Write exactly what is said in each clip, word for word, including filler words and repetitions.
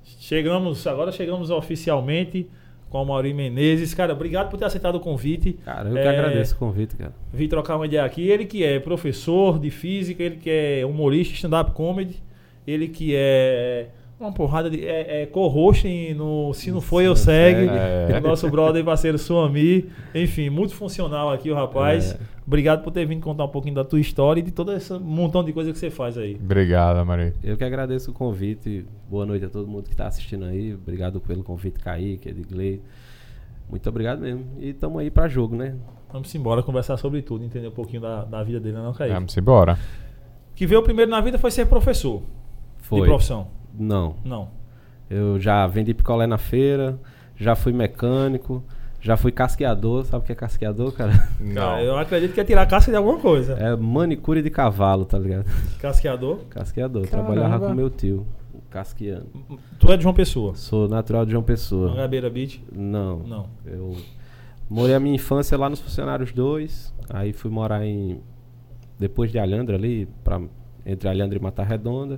Chegamos, agora chegamos oficialmente com o Maurinho Menezes. Cara, obrigado por ter aceitado o convite. Cara, eu que é, agradeço o convite, cara. Vim trocar uma ideia aqui. Ele que é professor de física, ele que é humorista, stand-up comedy, ele que é uma porrada de... É, é co-host no Se Não Foi, Eu Segue. É. Nosso brother e parceiro Suami. Enfim, muito funcional aqui o rapaz. É. Obrigado por ter vindo contar um pouquinho da tua história e de todo esse montão de coisa que você faz aí. Obrigado, Maria. Eu que agradeço o convite. Boa noite a todo mundo que está assistindo aí. Obrigado pelo convite, Kaique, Edgley. Muito obrigado mesmo. E estamos aí para jogo, né? Vamos embora conversar sobre tudo, entender um pouquinho da, da vida dele, não, Kaique? Vamos embora. O que veio primeiro na vida foi ser professor. Foi. De profissão. Não. Não. Eu já vendi picolé na feira, já fui mecânico, já fui casqueador. Sabe o que é casqueador, cara? Não. Eu acredito que é tirar casca de alguma coisa. É manicure de cavalo, tá ligado? Casqueador? Casqueador. Caramba. Trabalhava com meu tio, casqueando. Tu é de João Pessoa? Sou natural de João Pessoa. Mangabeira Beach? Não. Não. Eu morei a minha infância lá nos Funcionários dois, aí fui morar em... Depois de Alhandra ali, pra, entre Alhandra e Mata Redonda.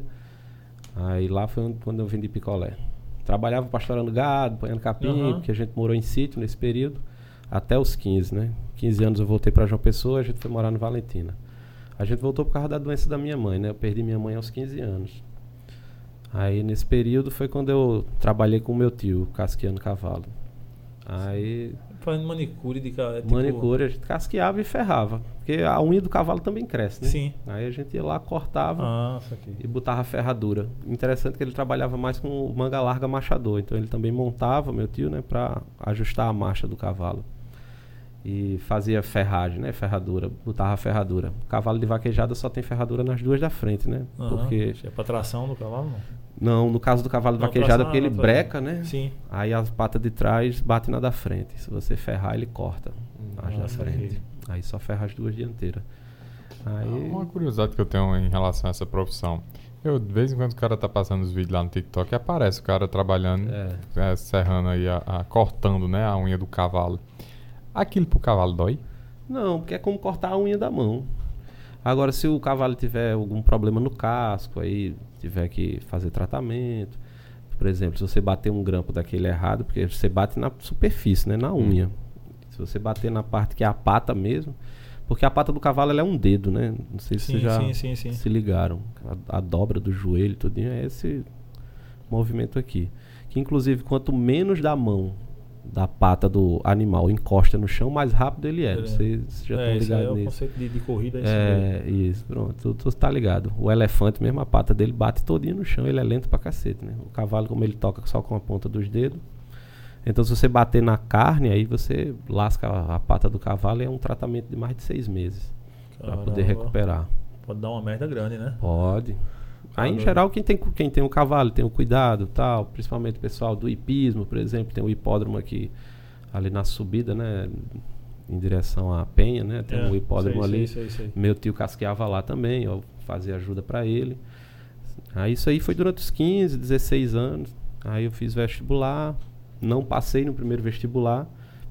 Aí lá foi quando eu vendi picolé. Trabalhava pastorando gado, apanhando capim, uhum. porque a gente morou em sítio nesse período, até os quinze, né? quinze anos eu voltei para João Pessoa, a gente foi morar no Valentina. A gente voltou por causa da doença da minha mãe, né? Eu perdi minha mãe aos quinze anos. Aí nesse período foi quando eu trabalhei com o meu tio, casqueando cavalo. Aí... Fazendo manicure de cavalo. É tipo... Manicure, a gente casqueava e ferrava. Porque a unha do cavalo também cresce, né? Sim. Aí a gente ia lá, cortava ah, isso aqui. e botava a ferradura. Interessante que ele trabalhava mais com o manga larga machador. Então ele também montava, meu tio, né? Pra ajustar a marcha do cavalo. E fazia ferragem, né? Ferradura. Botava a ferradura. O cavalo de vaquejada só tem ferradura nas duas da frente, né? Uhum. Porque... É pra tração do cavalo, não? Não, no caso do cavalo de não, vaquejada, tração, porque ele não, breca, né? Sim. Aí as patas de trás batem na da frente. Se você ferrar, ele corta as da frente. Aí só ferra as duas dianteiras. Aí... Uma curiosidade que eu tenho em relação a essa profissão. Eu, de vez em quando o cara tá passando os vídeos lá no TikTok, aparece o cara trabalhando, é. É, serrando aí, a, a, cortando, né, a unha do cavalo. Aquilo pro cavalo dói? Não, porque é como cortar a unha da mão. Agora, se o cavalo tiver algum problema no casco, aí tiver que fazer tratamento, por exemplo, se você bater um grampo daquele errado, porque você bate na superfície, né, na unha. Hum. Se você bater na parte que é a pata mesmo, porque a pata do cavalo ela é um dedo, né? Não sei se sim, vocês já sim, sim, sim. se ligaram. A, a dobra do joelho, tudinho, é esse movimento aqui. Que inclusive, quanto menos da mão da pata do animal encosta no chão, mais rápido ele é. É. Vocês já é, estão ligados é nisso. É o conceito de, de corrida. É, isso, pronto. Tu, tu tá ligado. O elefante mesmo, a pata dele bate todinho no chão, ele é lento pra cacete, né? O cavalo, como ele toca só com a ponta dos dedos, então se você bater na carne, aí você lasca a, a pata do cavalo e é um tratamento de mais de seis meses para poder recuperar. Pode dar uma merda grande, né? Pode. Aí, em geral, quem tem, quem tem o cavalo tem o cuidado, tal, principalmente o pessoal do hipismo, por exemplo, tem o hipódromo aqui, ali na subida, né, em direção à Penha, né, tem é, um hipódromo sei, ali, sei, sei, sei. Meu tio casqueava lá também, eu fazia ajuda para ele. Aí isso aí foi durante os quinze, dezesseis anos, aí eu fiz vestibular, não passei no primeiro vestibular,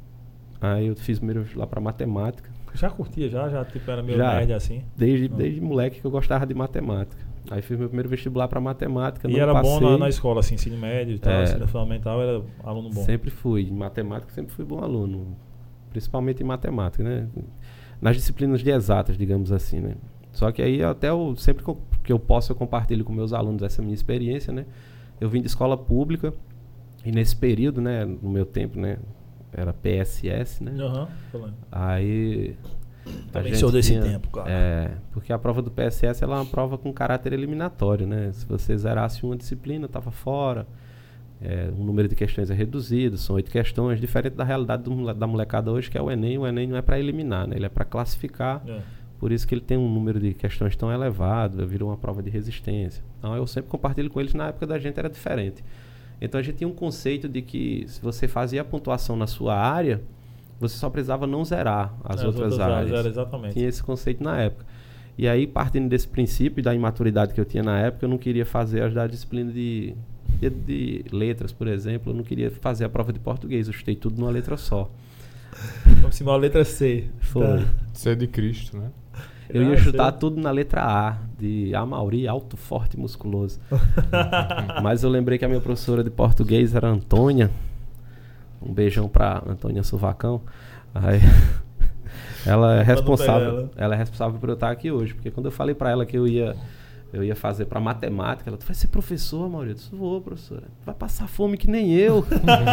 aí eu fiz o primeiro vestibular para matemática. Já curtia, já? Já tipo, era meio já, nerd assim? Desde, desde moleque que eu gostava de matemática. Aí fiz meu primeiro vestibular para matemática. E não era passei. bom na, na escola, assim, ensino médio e tal, é, ensino fundamental, era aluno bom? Sempre fui. Em matemática sempre fui bom aluno. Principalmente em matemática, né? Nas disciplinas de exatas, digamos assim, né? Só que aí até eu, sempre que eu posso eu compartilho com meus alunos essa minha experiência, né? Eu vim de escola pública e nesse período, né, no meu tempo, né, era P S S, né? Aham, uhum, aí também sou desse tinha, tempo, cara. É, porque a prova do P S S ela é uma prova com caráter eliminatório, né? Se você zerasse uma disciplina, estava fora. É, o número de questões é reduzido, são oito questões, diferente da realidade do, da molecada hoje, que é o Enem. O Enem não é para eliminar, né? Ele é para classificar. É. Por isso que ele tem um número de questões tão elevado, virou uma prova de resistência. Então eu sempre compartilho com eles, na época da gente era diferente. Então a gente tinha um conceito de que se você fazia a pontuação na sua área, você só precisava não zerar as, é, outras, as outras áreas. áreas. Exatamente. Tinha esse conceito na época. E aí, partindo desse princípio e da imaturidade que eu tinha na época, eu não queria fazer as da disciplina de, de, de letras, por exemplo. Eu não queria fazer a prova de português. Eu estudei tudo numa letra só. Vamos embora, letra C. Foi. Tá. C de Cristo, né? Eu ia chutar tudo na letra A, de Amauri, alto, forte e musculoso. Mas eu lembrei que a minha professora de português era Antônia. Um beijão pra Antônia Suvacão. Aí, ela é responsável, ela é responsável por eu estar aqui hoje. Porque quando eu falei pra ela que eu ia, eu ia fazer pra matemática, ela, tu vai ser professor, Amauri? Eu disse, vou, professora. Vai passar fome que nem eu.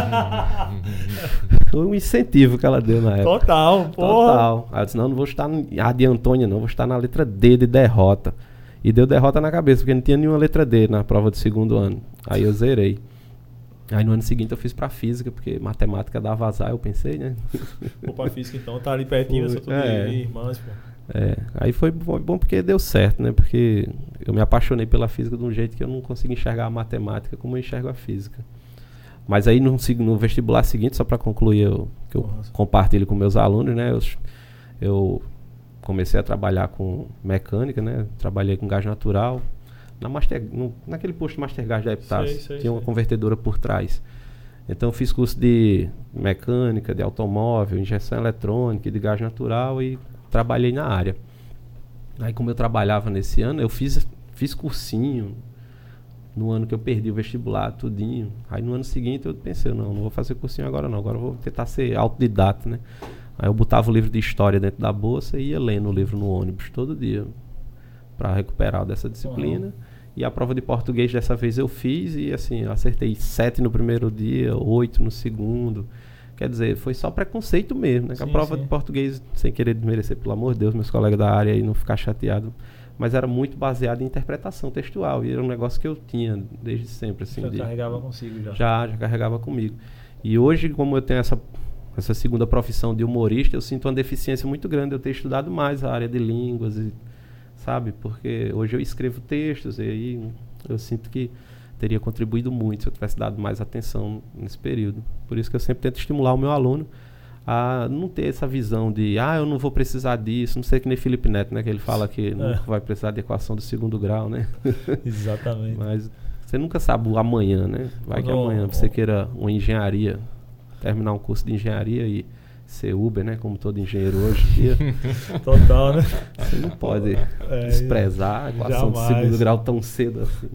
Foi um incentivo que ela deu na época. Total, porra. Total. Aí eu disse, não, não vou estar a de Antônia, não. Vou estar na letra D de derrota. E deu derrota na cabeça, porque não tinha nenhuma letra D na prova do segundo ano. Aí eu zerei. Aí no ano seguinte eu fiz pra física, porque matemática dava azar, eu pensei, né? Vou pra física então, tá ali pertinho, eu sou tudo é. irmãs, pô. É, aí foi bom porque deu certo, né? Porque eu me apaixonei pela física de um jeito que eu não consigo enxergar a matemática como eu enxergo a física. Mas aí no, no vestibular seguinte, só para concluir, eu, que eu Nossa. compartilho com meus alunos, né? Eu, eu comecei a trabalhar com mecânica, né? Trabalhei com gás natural. Na master, no, naquele posto de Master Gas da Epitácio, tinha sei. uma convertedora por trás. Então eu fiz curso de mecânica, de automóvel, injeção eletrônica, de gás natural e trabalhei na área. Aí como eu trabalhava nesse ano, eu fiz, fiz cursinho. No ano que eu perdi o vestibular, tudinho. Aí no ano seguinte eu pensei, não, não vou fazer cursinho agora não, agora eu vou tentar ser autodidata, né? Aí eu botava o livro de história dentro da bolsa e ia lendo o livro no ônibus todo dia para recuperar dessa disciplina. Uhum. E a prova de português dessa vez eu fiz e assim, eu acertei sete no primeiro dia, oito no segundo. Quer dizer, foi só preconceito mesmo, né? Sim, a prova sim. de português, sem querer desmerecer, pelo amor de Deus, meus colegas da área aí não ficar chateados, mas era muito baseado em interpretação textual e era um negócio que eu tinha desde sempre. Assim, já de, carregava consigo já? Já, já carregava comigo. E hoje, como eu tenho essa, essa segunda profissão de humorista, eu sinto uma deficiência muito grande de eu ter estudado mais a área de línguas, e, sabe? Porque hoje eu escrevo textos e aí eu sinto que teria contribuído muito se eu tivesse dado mais atenção nesse período. Por isso que eu sempre tento estimular o meu aluno a não ter essa visão de, ah, eu não vou precisar disso, não sei que nem Felipe Neto, né, que ele fala que é. nunca vai precisar de equação do segundo grau, né? Exatamente. Mas você nunca sabe o amanhã, né? Vai que amanhã você queira uma engenharia, terminar um curso de engenharia e ser Uber, né, como todo engenheiro hoje em dia. Total, né? Você não pode é, desprezar a equação jamais. do segundo grau tão cedo assim.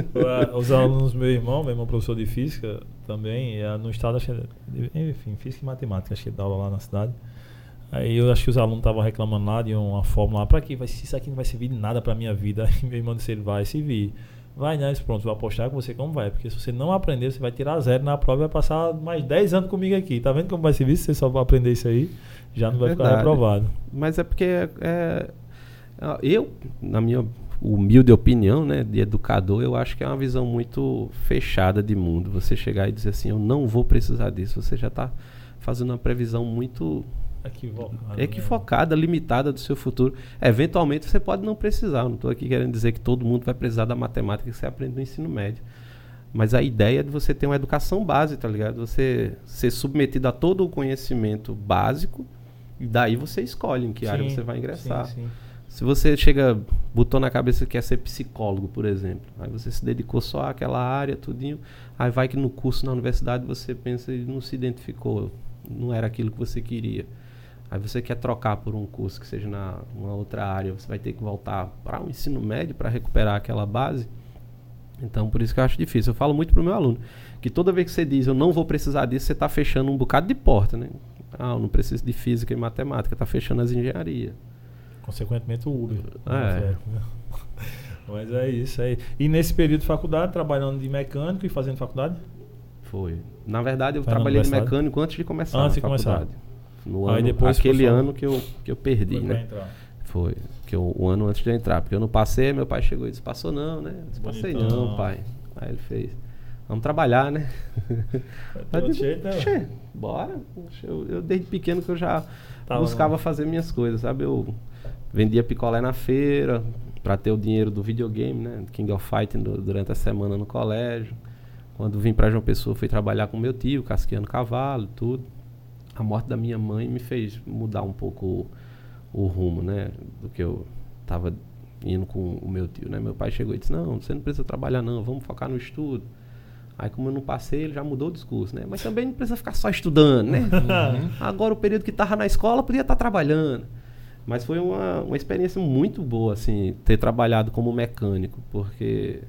Os alunos do meu irmão, meu irmão professor de física também, no estado, enfim, física e matemática, acho que ele dá aula lá na cidade. Aí eu acho que os alunos estavam reclamando lá de uma fórmula lá, pra quê? Vai, isso aqui não vai servir de nada pra minha vida. Aí meu irmão disse, ele vai servir. Vai, né? Pronto, vou apostar com você como vai. Porque se você não aprender, você vai tirar zero na prova e vai passar mais dez anos comigo aqui. Tá vendo como vai servir? Se você só vai aprender isso aí, já não vai Verdade. ficar reprovado. Mas é porque é, é, eu, na minha humilde opinião, né, de educador, eu acho que é uma visão muito fechada de mundo. Você chegar e dizer assim, eu não vou precisar disso. Você já está fazendo uma previsão muito equivocada, equivocada né? limitada do seu futuro. Eventualmente você pode não precisar. Eu não estou aqui querendo dizer que todo mundo vai precisar da matemática que você aprende no ensino médio. Mas a ideia é de você ter uma educação básica, tá ligado? Você ser submetido a todo o conhecimento básico e daí você escolhe em que sim, área você vai ingressar. Sim, sim. Se você chega, botou na cabeça que quer ser psicólogo, por exemplo, aí você se dedicou só àquela área, tudinho, aí vai que no curso na universidade você pensa e não se identificou, não era aquilo que você queria. Aí você quer trocar por um curso que seja na uma outra área, você vai ter que voltar para o ensino médio para recuperar aquela base. Então, por isso que eu acho difícil. Eu falo muito para o meu aluno, que toda vez que você diz eu não vou precisar disso, você está fechando um bocado de porta, né? Ah, eu não preciso de física e matemática, está fechando as engenharias. Consequentemente o Uber. É. Mas é isso aí. E nesse período de faculdade, trabalhando de mecânico e fazendo faculdade? Foi. Na verdade, eu Foi trabalhei de mecânico antes de começar antes a faculdade. De começar. No ano, depois aquele ano que eu, que eu perdi, né? Entrar. Foi. Que eu, o ano antes de eu entrar. Porque eu não passei, meu pai chegou e disse, passou não, né? Eu disse, passei não, pai. Aí ele fez, vamos trabalhar, né? Mas digo, jeito, né? Bora. Eu, eu desde pequeno que eu já Tava buscava não. fazer minhas coisas, sabe? Eu vendia picolé na feira para ter o dinheiro do videogame, né? King of Fighting do, durante a semana no colégio. Quando vim para João Pessoa, fui trabalhar com meu tio, casqueando cavalo, tudo. A morte da minha mãe me fez mudar um pouco o, o rumo, né? Do que eu estava indo com o meu tio, né? Meu pai chegou e disse, não, você não precisa trabalhar não, vamos focar no estudo. Aí como eu não passei, ele já mudou o discurso, né? Mas também não precisa ficar só estudando, né? Uhum. Agora o período que estava na escola podia estar trabalhando. Mas foi uma, uma experiência muito boa, assim, ter trabalhado como mecânico, porque,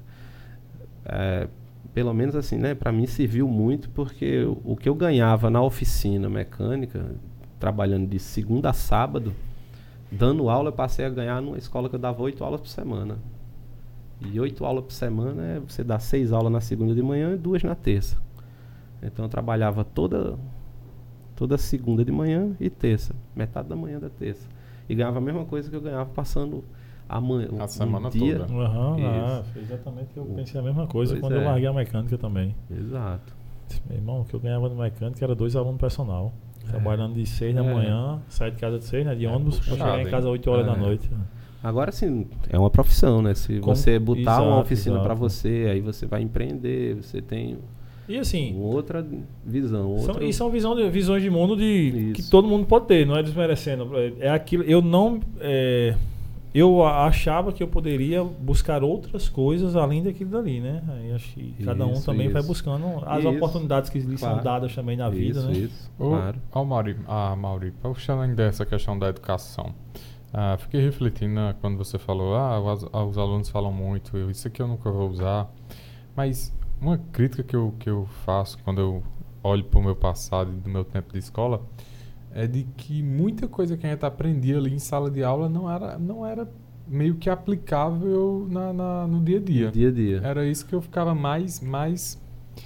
é, pelo menos assim, né, para mim serviu muito, porque o, o que eu ganhava na oficina mecânica, trabalhando de segunda a sábado, dando aula, eu passei a ganhar numa escola que eu dava oito aulas por semana. E oito aulas por semana, é, você dá seis aulas na segunda de manhã e duas na terça. Então eu trabalhava toda, toda segunda de manhã e terça, metade da manhã da terça. E ganhava a mesma coisa que eu ganhava passando a, manhã, a um semana dia. toda. Uhum, ah, foi exatamente que eu pensei a mesma coisa Pois quando é. eu larguei a mecânica também. Exato. Meu irmão, o que eu ganhava no mecânica era dois alunos personal. É. Trabalhando de seis da É. manhã, sair de casa de seis, né, de É ônibus, pra puxado, chegar em hein? casa às oito horas É. da noite. Agora sim, é uma profissão, né? Se Como- você botar exato, uma oficina exato. para você, aí você vai empreender, você tem E assim, uma outra visão. são, Outra... e são visão de, visões de mundo de, que Isso. todo mundo pode ter, não é desmerecendo. É aquilo, eu não. É, eu a- achava que eu poderia buscar outras coisas além daquilo dali, né? Aí acho que cada um Isso, também vai isso. buscando as Isso. oportunidades que lhe são Claro. dadas também na vida, isso, né? Isso, Ô, claro. ó, Mauri, ah, Mauri, puxando ainda essa questão da educação. Ah, fiquei refletindo, né, quando você falou, ah, os, ah, os alunos falam muito, eu, isso aqui eu nunca vou usar. Mas uma crítica que eu, que eu faço quando eu olho para o meu passado e do meu tempo de escola é de que muita coisa que a gente aprendia ali em sala de aula não era, não era meio que aplicável na, na- no dia a dia. Dia a dia. Era isso que eu ficava mais, mais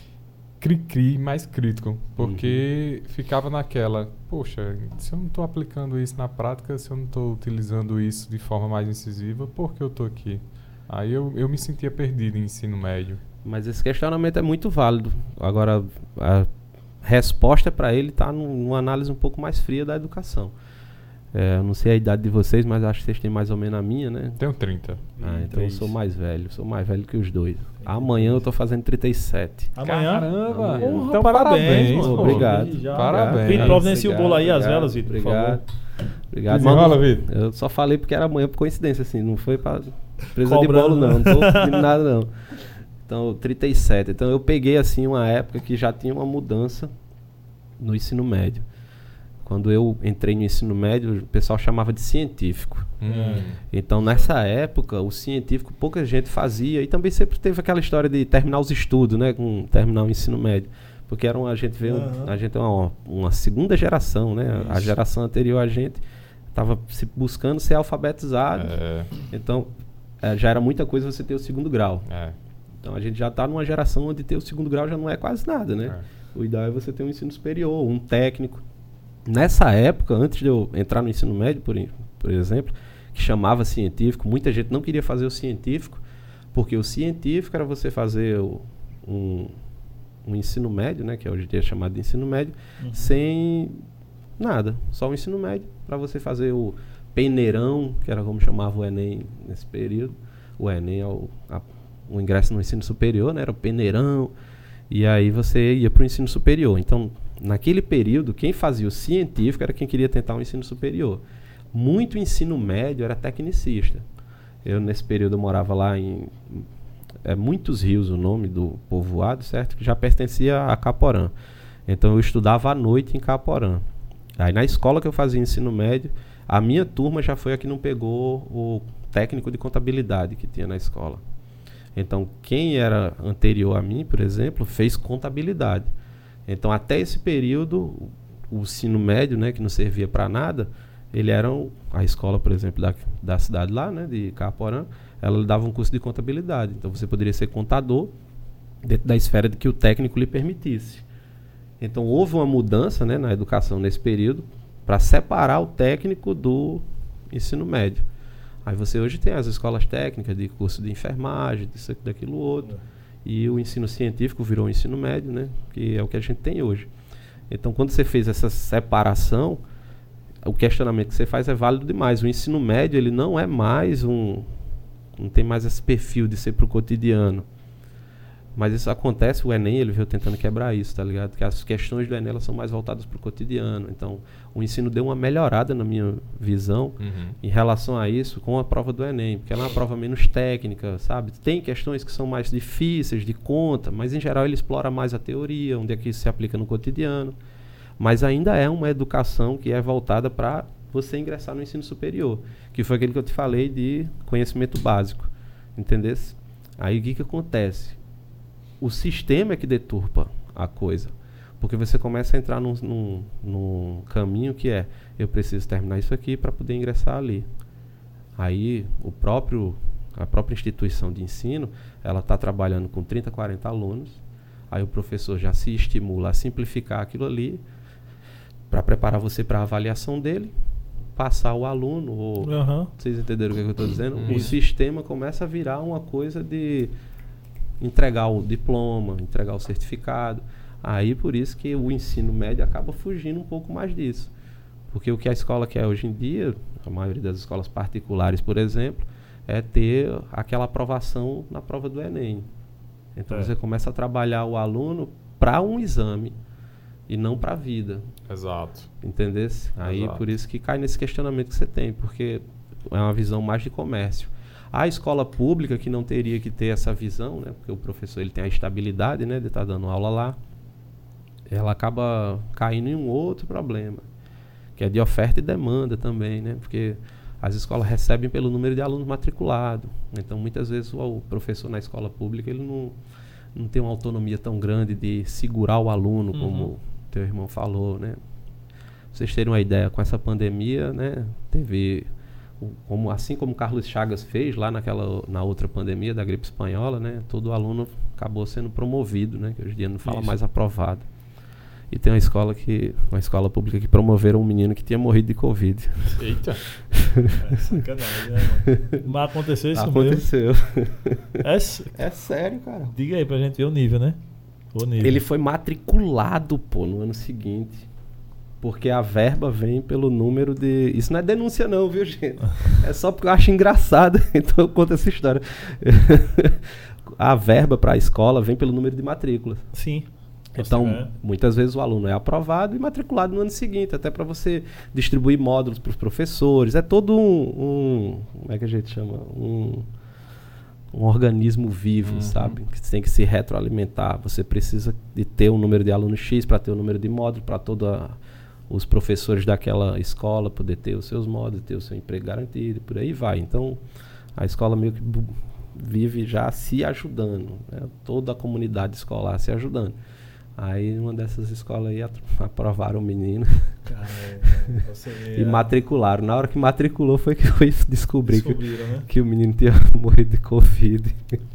cri-cri, mais crítico. Porque ficava naquela, poxa, se eu não estou aplicando isso na prática, se eu não estou utilizando isso de forma mais incisiva, por que eu estou aqui? Aí eu, eu me sentia perdido em ensino médio. Mas esse questionamento é muito válido. Agora, a resposta para ele está numa análise um pouco mais fria da educação. É, eu não sei a idade de vocês, mas acho que vocês têm mais ou menos a minha, né? Tenho trinta. Ah, então eu sou mais velho. Sou mais velho que os dois. Amanhã eu tô fazendo trinta e sete. Amanhã. Caramba! Amanhã. Porra, Então, parabéns, parabéns, mano. pô. Obrigado. Desde já. Parabéns. Vitor, providencia o bolo aí, as Obrigado, velas, Vitor, por Obrigado. favor. Obrigado. Desenrola, Mano, Vitor. eu só falei porque era amanhã por coincidência, assim. Não foi pra presa de Cobrando, bolo, não. né? Não tô pedindo nada, não. Então, trinta e sete. Então, eu peguei, assim, uma época que já tinha uma mudança no ensino médio. Quando eu entrei no ensino médio, o pessoal chamava de científico. Hum. Então, nessa época, o científico pouca gente fazia. E também sempre teve aquela história de terminar os estudos, né? Com terminar o ensino médio. Porque era uma, a gente veio, Uhum. a gente é uma, uma segunda geração, né? A Isso. geração anterior a gente estava se buscando ser alfabetizado. É, Então, eh, já era muita coisa você ter o segundo grau. é, Então, a gente já está numa geração onde ter o segundo grau já não é quase nada, né? é. O ideal é você ter um ensino superior, um técnico. Nessa época, antes de eu entrar no ensino médio, por, em- por exemplo, que chamava científico, muita gente não queria fazer o científico, porque o científico era você fazer o- um, um ensino médio, né, que hoje em dia é chamado de ensino médio, Uhum. sem nada, só o ensino médio, para você fazer o peneirão, que era como chamava o Enem nesse período. O Enem é o, a- o ingresso no ensino superior, né, era o peneirão, e aí você ia para o ensino superior. Então, naquele período, quem fazia o científico era quem queria tentar um ensino superior. Muito ensino médio era tecnicista. Eu, nesse período, eu morava lá em é, Muitos Rios, o nome do povoado, certo? Que já pertencia a Caporã. Então, eu estudava à noite em Caporã. Aí, na escola que eu fazia ensino médio, a minha turma já foi a que não pegou o técnico de contabilidade que tinha na escola. Então, quem era anterior a mim, por exemplo, fez contabilidade. Então, até esse período, o ensino médio, né, que não servia para nada, ele era um, a escola, por exemplo, da, da cidade lá, né, de Caporã, ela dava um curso de contabilidade. Então, você poderia ser contador dentro da esfera de que o técnico lhe permitisse. Então, houve uma mudança, né, na educação nesse período para separar o técnico do ensino médio. Aí você hoje tem as escolas técnicas de curso de enfermagem, disso, aqui, daquilo, outro. E o ensino científico virou o ensino médio, né? Que é o que a gente tem hoje. Então, quando você fez essa separação, o questionamento que você faz é válido demais. O ensino médio, ele não é mais um... Não tem mais esse perfil de ser para o cotidiano. Mas isso acontece, o Enem, ele veio tentando quebrar isso, tá ligado? Que as questões do Enem, elas são mais voltadas para o cotidiano. Então, o ensino deu uma melhorada, na minha visão, Uhum. em relação a isso, com a prova do Enem. Porque ela é uma prova menos técnica, sabe? Tem questões que são mais difíceis de conta, mas, em geral, ele explora mais a teoria, onde é que isso se aplica no cotidiano. Mas ainda é uma educação que é voltada para você ingressar no ensino superior, que foi aquele que eu te falei de conhecimento básico, entendesse? Aí o que que acontece? O sistema é que deturpa a coisa, porque você começa a entrar num, num, num caminho que é, eu preciso terminar isso aqui para poder ingressar ali. Aí o próprio, a própria instituição de ensino, ela está trabalhando com trinta, quarenta alunos, aí o professor já se estimula a simplificar aquilo ali, para preparar você para a avaliação dele, passar o aluno, ou, uhum. vocês entenderam o que, é que eu estou dizendo? Uhum. O sistema começa a virar uma coisa de entregar o diploma, entregar o certificado. Aí por isso que o ensino médio acaba fugindo um pouco mais disso. Porque o que a escola quer hoje em dia, a maioria das escolas particulares, por exemplo, é ter aquela aprovação na prova do Enem. Então é. você começa a trabalhar o aluno para um exame e não para a vida. Exato. Entendesse? Aí Exato. Por isso que cai nesse questionamento que você tem, porque é uma visão mais de comércio. A escola pública, que não teria que ter essa visão, né, porque o professor ele tem a estabilidade, né, de estar dando aula lá, ela acaba caindo em um outro problema, que é de oferta e demanda também, né, porque as escolas recebem pelo número de alunos matriculados. Então, muitas vezes, o, o professor na escola pública ele não, não tem uma autonomia tão grande de segurar o aluno, uhum. como teu irmão falou, né. Pra vocês terem uma ideia, com essa pandemia, né, teve... Como, assim como o Carlos Chagas fez lá naquela, na outra pandemia da gripe espanhola, né, todo aluno acabou sendo promovido, né, que hoje em dia não fala Isso. mais aprovado. E tem uma escola que, uma escola pública que promoveram um menino que tinha morrido de Covid. Eita! É sacanagem, né, mano? Mas aconteceu isso aconteceu. mesmo? Aconteceu. É, é sério, cara. Diga aí pra gente ver o nível, né? O nível. Ele foi matriculado, pô, no ano seguinte. Porque a verba vem pelo número de... Isso não é denúncia não, viu, gente? É só porque eu acho engraçado, então eu conto essa história. A verba para a escola vem pelo número de matrículas. Sim. Então, é. muitas vezes o aluno é aprovado e matriculado no ano seguinte, até para você distribuir módulos para os professores. É todo um, um... Como é que a gente chama? Um, um organismo vivo, uhum. sabe? Que tem que se retroalimentar. Você precisa de ter um número de alunos X para ter um número de módulos, para toda... os professores daquela escola poder ter os seus módulos, ter o seu emprego garantido, por aí vai. Então, a escola meio que vive já se ajudando, né? Toda a comunidade escolar se ajudando. Aí, uma dessas escolas aí aprovaram o menino. Caramba, você vê, e matricularam. Na hora que matriculou foi que foi descobrir que, né? que o menino tinha morrido de Covid.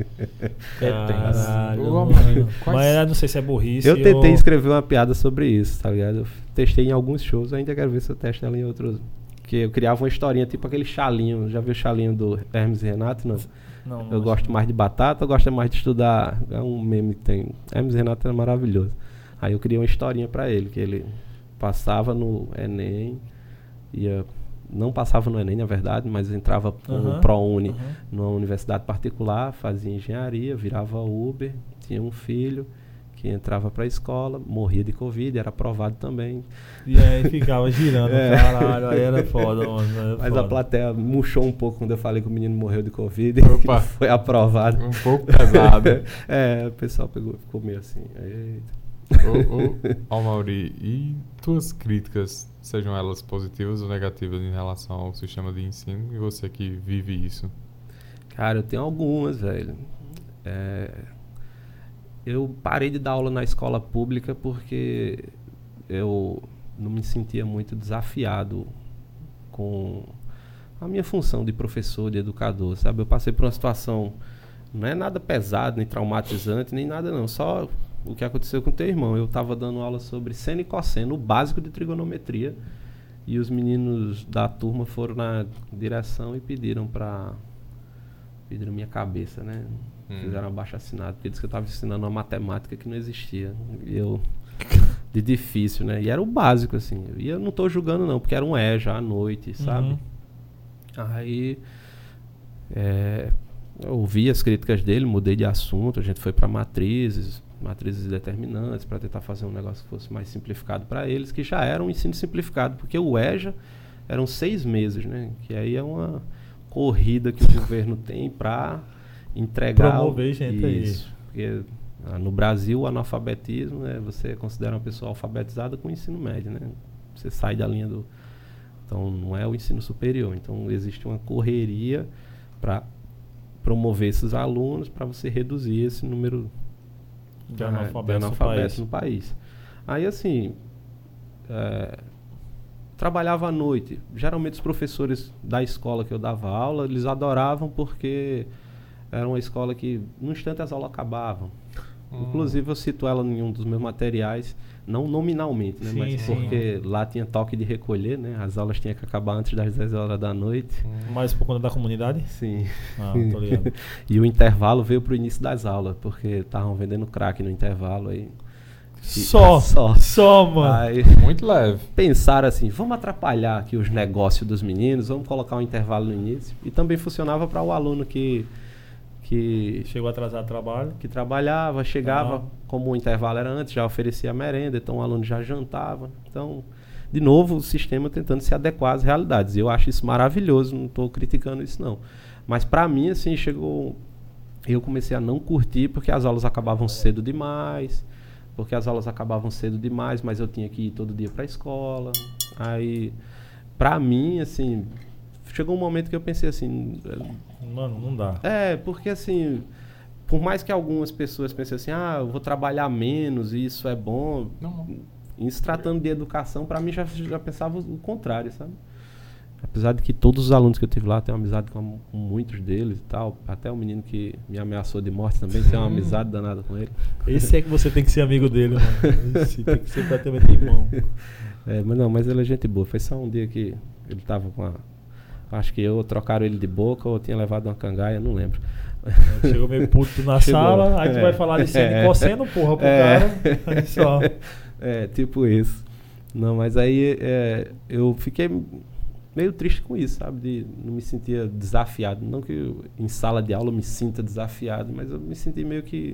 Caralho, mano. Mas não sei se é burrice. Eu tentei ou... escrever uma piada sobre isso, tá ligado? Eu testei em alguns shows, ainda quero ver se eu testo ela em outros. Porque eu criava uma historinha, tipo aquele chalinho. Já viu o chalinho do Hermes e Renato? Não. Não, não eu gosto não. mais de batata, eu gosto mais de estudar. É um meme que tem. Hermes e Renato é maravilhoso. Aí eu criei uma historinha pra ele, que ele passava no Enem, ia, não passava no Enem, na verdade, mas entrava com uhum, o ProUni uhum. numa universidade particular, fazia engenharia, virava Uber, tinha um filho que entrava pra escola, morria de Covid, era aprovado também. E aí ficava girando, é. caralho, aí era foda, mano. Era Mas foda. A plateia murchou um pouco quando eu falei que o menino morreu de Covid e foi aprovado. Um pouco pesado. É, o pessoal pegou, ficou meio assim, eita. Ô, ô, Mauri, e tuas críticas, sejam elas positivas ou negativas em relação ao sistema de ensino, e você que vive isso? Cara, eu tenho algumas, velho. É... Eu parei de dar aula na escola pública porque eu não me sentia muito desafiado com a minha função de professor, de educador, sabe? Eu passei por uma situação, não é nada pesado, nem traumatizante, nem nada não, só o que aconteceu com o teu irmão. Eu estava dando aula sobre seno e cosseno, o básico de trigonometria, e os meninos da turma foram na direção e pediram para... pediram minha cabeça, né? Hum. Fizeram abaixo-assinado, porque disse que eu estava ensinando uma matemática que não existia. E eu... de difícil, né? E era o básico, assim. E eu não estou julgando, não, porque era um E já à noite, sabe? Uhum. Aí... É, eu ouvi as críticas dele, mudei de assunto, a gente foi para matrizes, matrizes determinantes, para tentar fazer um negócio que fosse mais simplificado para eles, que já era um ensino simplificado, porque o E J A eram seis meses, né? Que aí é uma corrida que o governo tem para entregar... Promover gente isso, aí. Porque ah, no Brasil, o analfabetismo, né, você considera uma pessoa alfabetizada com o ensino médio, né? Você sai da linha do, Então, não é o ensino superior. Então, existe uma correria para promover esses alunos, para você reduzir esse número de analfabetos, de analfabetos no, no país. país. Aí, assim, é, trabalhava à noite. Geralmente, os professores da escola que eu dava aula, eles adoravam porque era uma escola que, num instante, as aulas acabavam. Hum. Inclusive, eu cito ela em um dos meus materiais, não nominalmente, né? Sim, mas sim. Porque lá tinha toque de recolher, né? As aulas tinham que acabar antes das dez horas da noite. Hum. Mas por conta da comunidade? Sim. Ah, tô ligado. E o intervalo veio pro início das aulas, porque estavam vendendo crack no intervalo aí. Só, só, só, mano. Aí, muito leve. Pensaram assim, vamos atrapalhar aqui os negócios dos meninos, vamos colocar um intervalo no início. E também funcionava para o aluno que... que chegou atrasado ao trabalho, que trabalhava, chegava, ah. como o intervalo era antes, já oferecia merenda, então o aluno já jantava. Então, de novo, o sistema tentando se adequar às realidades. E eu acho isso maravilhoso, não estou criticando isso não. Mas para mim, assim, chegou... Eu comecei a não curtir porque as aulas acabavam cedo demais, porque as aulas acabavam cedo demais, mas eu tinha que ir todo dia para a escola. Aí, para mim, assim... Chegou um momento que eu pensei assim... Mano, não dá. É, porque assim... Por mais que algumas pessoas pensem assim... Ah, eu vou trabalhar menos e isso é bom... Não. Em se tratando de educação, pra mim já, já pensava o contrário, sabe? Apesar de que todos os alunos que eu tive lá tenho amizade com, com muitos deles e tal. Até o menino que me ameaçou de morte também tem uma amizade danada com ele. Esse é que você tem que ser amigo dele, mano. Esse tem que ser praticamente irmão. É, mas não, mas ele é gente boa. Foi só um dia que ele tava com a... Acho que eu trocaram ele de boca ou eu tinha levado uma cangaia, não lembro. Chegou meio puto na Chegou. sala, aí tu é. vai falar de cena é. cossendo, porra, pro é. cara. Aí só. É, tipo isso. Não, mas aí é, eu fiquei meio triste com isso, sabe? De não me sentia desafiado. Não que eu, em sala de aula eu me sinta desafiado, mas eu me senti meio que,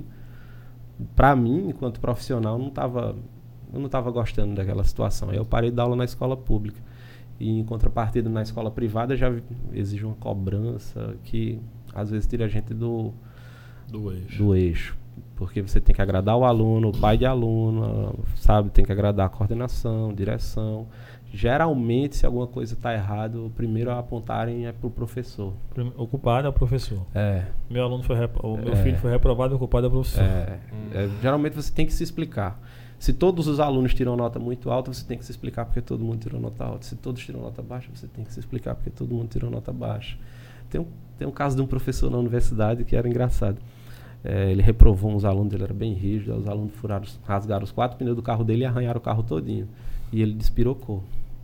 pra mim, enquanto profissional, não tava, eu não estava gostando daquela situação. Aí eu parei de dar aula na escola pública. E em contrapartida na escola privada já exige uma cobrança que às vezes tira a gente do, do, eixo. do eixo. Porque você tem que agradar o aluno, o pai de aluno, sabe? Tem que agradar a coordenação, direção. Geralmente, se alguma coisa está errada, o primeiro a apontarem é para o professor. O culpado é o professor. É. Meu aluno foi rep... o meu é. filho foi reprovado, o culpado é o professor. É. Hum. É, geralmente você tem que se explicar. Se todos os alunos tiram nota muito alta, você tem que se explicar porque todo mundo tirou nota alta. Se todos tiram nota baixa, você tem que se explicar porque todo mundo tirou nota baixa. Tem um, tem um caso de um professor na universidade que era engraçado. É, ele reprovou uns alunos, ele era bem rígido, os alunos furaram, rasgaram os quatro pneus do carro dele e arranharam o carro todinho. E ele despirocou.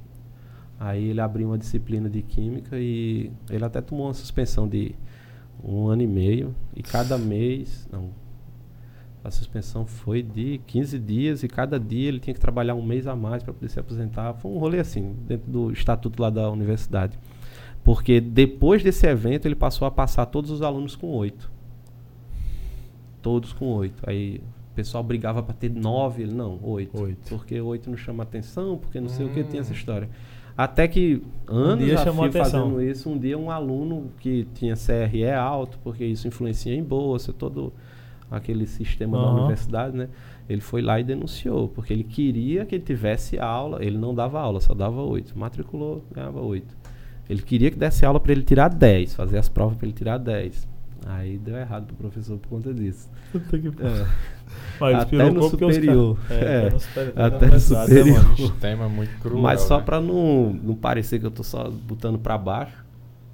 Aí ele abriu uma disciplina de química e ele até tomou uma suspensão de um ano e meio. E cada mês... não. A suspensão foi de quinze dias e cada dia ele tinha que trabalhar um mês a mais para poder se aposentar. Foi um rolê assim, dentro do estatuto lá da universidade. Porque depois desse evento ele passou a passar todos os alunos com oito. Todos com oito. Aí o pessoal brigava para ter nove, ele não, oito. oito. Porque oito não chama atenção, porque não sei hum. o que, tinha essa história. Até que anos um a fio fazendo isso, um dia um aluno que tinha C R E alto, porque isso influencia em bolsa, todo... aquele sistema uhum. da universidade, né? Ele foi lá e denunciou, porque ele queria que ele tivesse aula, ele não dava aula, só dava oito. Matriculou, ganhava oito. Ele queria que desse aula para ele tirar dez, fazer as provas para ele tirar dez. Aí deu errado pro professor por conta disso. É. Mas até no superior. Os cara... é, é, no superior. Até no superior. Um sistema muito cruel. Mas só né? para não, não parecer que eu tô só botando para baixo.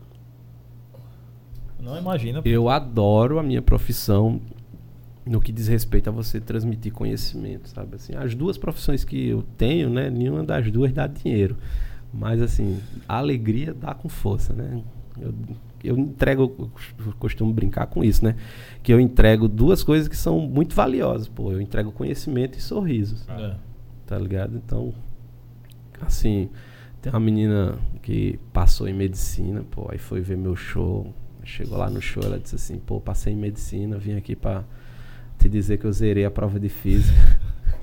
Não imagina. Eu adoro a minha profissão no que diz respeito a você transmitir conhecimento, sabe? Assim, as duas profissões que eu tenho, né? Nenhuma das duas dá dinheiro. Mas, assim, a alegria dá com força, né? Eu, eu entrego, eu costumo brincar com isso, né? Que eu entrego duas coisas que são muito valiosas, pô. Eu entrego conhecimento e sorrisos. É. Tá ligado? Então, assim, tem uma menina que passou em medicina, pô, aí foi ver meu show. Chegou lá no show, ela disse assim, pô, passei em medicina, vim aqui pra te dizer que eu zerei a prova de física.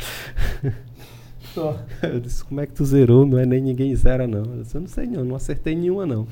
Só. Eu disse, como é que tu zerou? Não é nem ninguém zera, não. Eu disse, eu não sei não, não acertei nenhuma, não.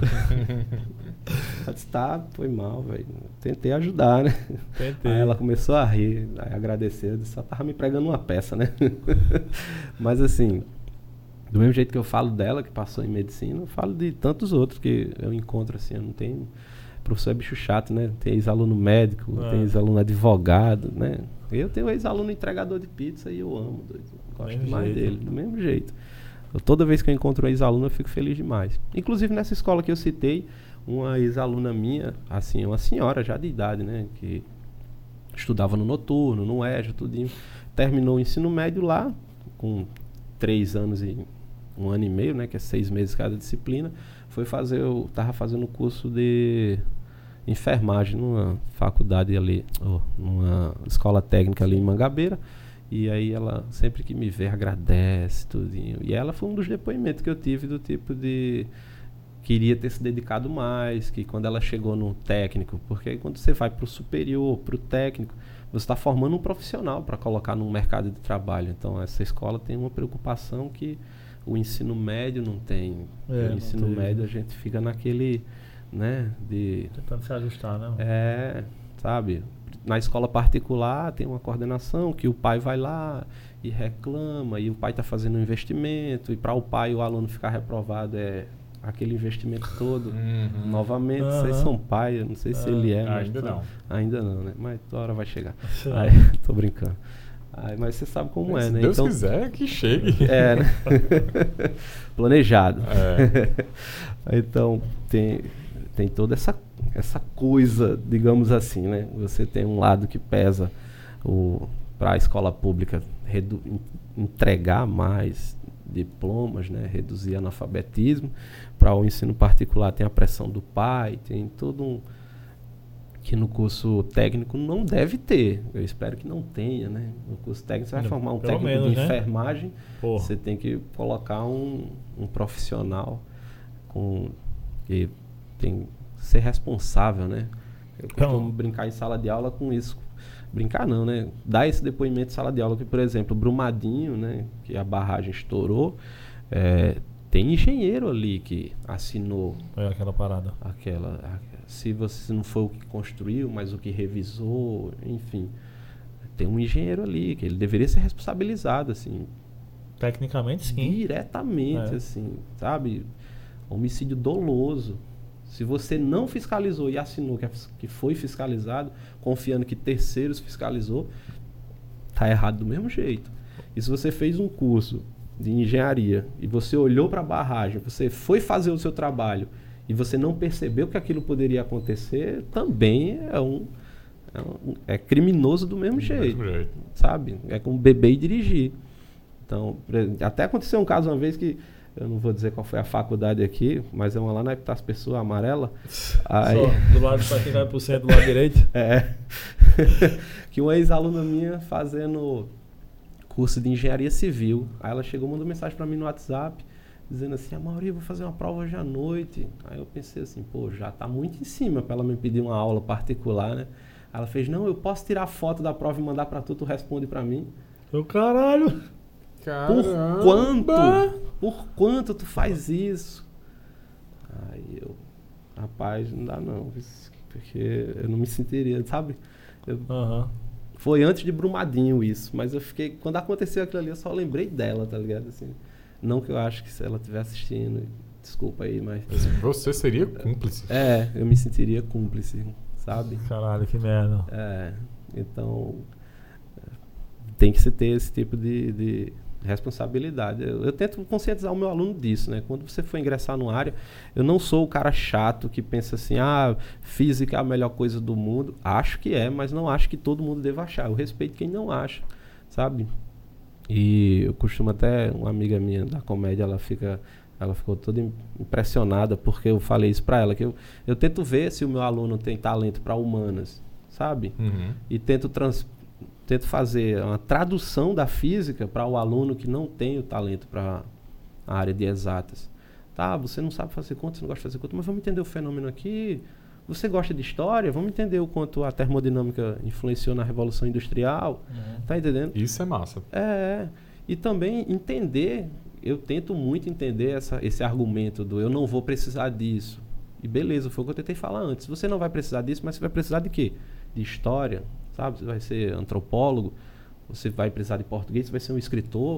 Ela disse, tá, foi mal, velho. Tentei ajudar, né? Tentei. Aí ela começou a rir, aí agradecer. Eu disse, só tava me pregando uma peça, né? Mas assim, Do mesmo jeito que eu falo dela, que passou em medicina, eu falo de tantos outros que eu encontro, assim, eu não tenho... Professor é bicho chato, né? Tem ex-aluno médico, é. tem ex-aluno advogado, né? Eu tenho ex-aluno entregador de pizza e eu amo, doido. Gosto demais jeito. dele, do mesmo jeito. Eu, toda vez que eu encontro um ex-aluno, eu fico feliz demais. Inclusive, nessa escola que eu citei, uma ex-aluna minha, assim, uma senhora já de idade, né? Que estudava no noturno, no E J A, tudinho. Terminou o ensino médio lá, com três anos e um ano e meio, né? Que é seis meses cada disciplina. Foi fazer, eu tava fazendo curso de enfermagem numa faculdade ali, oh, numa escola técnica ali em Mangabeira. E aí ela, sempre que me vê, agradece tudinho. E ela foi um dos depoimentos que eu tive do tipo de... Queria ter se dedicado mais, que quando ela chegou no técnico, porque quando você vai para o superior, para o técnico, você está formando um profissional para colocar no mercado de trabalho. Então essa escola tem uma preocupação que o ensino médio não tem. É, o ensino tem. médio a gente fica naquele, né, de... Tentando se ajustar, né? É, sabe? Na escola particular tem uma coordenação que o pai vai lá e reclama, e o pai está fazendo um investimento, e para o pai o aluno ficar reprovado é aquele investimento todo. Uhum. Novamente, uhum. vocês são pai, eu não sei se uhum. ele é. Mas ainda não. Ainda não, né? Mas toda hora vai chegar. Aí, tô brincando. Aí, mas você sabe como mas é, se né? Se Deus então, quiser, que chegue. É, né? Planejado. É. Então, tem, tem toda essa, essa coisa, digamos assim, né? Você tem um lado que pesa para a escola pública redu, entregar mais diplomas, né? Reduzir analfabetismo. Para o ensino particular tem a pressão do pai, tem todo um... que no curso técnico não deve ter. Eu espero que não tenha, né? No curso técnico você vai formar um Pelo técnico menos, de né? enfermagem, Porra. você tem que colocar um, um profissional com, que tem que ser responsável, né? Eu costumo então, brincar em sala de aula com isso. Brincar não, né? Dar esse depoimento em sala de aula, que, por exemplo, Brumadinho, né? Que a barragem estourou, é, tem engenheiro ali que assinou... É aquela parada. Aquela... A, se você não foi o que construiu, mas o que revisou, enfim, tem um engenheiro ali que ele deveria ser responsabilizado, assim, tecnicamente sim, diretamente, é. assim, sabe, homicídio doloso. Se você não fiscalizou e assinou que, que foi fiscalizado, confiando que terceiros fiscalizou, tá errado do mesmo jeito. E se você fez um curso de engenharia e você olhou para a barragem, você foi fazer o seu trabalho e você não percebeu que aquilo poderia acontecer, também é um é, um, é criminoso do mesmo, do jeito, mesmo jeito, sabe? É como beber e dirigir. Então, até aconteceu um caso uma vez que, eu não vou dizer qual foi a faculdade aqui, mas é uma lá na Epitácio Pessoa, amarela. Aí, Só, do lado, para quem vai pro centro, do lado direito. É. Que uma ex-aluna minha fazendo curso de engenharia civil. Aí ela chegou, mandou mensagem para mim no WhatsApp, dizendo assim, Amaury, eu vou fazer uma prova hoje à noite. Aí eu pensei assim, pô, já tá muito em cima para ela me pedir uma aula particular, né? Aí ela fez, não, eu posso tirar foto da prova e mandar para tu, tu responde para mim. Meu caralho! Caramba. Por quanto? Por quanto tu faz isso? Aí eu, rapaz, não dá não, porque eu não me sentiria, sabe? Eu, uhum. Foi antes de Brumadinho isso, mas eu fiquei, quando aconteceu aquilo ali, eu só lembrei dela, tá ligado? Assim, não que eu acho que se ela estiver assistindo, desculpa aí, mas... Você seria cúmplice. É, eu me sentiria cúmplice, sabe? Caralho, que merda. É, então tem que se ter esse tipo de, de responsabilidade. Eu, eu tento conscientizar o meu aluno disso, né? Quando você for ingressar numa área, eu não sou o cara chato que pensa assim, ah, física é a melhor coisa do mundo. Acho que é, mas não acho que todo mundo deva achar. Eu respeito quem não acha, sabe? E eu costumo até, uma amiga minha da comédia, ela fica, ela ficou toda impressionada porque eu falei isso pra ela, que eu, eu tento ver se o meu aluno tem talento para humanas, sabe? Uhum. E tento, trans, tento fazer uma tradução da física para o aluno que não tem o talento para a área de exatas. Tá, você não sabe fazer conta, você não gosta de fazer conta, mas vamos entender o fenômeno aqui. Você gosta de história? Vamos entender o quanto a termodinâmica influenciou na Revolução Industrial. Uhum. Tá entendendo? Isso é massa. É. E também entender, eu tento muito entender essa, esse argumento do eu não vou precisar disso. E beleza, foi o que eu tentei falar antes. Você não vai precisar disso, mas você vai precisar de quê? De história, sabe? Você vai ser antropólogo, você vai precisar de português, você vai ser um escritor.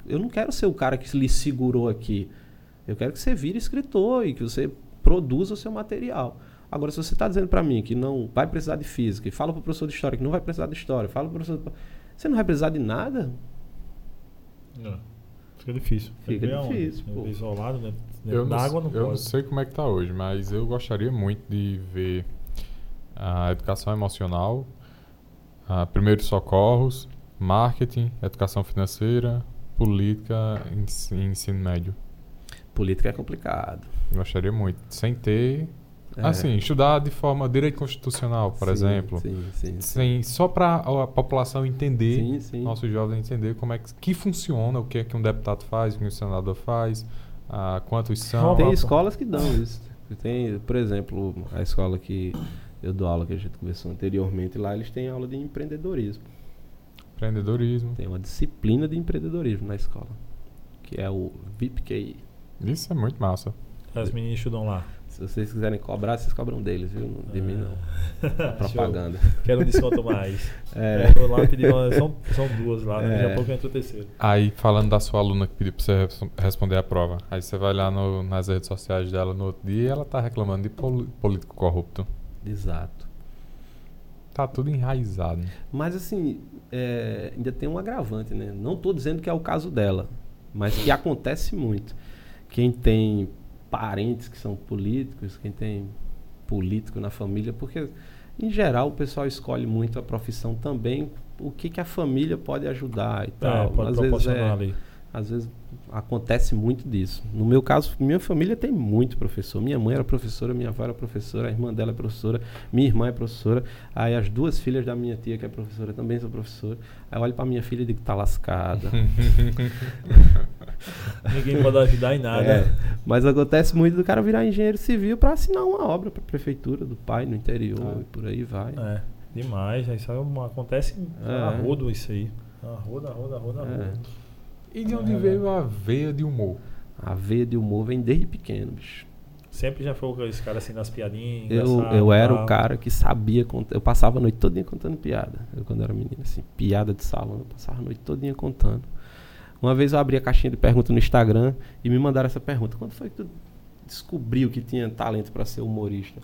eu não quero ser o cara que lhe segurou aqui. Eu quero que você vire escritor e que você produza o seu material. Agora, se você está dizendo para mim que não vai precisar de física, e fala para o professor de história que não vai precisar de história, fala para o professor... Você não vai precisar de nada? Não. Fica difícil. Fica difícil. Pô. Isolado, né? Eu, não, água não, eu pode. não sei como é que está hoje, mas eu gostaria muito de ver a educação emocional, a primeiros socorros, marketing, educação financeira, política e ensino médio. Política é complicado. Gostaria muito. Sem ter... É. Assim, estudar de forma direito constitucional, por sim, exemplo. Sim, sim, Sem, só para a população entender, sim, sim. nossos jovens entender como é que, que funciona, o que é que um deputado faz, o que um senador faz, ah, quantos são. Tem escolas que dão isso. Tem, por exemplo, a escola que eu dou aula, que a gente conversou anteriormente, lá eles têm aula de empreendedorismo. Empreendedorismo. Tem uma disciplina de empreendedorismo na escola, que é o V I P Q I. Isso é muito massa. As meninas estudam lá. Se vocês quiserem cobrar, vocês cobram deles, viu? Não de mim, não. Propaganda. Quero um desconto mais. É. É, vou lá pedir uma, são, são duas lá, né? É. Daqui a pouco entra o terceiro. Aí, falando da sua aluna que pediu pra você res- responder a prova, aí você vai lá no, nas redes sociais dela no outro dia e ela tá reclamando de pol- político corrupto. Exato. Tá tudo enraizado. Mas, assim, é, ainda tem um agravante, né? Não estou dizendo que é o caso dela, mas que acontece muito. Quem tem parentes que são políticos, quem tem político na família, porque, em geral, o pessoal escolhe muito a profissão também, o que, que a família pode ajudar e tal. É, pode às proporcionar vezes, é, ali. às vezes acontece muito disso. No meu caso, minha família tem muito professor. Minha mãe era professora, minha avó era professora, a irmã dela é professora, minha irmã é professora, aí as duas filhas da minha tia, que é professora, também são professoras. Aí eu olho pra minha filha e digo, tá lascada. Ninguém pode ajudar em nada. É, mas acontece muito do cara virar engenheiro civil para assinar uma obra para a prefeitura do pai no interior Ah. e por aí vai. É, demais. Isso aí acontece É. a rodo isso aí. A roda, roda, roda, É. roda. E de onde É. veio a veia de humor? A veia de humor vem desde pequeno, bicho. Sempre já foi esse cara assim nas piadinhas. Eu, engraçado, eu era tal. o cara que sabia contar. Eu passava a noite todinha contando piada. Eu, quando era menino, assim, piada de salão, eu passava a noite todinha contando. Uma vez eu abri a caixinha de perguntas no Instagram e me mandaram essa pergunta. Quando foi que tu descobriu que tinha talento para ser humorista?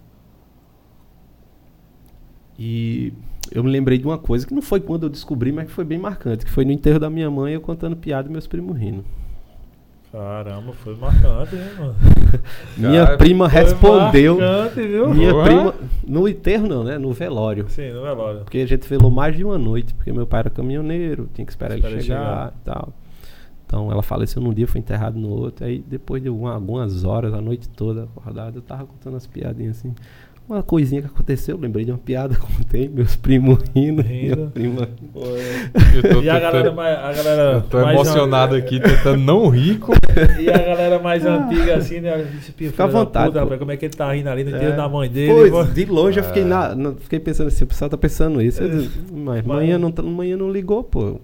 E eu me lembrei de uma coisa que não foi quando eu descobri, mas que foi bem marcante, que foi no enterro da minha mãe, eu contando piada e meus primos rindo. Caramba, foi marcante, né, mano? Minha Cara, prima Foi respondeu. marcante, viu? Minha Boa. prima. No enterro não, né? No velório. Sim, no velório. Porque a gente velou mais de uma noite, porque meu pai era caminhoneiro, tinha que esperar Espera ele ele chegar, chegar. e tal. Então ela faleceu num dia, foi enterrado no outro. Aí depois de uma, algumas horas, a noite toda acordado, eu tava contando as piadinhas assim. Uma coisinha que aconteceu, eu lembrei de uma piada, contei, meus primos rindo. Rindo. Minha prima. Eu tô E a tentando- galera mais. A galera eu tô mais emocionado an- aqui, tentando não rir com... E a galera mais antiga, assim, né? Fica à vontade, pô. como é que ele tá rindo ali no É. enterro da mãe dele? Pois, pô. de longe eu fiquei, É. na, na- fiquei pensando assim, o pessoal tá pensando isso. Eu disse, mas Mas- manhã não, tá- manhã não ligou, pô.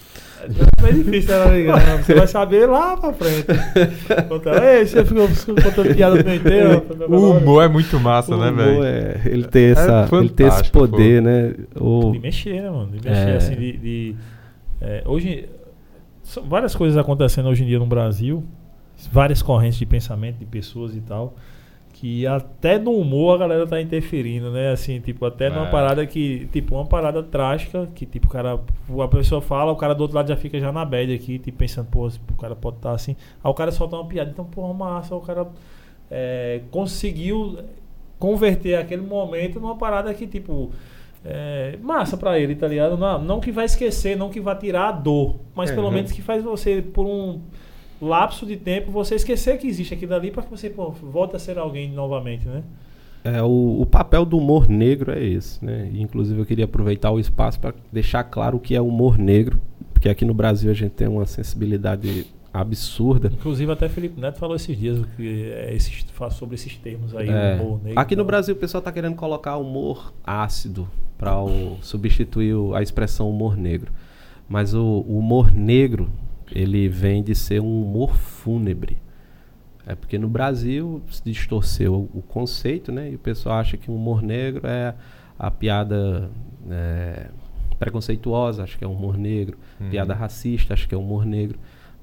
É bem difícil ela ligar, né? Você vai saber lá pra frente. Contar, ei, você ficou contando piada no meu enterro? foi meu O velório." humor é muito massa, O né, humor velho? é, ele tem essa, ele tem esse fantástico, poder, né? O, De mexer, né, mano? De mexer, É. assim, de... de é, hoje, são várias coisas acontecendo hoje em dia no Brasil, várias correntes de pensamento de pessoas e tal, que até no humor a galera tá interferindo, né? Assim, tipo, até numa É. parada que, tipo, uma parada trágica, que, tipo, o cara, a pessoa fala, o cara do outro lado já fica já na bad aqui, tipo, pensando, pô, o cara pode estar assim. Aí o cara solta uma piada, então, pô, massa, o cara é, conseguiu converter aquele momento numa parada que, tipo, é, massa pra ele, tá ligado? Não, não que vai esquecer, não que vai tirar a dor, mas É, pelo né? menos que faz você, por um lapso de tempo, você esquecer que existe aquilo ali pra que você, pô, volte a ser alguém novamente, né? é, o, o papel do humor negro é esse, né? E, inclusive eu queria aproveitar o espaço para deixar claro o que é humor negro, porque aqui no Brasil a gente tem uma sensibilidade absurda. Inclusive até Felipe Neto falou esses dias o que é esses, fala sobre esses termos aí, É, humor negro. aqui no tal. Brasil o pessoal está querendo colocar humor ácido para substituir o- a expressão humor negro. Mas o, o humor negro, ele vem de ser um humor fúnebre. É porque no Brasil se distorceu o, o conceito, né? E o pessoal acha que o humor negro é a piada é, preconceituosa, acho que é humor negro. Uhum. Piada racista, acho que é humor negro.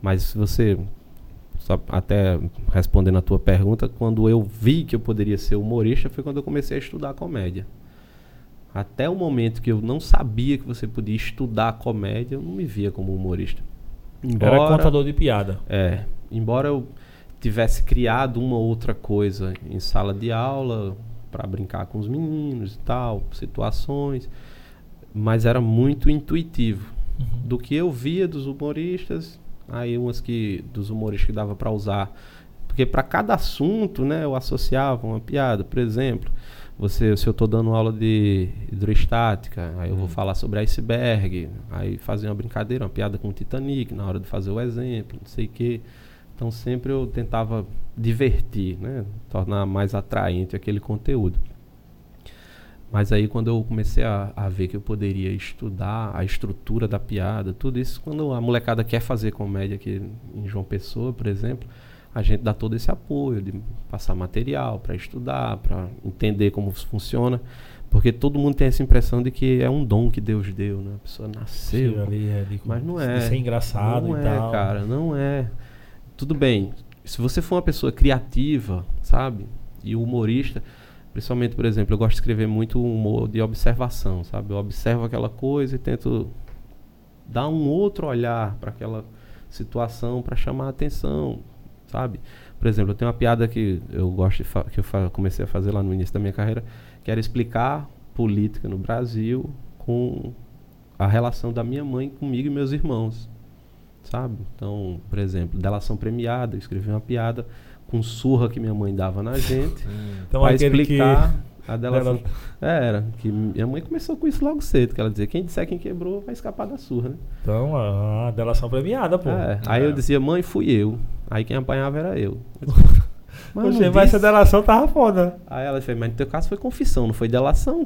Mas se você, só até respondendo a tua pergunta, quando eu vi que eu poderia ser humorista, foi quando eu comecei a estudar comédia. Até o momento que eu não sabia que você podia estudar comédia, eu não me via como humorista. Embora, era contador de piada. É, embora eu tivesse criado uma outra coisa em sala de aula para brincar com os meninos e tal, situações, mas era muito intuitivo. Uhum. Do que eu via dos humoristas, aí umas que dos humoristas que dava para usar, porque para cada assunto, né, eu associava uma piada. Por exemplo, você, se eu estou dando aula de hidroestática, aí eu vou falar sobre iceberg, aí fazer uma brincadeira, uma piada com o Titanic na hora de fazer o exemplo, não sei o quê. Então sempre eu tentava divertir, né? Tornar mais atraente aquele conteúdo. Mas aí quando eu comecei a, a ver que eu poderia estudar a estrutura da piada, tudo isso, quando a molecada quer fazer comédia aqui em João Pessoa, por exemplo, a gente dá todo esse apoio de passar material para estudar, para entender como funciona, porque todo mundo tem essa impressão de que é um dom que Deus deu, né? A pessoa nasceu, Sim, ali é de, mas não é. Isso é engraçado não e é, tal. cara, não é. Tudo bem, se você for uma pessoa criativa, sabe, e humorista, principalmente, por exemplo, eu gosto de escrever muito humor de observação, sabe? Eu observo aquela coisa e tento dar um outro olhar para aquela situação para chamar a atenção, sabe? Por exemplo, eu tenho uma piada que eu gosto de fa- que eu fa- comecei a fazer lá no início da minha carreira, que era explicar política no Brasil com a relação da minha mãe comigo e meus irmãos, sabe? Então, por exemplo, delação premiada, eu escrevi uma piada com surra que minha mãe dava na gente, então, para explicar que... a delação. É, era que minha mãe começou com isso logo cedo, que ela dizia, quem disser quem quebrou vai escapar da surra, né? Então, a delação premiada, pô. É, aí é. eu dizia, mãe, fui eu. Aí quem apanhava era eu. Mas Poxa, mas essa delação tava foda. Aí ela disse, mas no teu caso foi confissão, não foi delação.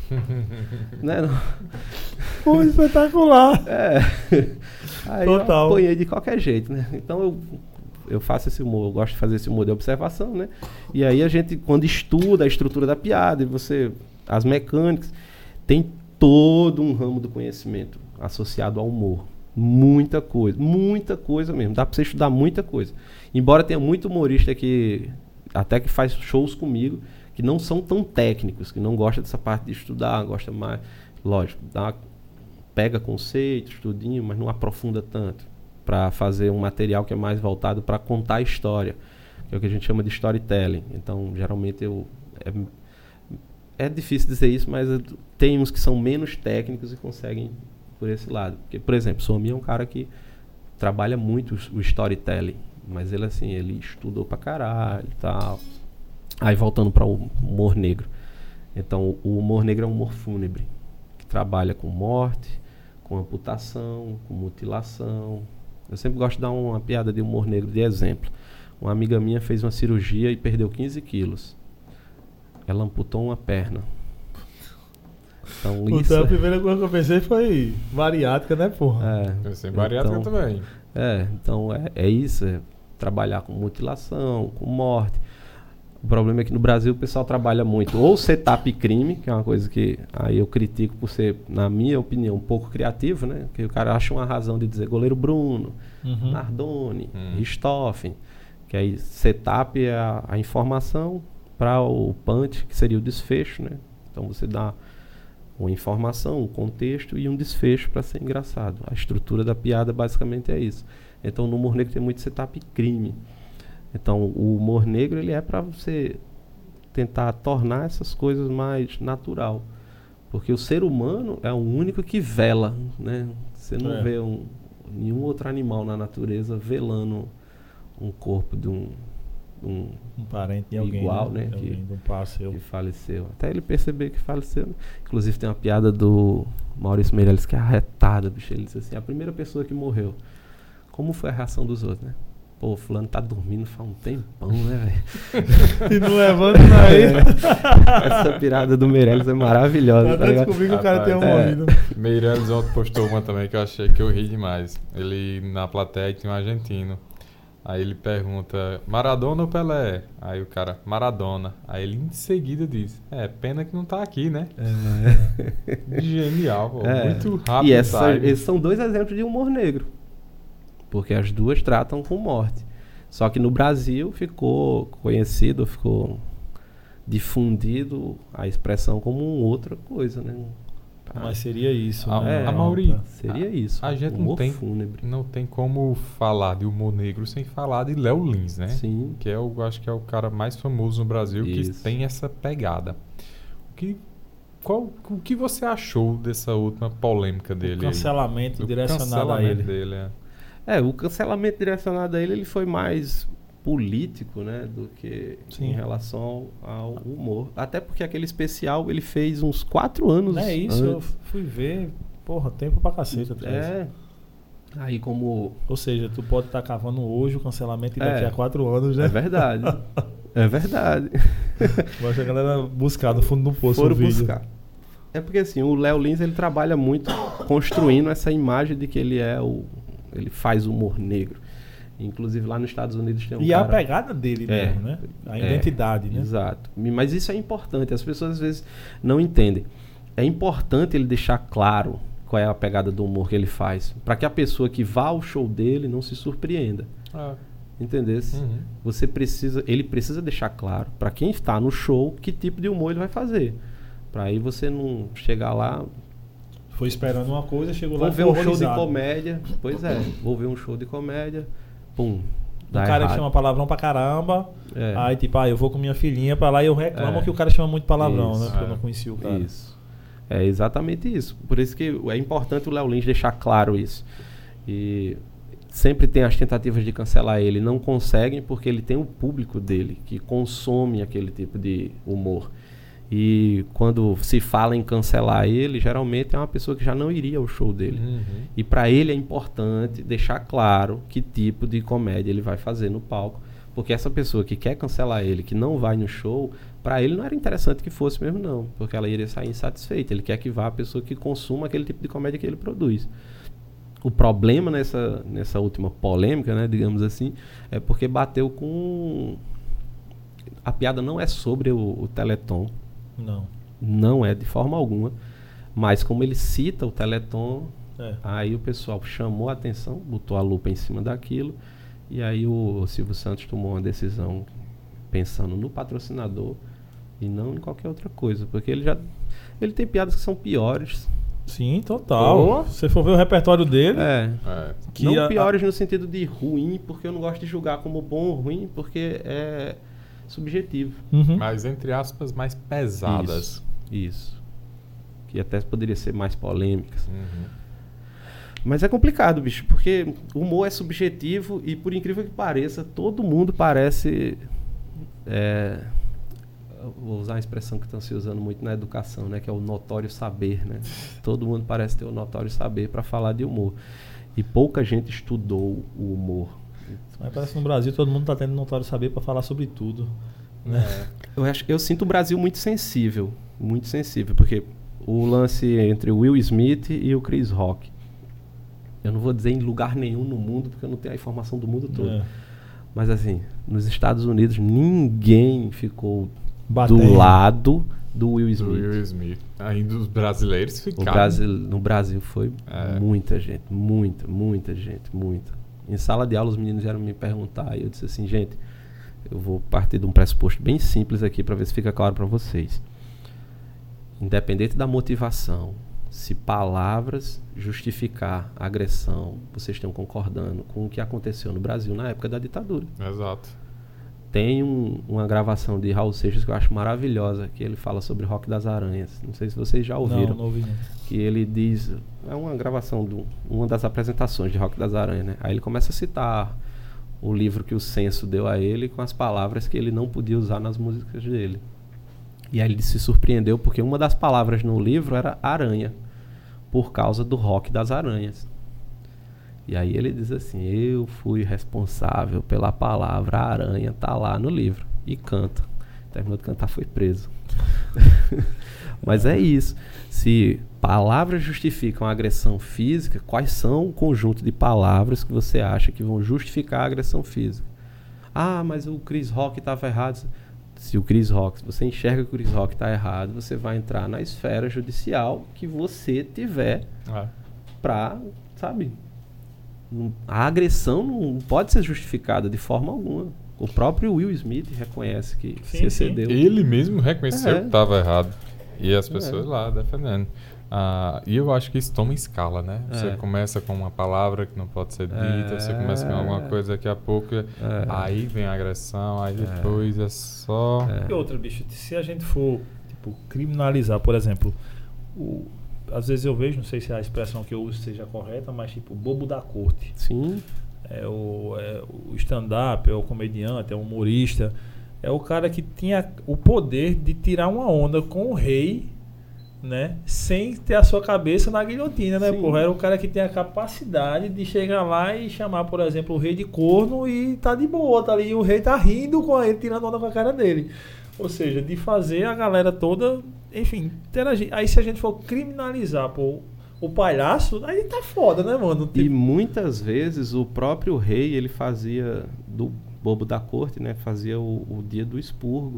Né? Não. Pô, espetacular. É. Aí Total. eu apanhei de qualquer jeito, né? Então eu, eu faço esse humor, eu gosto de fazer esse humor de observação, né? E aí a gente, quando estuda a estrutura da piada, e você, as mecânicas, tem todo um ramo do conhecimento associado ao humor. Muita coisa, muita coisa mesmo. Dá pra você estudar muita coisa. Embora tenha muito humorista que até que faz shows comigo, que não são tão técnicos, que não gosta dessa parte de estudar, gosta mais, lógico, dá, pega conceito, estudinho, mas não aprofunda tanto, para fazer um material que é mais voltado para contar a história, que é o que a gente chama de storytelling. Então, geralmente eu é, é difícil dizer isso, mas tem uns que são menos técnicos e conseguem por esse lado. Porque, por exemplo, Somi é um cara que trabalha muito o storytelling, mas ele assim, ele estudou pra caralho e tal. Aí voltando para o humor negro. Então, o humor negro é um humor fúnebre, que trabalha com morte, com amputação, com mutilação. Eu sempre gosto de dar uma piada de humor negro de exemplo. Uma amiga minha fez uma cirurgia e perdeu quinze quilos. Ela amputou uma perna. Então, isso então a primeira coisa que eu pensei foi bariátrica, né, porra? É, eu pensei em bariátrica então, também. É, então é, é isso, é trabalhar com mutilação, com morte. O problema é que no Brasil o pessoal trabalha muito ou setup e crime, que é uma coisa que aí eu critico por ser, na minha opinião, um pouco criativo, né? Que o cara acha uma razão de dizer goleiro Bruno, uhum. Nardoni, uhum. Richthofen, que aí setup é a, a informação para o punch, que seria o desfecho, né? Então você dá uma informação, um contexto e um desfecho para ser engraçado. A estrutura da piada basicamente é isso. Então no humor negro tem muito setup e crime. Então o humor negro ele é para você tentar tornar essas coisas mais natural. Porque o ser humano é o único que vela, né? Você não é. vê um, nenhum outro animal na natureza velando um corpo de um Um, um parente de alguém, igual, né? né? De Que, alguém, parceiro. que faleceu. Até ele perceber que faleceu. Né? Inclusive tem uma piada do Maurício Meirelles que é arretada, bicho. Ele disse assim, a primeira pessoa que morreu, como foi a reação dos outros, né? Pô, fulano tá dormindo faz um tempão, né, velho? E não levanta daí. Essa piada do Meirelles é maravilhosa. Eu tá descobri que o cara tem um é. morrido. Meirelles ontem postou uma também que eu achei que eu ri demais. Ele na plateia tinha um argentino. Aí ele pergunta, Maradona ou Pelé? Aí o cara, Maradona. Aí ele em seguida diz, é, pena que não tá aqui, né? É. Genial, pô. É. Muito rápido. E essa, esses são dois exemplos de humor negro. porque as duas tratam com morte. Só que no Brasil ficou conhecido, ficou difundido a expressão como outra coisa, né? Mas seria isso, a, né? a Mauri, seria isso. A, a gente não tem, não tem como falar de humor negro sem falar de Léo Lins, né? Sim. Que é o, acho que é o cara mais famoso no Brasil isso. que tem essa pegada. O que, qual, o que você achou dessa última polêmica dele? O cancelamento aí? direcionado cancelamento a ele. Dele, é. é, o cancelamento direcionado a ele, ele foi mais político, né, do que Sim. em relação ao humor. Até porque aquele especial ele fez uns quatro anos. Não é isso, antes. eu fui ver, porra, tempo pra cacete atrás. É. Aí como... Ou seja, tu pode estar tá cavando hoje o cancelamento e daqui é, a quatro anos, né? É verdade. é verdade. Mas a galera buscar no fundo do poço Foram o vídeo. buscar. É porque assim, o Léo Lins ele trabalha muito construindo essa imagem de que ele é o... ele faz humor negro. Inclusive lá nos Estados Unidos tem um E cara... a pegada dele é, mesmo, né? A identidade, é, né? Exato. Mas isso é importante. As pessoas às vezes não entendem. É importante ele deixar claro qual é a pegada do humor que ele faz. Para que a pessoa que vá ao show dele não se surpreenda. Ah. Entendesse? Uhum. Você precisa... Ele precisa deixar claro para quem está no show que tipo de humor ele vai fazer. Para aí você não chegar lá... Foi esperando uma coisa, chegou vou lá... Vou ver um show de comédia. Pois é. Vou ver um show de comédia... Pum, o cara errado. Chama palavrão pra caramba. É. Aí, tipo, ah, eu vou com minha filhinha pra lá e eu reclamo é. que o cara chama muito palavrão, isso, né? Porque é. eu não conhecia o cara. Isso. É exatamente isso. Por isso que é importante o Léo Lins deixar claro isso. E sempre tem as tentativas de cancelar ele. Não conseguem porque ele tem o público dele que consome aquele tipo de humor. E quando se fala em cancelar ele, geralmente é uma pessoa que já não iria ao show dele. Uhum. E para ele é importante deixar claro que tipo de comédia ele vai fazer no palco. Porque essa pessoa que quer cancelar ele, que não vai no show, para ele não era interessante que fosse mesmo não. Porque ela iria sair insatisfeita. Ele quer que vá a pessoa que consuma aquele tipo de comédia que ele produz. O problema nessa, nessa última polêmica, né, digamos assim, é porque bateu com... A piada não é sobre o, o Teleton. Não. Não é de forma alguma. Mas como ele cita o Teleton, é. aí o pessoal chamou a atenção, botou a lupa em cima daquilo, e aí o Silvio Santos tomou uma decisão pensando no patrocinador e não em qualquer outra coisa. Porque ele já ele tem piadas que são piores. Sim, total. Se você for ver o repertório dele... É. é. Que não a, piores a... no sentido de ruim, porque eu não gosto de julgar como bom ou ruim, porque é... subjetivo. Uhum. Mas, entre aspas, mais pesadas. Isso, isso. Que até poderia ser mais polêmicas. Uhum. Mas é complicado, bicho, porque o humor é subjetivo e, por incrível que pareça, todo mundo parece... É, vou usar uma expressão que estão se usando muito na educação, né? Que é o notório saber, né? Todo mundo parece ter o notório saber para falar de humor. E pouca gente estudou o humor. Mas parece que no Brasil todo mundo está tendo notório saber para falar sobre tudo. Né? É. Eu, acho, eu sinto o Brasil muito sensível. Muito sensível. Porque o lance entre o Will Smith e o Chris Rock. Eu não vou dizer em lugar nenhum no mundo, porque eu não tenho a informação do mundo todo. É. Mas assim, nos Estados Unidos ninguém ficou Batendo. do lado do Will Smith. Do Will Smith. Ainda os brasileiros ficaram. O Brasil, no Brasil foi é. muita gente. Muita, muita gente. Muita. Em sala de aula os meninos vieram me perguntar e eu disse assim, gente, eu vou partir de um pressuposto bem simples aqui para ver se fica claro para vocês. Independente da motivação, se palavras justificar a agressão, vocês estão concordando com o que aconteceu no Brasil na época da ditadura. Exato. Tem um, uma gravação de Raul Seixas que eu acho maravilhosa, que ele fala sobre Roque das Aranhas. Não sei se vocês já ouviram. Não, não ouvi não. Que ele diz... É uma gravação de uma das apresentações de Roque das Aranhas, né? Aí ele começa a citar o livro que o censo deu a ele com as palavras que ele não podia usar nas músicas dele. E aí ele se surpreendeu porque uma das palavras no livro era aranha, por causa do Roque das Aranhas. E aí ele diz assim, eu fui responsável pela palavra aranha, tá lá no livro. E canta. Terminou de cantar, foi preso. Mas é isso. Se palavras justificam a agressão física, quais são o conjunto de palavras que você acha que vão justificar a agressão física? Ah, mas o Chris Rock estava errado. Se o Chris Rock, se você enxerga que o Chris Rock está errado, você vai entrar na esfera judicial que você tiver é. para, sabe... a agressão não pode ser justificada de forma alguma. O próprio Will Smith reconhece que sim, se excedeu. Ele mesmo reconheceu é. que estava errado. E as pessoas é. lá defendendo. Ah, e eu acho que isso toma escala, né? Você é. começa com uma palavra que não pode ser dita, é. você começa com alguma coisa daqui a pouco, é. aí vem a agressão, aí depois é, é só... É. E outra, bicho, se a gente for tipo, criminalizar, por exemplo, o, às vezes eu vejo, não sei se a expressão que eu uso seja correta, mas tipo, bobo da corte. Sim. É o, é o stand-up, é o comediante, é o humorista, é o cara que tinha o poder de tirar uma onda com o rei, né? Sem ter a sua cabeça na guilhotina, né? Porra, era o cara que tem a capacidade de chegar lá e chamar, por exemplo, o rei de corno e tá de boa, tá ali, e o rei tá rindo com ele, tirando onda com a cara dele. Ou seja, de fazer a galera toda, enfim, interagir. Aí se a gente for criminalizar, pô, o palhaço, aí tá foda, né, mano? Tipo... E muitas vezes o próprio rei, ele fazia, do bobo da corte, né? Fazia o, o dia do expurgo,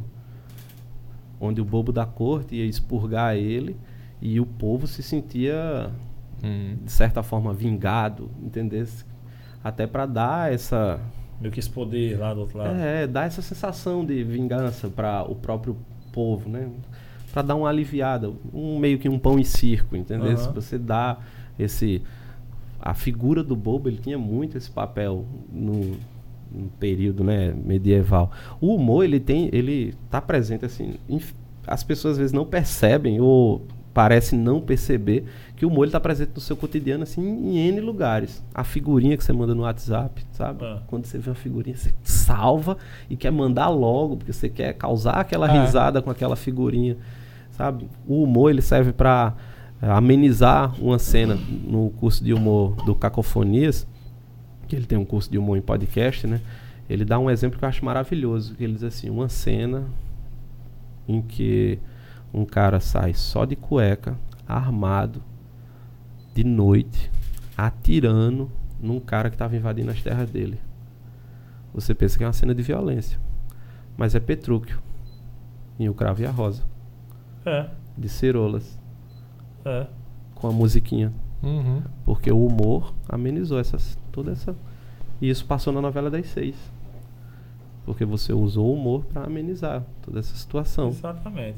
onde o bobo da corte ia expurgar ele e o povo se sentia, hum. de certa forma, vingado, entendesse? Até para dar essa... Meio que esse poder lá do outro lado. É, dar essa sensação de vingança para o próprio povo, né? Para dar uma aliviada, um, meio que um pão e circo, entendeu? Uhum. Se você dá esse... A figura do bobo, ele tinha muito esse papel no... no período, né, medieval. O humor, ele tem, ele tá presente assim, inf... as pessoas às vezes não percebem ou parecem não perceber que o humor está presente no seu cotidiano assim em N lugares. A figurinha que você manda no WhatsApp, sabe? Ah. Quando você vê uma figurinha, você salva e quer mandar logo, porque você quer causar aquela ah. risada com aquela figurinha, sabe? O humor, ele serve para amenizar uma cena. No curso de humor do Cacofonias, que ele tem um curso de humor em podcast, né? Ele dá um exemplo que eu acho maravilhoso, que ele diz assim, uma cena em que um cara sai só de cueca, armado, de noite, atirando num cara que estava invadindo as terras dele. Você pensa que é uma cena de violência, mas é Petrúquio, em O Cravo e a Rosa, é. de Cerolas, é. com a musiquinha. Uhum. Porque o humor amenizou essas, toda essa... E isso passou na novela das seis. Porque você usou o humor para amenizar toda essa situação. Exatamente.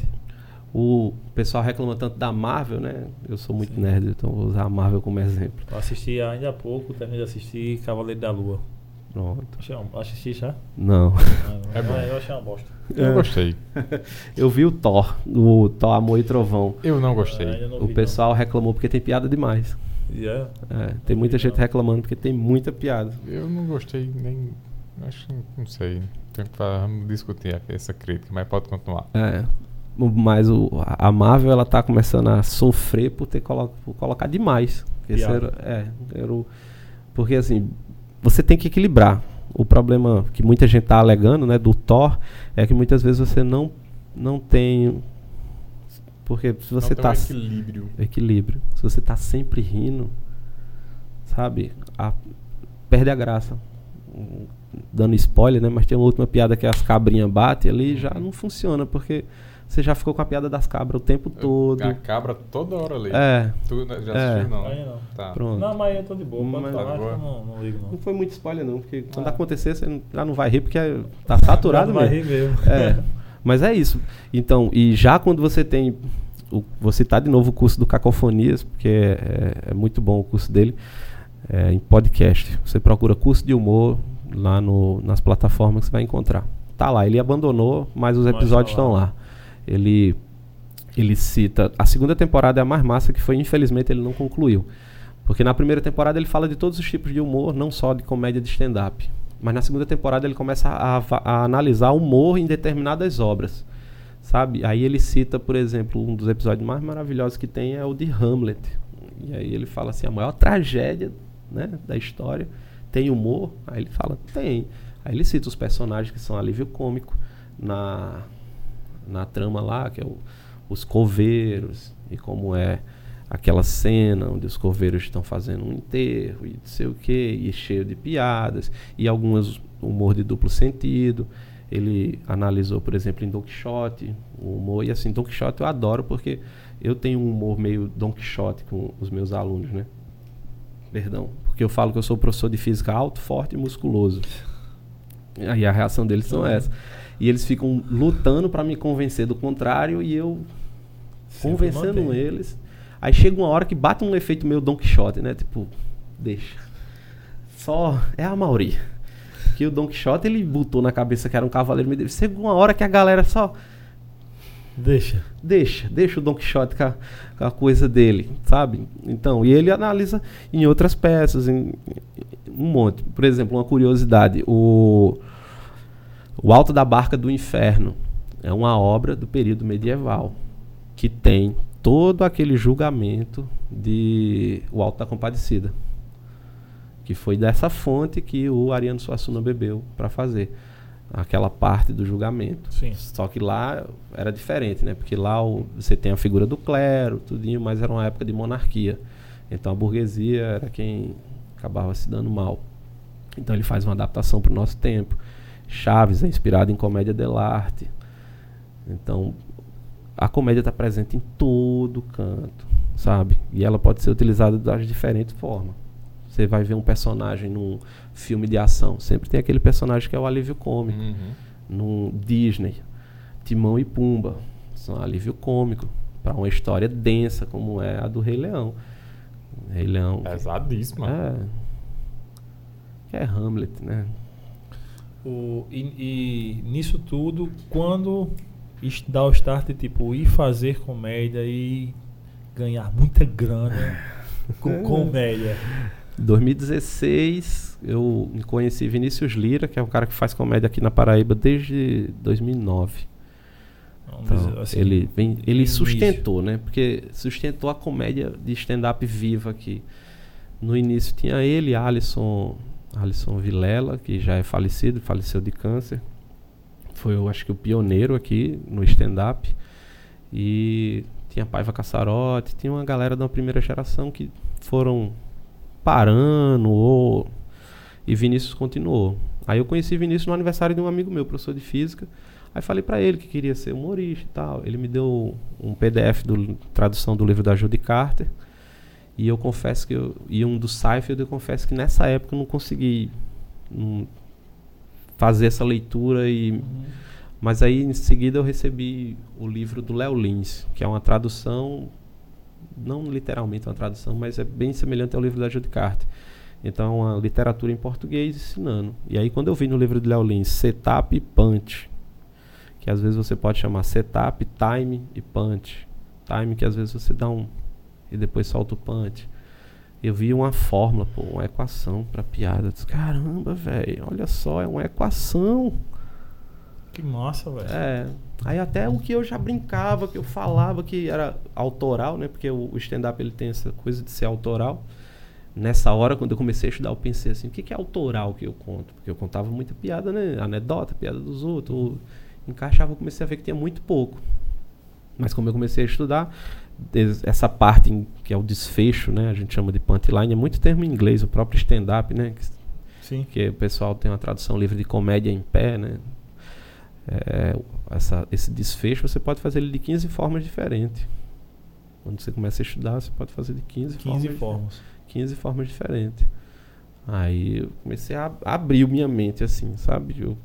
O pessoal reclama tanto da Marvel, né? Eu sou muito Sim. nerd, então vou usar a Marvel como exemplo. Eu assisti ainda há pouco, terminei de assistir Cavaleiro da Lua. Pronto. Assisti já? Não. Ah, não. É, eu achei uma bosta. Eu gostei. Eu vi o Thor, o Thor Amor e Trovão. Eu não gostei. Ah, não o vi, pessoal não. reclamou porque tem piada demais. Yeah. É, tem não muita vi, gente não. reclamando porque tem muita piada. Eu não gostei nem... Acho que não sei. Tenho que vamos discutir essa crítica, mas pode continuar. É. Mas o, a Marvel, ela tá começando a sofrer por ter colo, por colocar demais. Esse era, é, era o, porque assim, você tem que equilibrar. O problema que muita gente tá alegando, né, do Thor, é que muitas vezes você não, não tem... Porque se você não tá... tem um equilíbrio. Equilíbrio. Se você tá sempre rindo, sabe? A, perde a graça. Dando spoiler, né? Mas tem uma última piada que as cabrinhas batem ali, uhum. já não funciona, porque... Você já ficou com a piada das cabras o tempo todo. A cabra toda hora ali. É. Tu já é. assistiu, não? Aí não. Tá. Pronto. Não, mas eu tô de boa. Pode mas, falar, tá eu não, não ligo não. Não foi muito spoiler não, porque quando ah. acontecer você não, já não vai rir, porque tá saturado não mesmo. Vai rir mesmo. É. Mas é isso. Então, e já quando você tem... O, vou citar de novo o curso do Cacofonias, porque é, é, é muito bom o curso dele, é, em podcast. Você procura curso de humor lá no, nas plataformas que você vai encontrar. Tá lá, ele abandonou, mas os episódios estão lá. Ele... Ele cita... A segunda temporada é a mais massa, que foi, infelizmente, ele não concluiu. Porque na primeira temporada ele fala de todos os tipos de humor, não só de comédia de stand-up. Mas na segunda temporada ele começa a, a, a analisar o humor em determinadas obras. Sabe? Aí ele cita, por exemplo, um dos episódios mais maravilhosos que tem é o de Hamlet. E aí ele fala assim, a maior tragédia, né, da história tem humor? Aí ele fala, tem. Aí ele cita os personagens que são alívio cômico na, na trama lá, que é o... os coveiros, e como é aquela cena onde os coveiros estão fazendo um enterro e não sei o que, e cheio de piadas, e algumas humor de duplo sentido. Ele analisou, por exemplo, em Don Quixote, o humor, e assim, Don Quixote eu adoro porque eu tenho um humor meio Don Quixote com os meus alunos, né? Perdão, porque eu falo que eu sou professor de física alto, forte e musculoso. Aí a reação deles são essa. E eles ficam lutando para me convencer do contrário e eu sempre convencendo mantém. eles. Aí chega uma hora que bate um efeito meio Don Quixote, né? Tipo, deixa. Só é a Mauri. Que o Don Quixote, ele botou na cabeça que era um cavaleiro medieval. Chega uma hora que a galera só... Deixa. Deixa. Deixa o Don Quixote com a, com a coisa dele, sabe? Então, e ele analisa em outras peças, em, em um monte. Por exemplo, uma curiosidade. O, o Alto da Barca do Inferno é uma obra do período medieval que tem todo aquele julgamento de O Alto da Compadecida, que foi dessa fonte que o Ariano Suassuna bebeu para fazer aquela parte do julgamento. Sim. Só que lá era diferente, né? Porque lá o, você tem a figura do clero, tudinho, mas era uma época de monarquia. Então a burguesia era quem acabava se dando mal. Então ele faz uma adaptação para o nosso tempo. Chaves é inspirado em comédia dell'arte. Então a comédia está presente em todo canto, sabe? E ela pode ser utilizada das diferentes formas. Você vai ver um personagem num filme de ação, sempre tem aquele personagem que é o alívio cômico. Uhum. No Disney, Timão e Pumba são alívio cômico para uma história densa como é a do Rei Leão. Rei Leão. Pesadíssima. É, que é Hamlet, né? O, e, e nisso tudo, quando dá o start, tipo, ir fazer comédia e ganhar muita grana com comédia? Em dois mil e dezesseis, eu conheci Vinícius Lira, que é um cara que faz comédia aqui na Paraíba desde dois mil e nove. Então, assim, ele vem, ele sustentou, né? Porque sustentou a comédia de stand-up viva aqui. No início tinha ele, Alisson, Alisson Vilela, que já é falecido, faleceu de câncer. Foi, eu acho que o pioneiro aqui no stand-up. E tinha Paiva Cassarotti, tinha uma galera da primeira geração que foram parando, ou... e Vinícius continuou. Aí eu conheci Vinícius no aniversário de um amigo meu, professor de física. Aí falei pra ele que queria ser humorista e tal. Ele me deu um P D F do tradução do livro da Judy Carter. E eu confesso que eu, e um do Seinfeld, eu confesso que nessa época eu não consegui não, fazer essa leitura e uhum. Mas aí em seguida eu recebi o livro do Léo Lins, que é uma tradução, não literalmente uma tradução, mas é bem semelhante ao livro da Judy Carter. Então é uma literatura em português ensinando. E aí quando eu vi no livro do Léo Lins setup e punch, que às vezes você pode chamar setup, time e punch. Time que às vezes você dá um e depois solta o punch. Eu vi uma fórmula, pô, uma equação pra piada. Eu disse, caramba, velho, olha só, é uma equação. Que massa, velho. É. Aí até o que eu já brincava, que eu falava que era autoral, né? Porque o, o stand-up ele tem essa coisa de ser autoral. Nessa hora, quando eu comecei a estudar, eu pensei assim, o que, que é autoral que eu conto? Porque eu contava muita piada, né? Anedota, piada dos outros. Eu encaixava, eu comecei a ver que tinha muito pouco. Mas como eu comecei a estudar, essa parte em, que é o desfecho, né? A gente chama de punchline, é muito termo em inglês, o próprio stand-up, né? Que, Sim. Que o pessoal tem uma tradução livre de comédia em pé, né? É, essa, esse desfecho você pode fazer ele de quinze formas diferentes. Quando você começa a estudar, você pode fazer de quinze, quinze formas, formas. quinze formas diferentes. Aí eu comecei a abrir minha mente assim, sabe? Eu,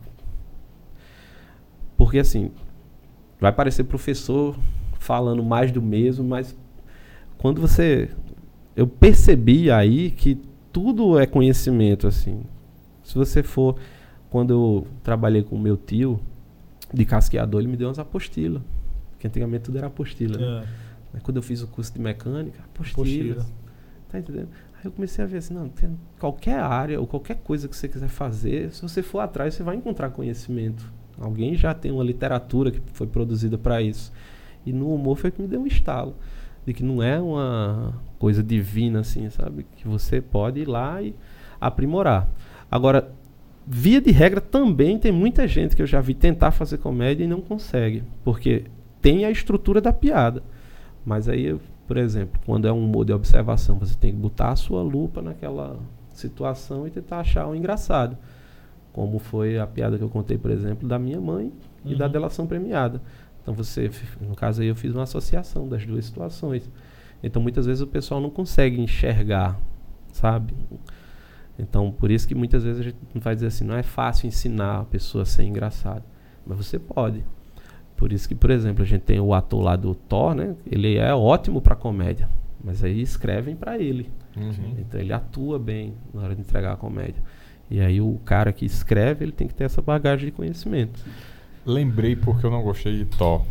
porque assim, vai parecer professor falando mais do mesmo, mas quando você... Eu percebi aí que tudo é conhecimento, assim. Se você for... Quando eu trabalhei com o meu tio de casqueador, ele me deu umas apostilas. Porque antigamente tudo era apostila, né? É. Quando eu fiz o curso de mecânica, apostila. apostila. Tá entendendo? Aí eu comecei a ver assim, não, tem qualquer área ou qualquer coisa que você quiser fazer, se você for atrás, você vai encontrar conhecimento. Alguém já tem uma literatura que foi produzida para isso. E no humor foi que me deu um estalo. De que não é uma coisa divina, assim, sabe? Que você pode ir lá e aprimorar. Agora, via de regra, também tem muita gente que eu já vi tentar fazer comédia e não consegue. Porque tem a estrutura da piada. Mas aí, por exemplo, quando é um humor de observação, você tem que botar a sua lupa naquela situação e tentar achar um engraçado. Como foi a piada que eu contei, por exemplo, da minha mãe e uhum. da delação premiada. Então você, no caso aí eu fiz uma associação das duas situações. Então muitas vezes o pessoal não consegue enxergar, sabe? Então, por isso que muitas vezes a gente vai dizer assim, não é fácil ensinar a pessoa a ser engraçado. Mas você pode. Por isso que, por exemplo, a gente tem o ator lá do Thor, né? Ele é ótimo para comédia, mas aí escrevem para ele. Uhum. Então ele atua bem na hora de entregar a comédia. E aí o cara que escreve, ele tem que ter essa bagagem de conhecimento. Lembrei porque eu não gostei de Thor.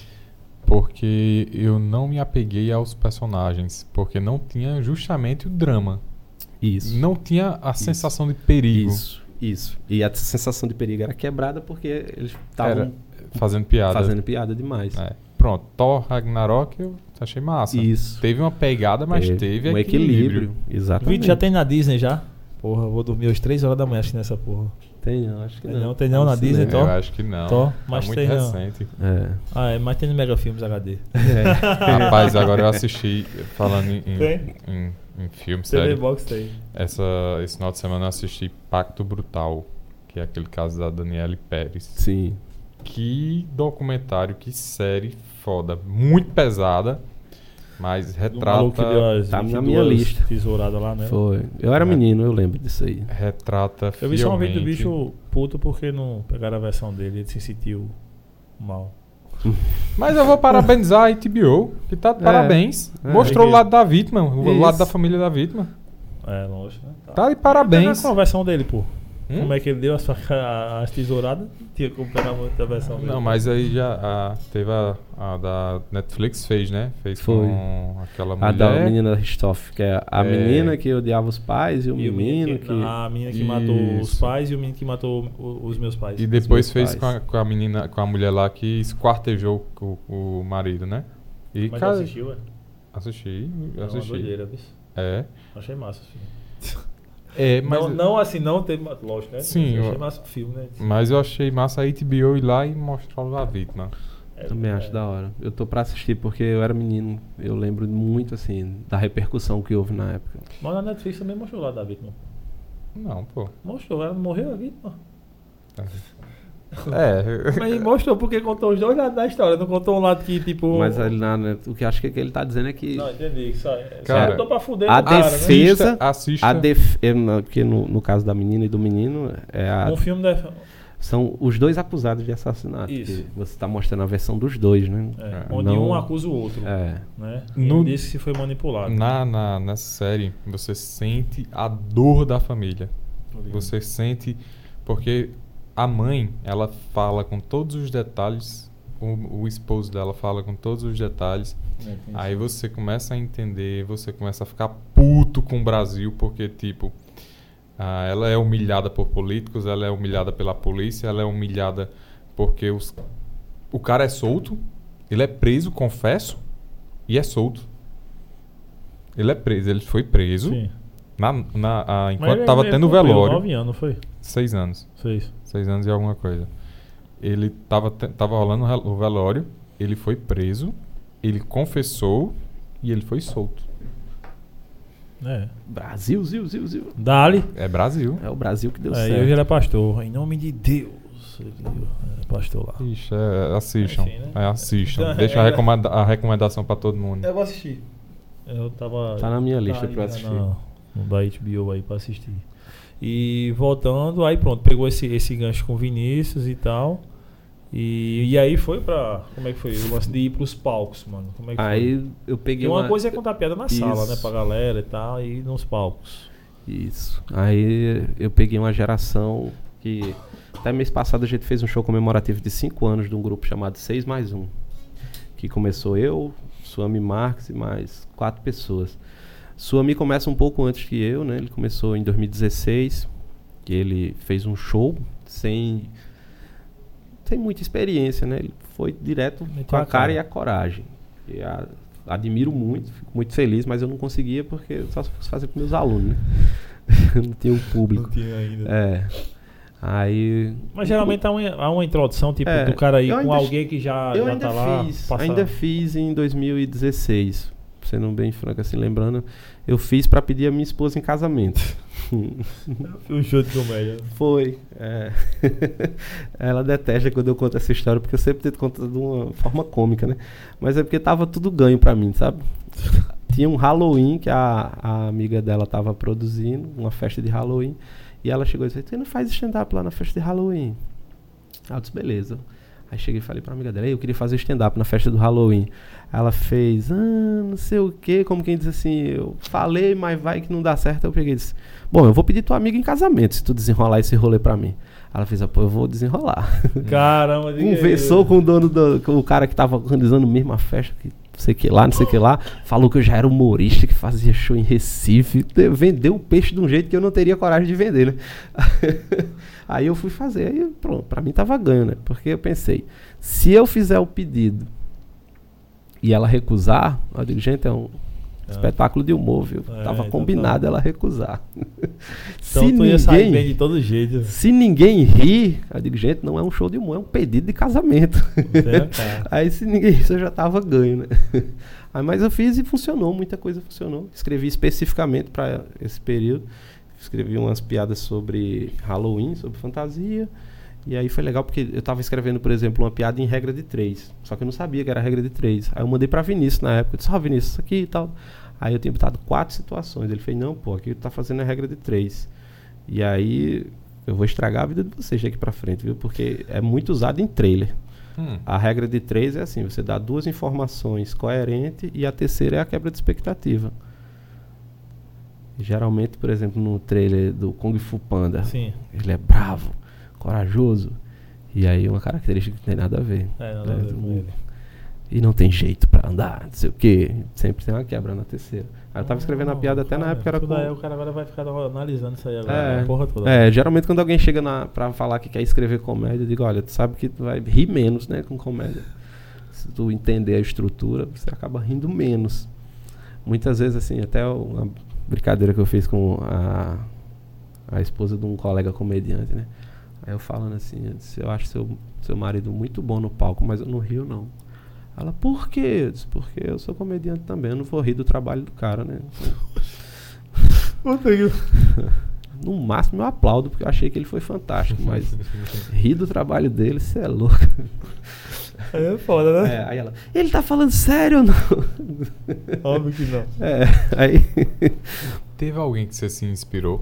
Porque eu não me apeguei aos personagens. Porque não tinha justamente o drama. Isso. Não tinha a Isso. sensação de perigo. Isso, isso. E a sensação de perigo era quebrada porque eles estavam fazendo piada. Fazendo piada demais. É. Pronto, Thor Ragnarok eu achei massa. Isso. Teve uma pegada, mas teve, teve um equilíbrio. equilíbrio. Exatamente. O vídeo já tem na Disney já? Porra, eu vou dormir às três horas da manhã assistindo essa porra. Tem não, acho que tem não. não. Tem não na Disney, Thor? Eu acho que não. Thor, tá mas muito tem recente. É. Ah, é, mas tem no Mega Filmes H D. É. Rapaz, agora eu assisti, falando em, Tem? em, em, em filme, T V sério. Box tem. Essa, esse final de semana eu assisti Pacto Brutal, que é aquele caso da Daniele Pérez. Sim. Que documentário, que série foda. Muito pesada, mas retrata... Tá na minha lista. Tesourada lá, né? Foi. Eu era É. menino, eu lembro disso aí. Retrata Eu vi só um vídeo do fielmente- bicho puto porque não pegaram a versão dele. Ele se sentiu mal. Mas eu vou parabenizar a H B O, que tá de É. parabéns. É. Mostrou o lado da vítima, o Isso. lado da família da vítima. É, lógico, né? Tá de parabéns. Qual a versão dele, pô? Hum? Como é que ele deu as, fa- as tesouradas? Tinha como pegar muito da versão dele. Não, mas aí já a- teve a, a da Netflix fez, né? Fez Foi. com aquela A da mulher. menina Ristoff, que é a É. menina que odiava os pais e o E o menino que... A menina que matou os Isso. pais e o menino que matou o- os meus pais. E depois meus fez com pais. a, com a menina, com a mulher lá que esquartejou o, o marido, né? E Mas cara, já assistiu, é? assisti, É uma assisti. doideira, viu? É. Achei massa o filme. É, mas não, não assim, não teve... Lógico, né? Sim, Eu achei eu- massa o filme, né? mas eu achei massa a H B O ir lá e mostrar a vítima. É, Também acho é. da hora. Eu tô pra assistir porque eu era menino. Eu lembro muito, assim, da repercussão que houve na época. Mas na Netflix também mostrou lá da vítima. Não, pô. Mostrou, ela morreu a vítima. É. Mas mostrou porque contou os dois lados da história. Não contou um lado que, tipo... Mas ali na, né, o que eu acho que, é que ele tá dizendo é que Não, entendi. Só, Cara, só botou pra fuder a no cara, defesa- né? Assista. a def... é, na- porque no, no caso da menina e do menino, é a- Um filme deve... são os dois acusados de assassinato. Isso. que Você tá mostrando a versão dos dois, né? É, É. onde Não- um acusa o outro. É. Né? No- Um disse que foi manipulado. Na, na, nessa série, você sente a dor da família. Você sente... Porque a mãe, ela fala com todos os detalhes. O, o esposo dela fala com todos os detalhes. É, tem Aí isso. você começa a entender, você começa a ficar puto com o Brasil, porque, tipo, ah, ela é humilhada por políticos, ela é humilhada pela polícia, ela é humilhada porque os, o cara é solto, ele é preso, confesso, e é solto. Ele é preso, ele foi preso Sim. na, na, ah, Mas enquanto ele- tava ele tendo o cumpriu velório. nove anos, não foi? Seis anos. Seis. Seis anos e alguma coisa. Ele tava, te- tava rolando o rel- o velório, ele foi preso, ele confessou e ele foi solto. É. Brasil, zil, zil, zil. Dali. É Brasil. É o Brasil que deu É, e certo. hoje ele é pastor. Em nome de Deus. Ele é pastor lá. Ixi, é, assistam. Enfim, né? É, assistam. Então, Deixa é, a, recomenda a recomendação pra todo mundo. Eu vou assistir. Eu tava... Tá na minha lista aí, pra né, assistir. na- No da H B O aí pra assistir. E voltando, aí pronto, pegou esse, esse gancho com o Vinícius e tal. E, e aí foi pra... Como é que foi? O lance de ir pros palcos, mano. Como é que foi? Aí eu peguei E uma uma... coisa é contar piada na Isso. sala, né? Pra galera e tal, e nos palcos. Isso. Aí eu peguei uma geração que... Até mês passado a gente fez um show comemorativo de cinco anos de um grupo chamado seis mais um. Que começou eu, Suami Marques e mais quatro pessoas. Suami começa um pouco antes que eu, né? Ele começou em dois mil e dezesseis, que ele fez um show sem... Sem muita experiência, né? Ele foi direto Meteu com a a cara cara. e a coragem. E a- admiro muito, fico muito feliz, mas eu não conseguia porque só se fosse fazer com meus alunos, né? Não tinha um público. tinha ainda. É. Aí. Mas geralmente há uma, há uma introdução, tipo, É, do cara aí eu com ainda- alguém que já, eu já ainda tá lá. fiz, passa- ainda fiz em dois mil e dezesseis. Sendo bem franco assim, lembrando, eu fiz pra pedir a minha esposa em casamento. Um show de comédia. Foi. É. Ela detesta quando eu conto essa história, porque eu sempre tento contar de uma forma cômica, né? Mas é porque tava tudo ganho pra mim, sabe? tinha um Halloween que a, a amiga dela estava produzindo, uma festa de Halloween, e ela chegou e disse, você não faz stand-up lá na festa de Halloween? Ela disse, beleza. Aí cheguei e falei pra amiga dela, eu queria fazer stand-up na festa do Halloween. Ela fez, ah, não sei o quê, como quem diz assim, eu falei, mas vai que não dá certo. Eu peguei e disse, bom, eu vou pedir tua amiga em casamento, se tu desenrolar esse rolê pra mim. Ela fez, pô, eu vou desenrolar. Caramba, conversou com o dono, do, com o cara que tava organizando mesmo a festa, que não sei o que lá, não sei o que lá, falou que eu já era humorista, que fazia show em Recife, vendeu o peixe de um jeito que eu não teria coragem de vender, né? Aí eu fui fazer, aí pronto, pra mim tava ganho, né? Porque eu pensei, se eu fizer o pedido e ela recusar, eu digo, gente, é um ah. espetáculo de humor, viu? É, tava combinado então, ela recusar. Então se tu ninguém, ia sair bem de todo jeito. Se ninguém rir, eu digo, gente, não é um show de humor, é um pedido de casamento. É, aí se ninguém rir, eu já tava ganho, né? Aí, mas eu fiz e funcionou, muita coisa funcionou. Escrevi especificamente para esse período. Escrevi umas piadas sobre Halloween, sobre fantasia. E aí foi legal porque eu estava escrevendo, por exemplo, uma piada em regra de três. Só que eu não sabia que era regra de três. Aí eu mandei para Vinícius na época. Eu disse, ó, oh, Vinícius, isso aqui e tal. Aí eu tinha botado quatro situações. Ele fez, não, pô, aqui tu tá fazendo a regra de três. E aí eu vou estragar a vida de vocês daqui para frente, viu? Porque é muito usado em trailer. Hum. A regra de três é assim, você dá duas informações coerentes e a terceira é a quebra de expectativa. Geralmente, por exemplo, no trailer do Kung Fu Panda, Sim. ele é bravo, corajoso, e aí uma característica que não tem nada a ver. É, nada né? a ver com ele. E não tem jeito pra andar, não sei o quê. Sempre tem uma quebra na terceira. Aí eu tava escrevendo a piada até cara, na época era com... Aí, o cara agora vai ficar analisando isso aí agora, é, a porra toda. É, geralmente quando alguém chega na, pra falar que quer escrever comédia, eu digo, olha, tu sabe que tu vai rir menos, né, com comédia. Se tu entender a estrutura, você acaba rindo menos. Muitas vezes, assim, até uma brincadeira que eu fiz com a, a esposa de um colega comediante, né? Aí eu falando assim, eu, disse, eu acho seu, seu marido muito bom no palco, mas eu não rio, não. Ela, por quê? Eu disse, porque eu sou comediante também, eu não vou rir do trabalho do cara, né? No máximo eu aplaudo, porque eu achei que ele foi fantástico, mas rir do trabalho dele, você é louco. Aí é foda, né? É, aí ela, ele tá falando sério ou não? Óbvio que não. É, aí... Teve alguém que você se inspirou?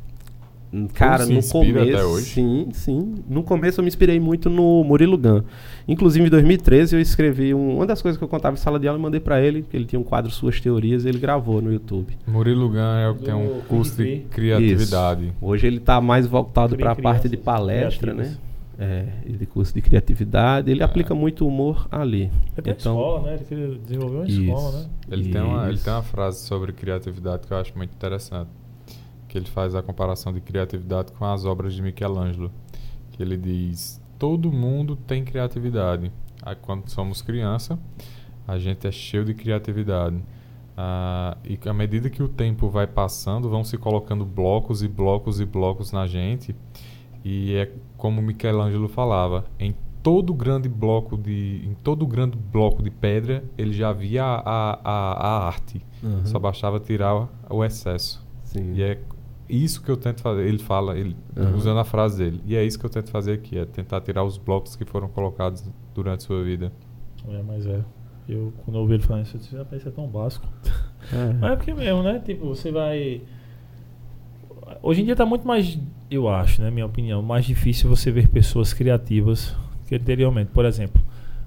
Cara, no começo, até hoje? sim, sim. No começo eu me inspirei muito no Murilo Gun. Inclusive em dois mil e treze eu escrevi um, uma das coisas que eu contava em sala de aula e mandei pra ele, que ele tinha um quadro Suas Teorias, e ele gravou no YouTube. Murilo Gun é o que tem um curso de criatividade. Isso. Hoje ele tá mais voltado para a parte de palestra, criativas. né? É, de curso de criatividade, ele é. aplica muito humor ali. Ele tem então, escola, né? Ele desenvolveu uma isso, escola, né? Ele tem, uma, ele tem uma frase sobre criatividade que eu acho muito interessante. Que ele faz a comparação de criatividade com as obras de Michelangelo. Que ele diz, todo mundo tem criatividade. Aí, quando somos criança, a gente é cheio de criatividade. Ah, e à medida que o tempo vai passando, vão se colocando blocos e blocos e blocos na gente. E é como Michelangelo falava, em todo grande bloco de, em todo grande bloco de pedra, ele já via a, a, a arte. Uhum. Só bastava tirar o excesso. Sim. E é isso que eu tento fazer. Ele fala, ele, uhum. usando a frase dele. E é isso que eu tento fazer aqui, é tentar tirar os blocos que foram colocados durante a sua vida. É, mas é. Eu, quando eu ouvi ele falando isso, eu disse, rapaz, isso é tão básico. É. Mas é porque mesmo, né? Tipo, você vai... Hoje em dia tá muito mais, eu acho, né? Minha opinião, mais difícil você ver pessoas criativas que anteriormente. Por exemplo,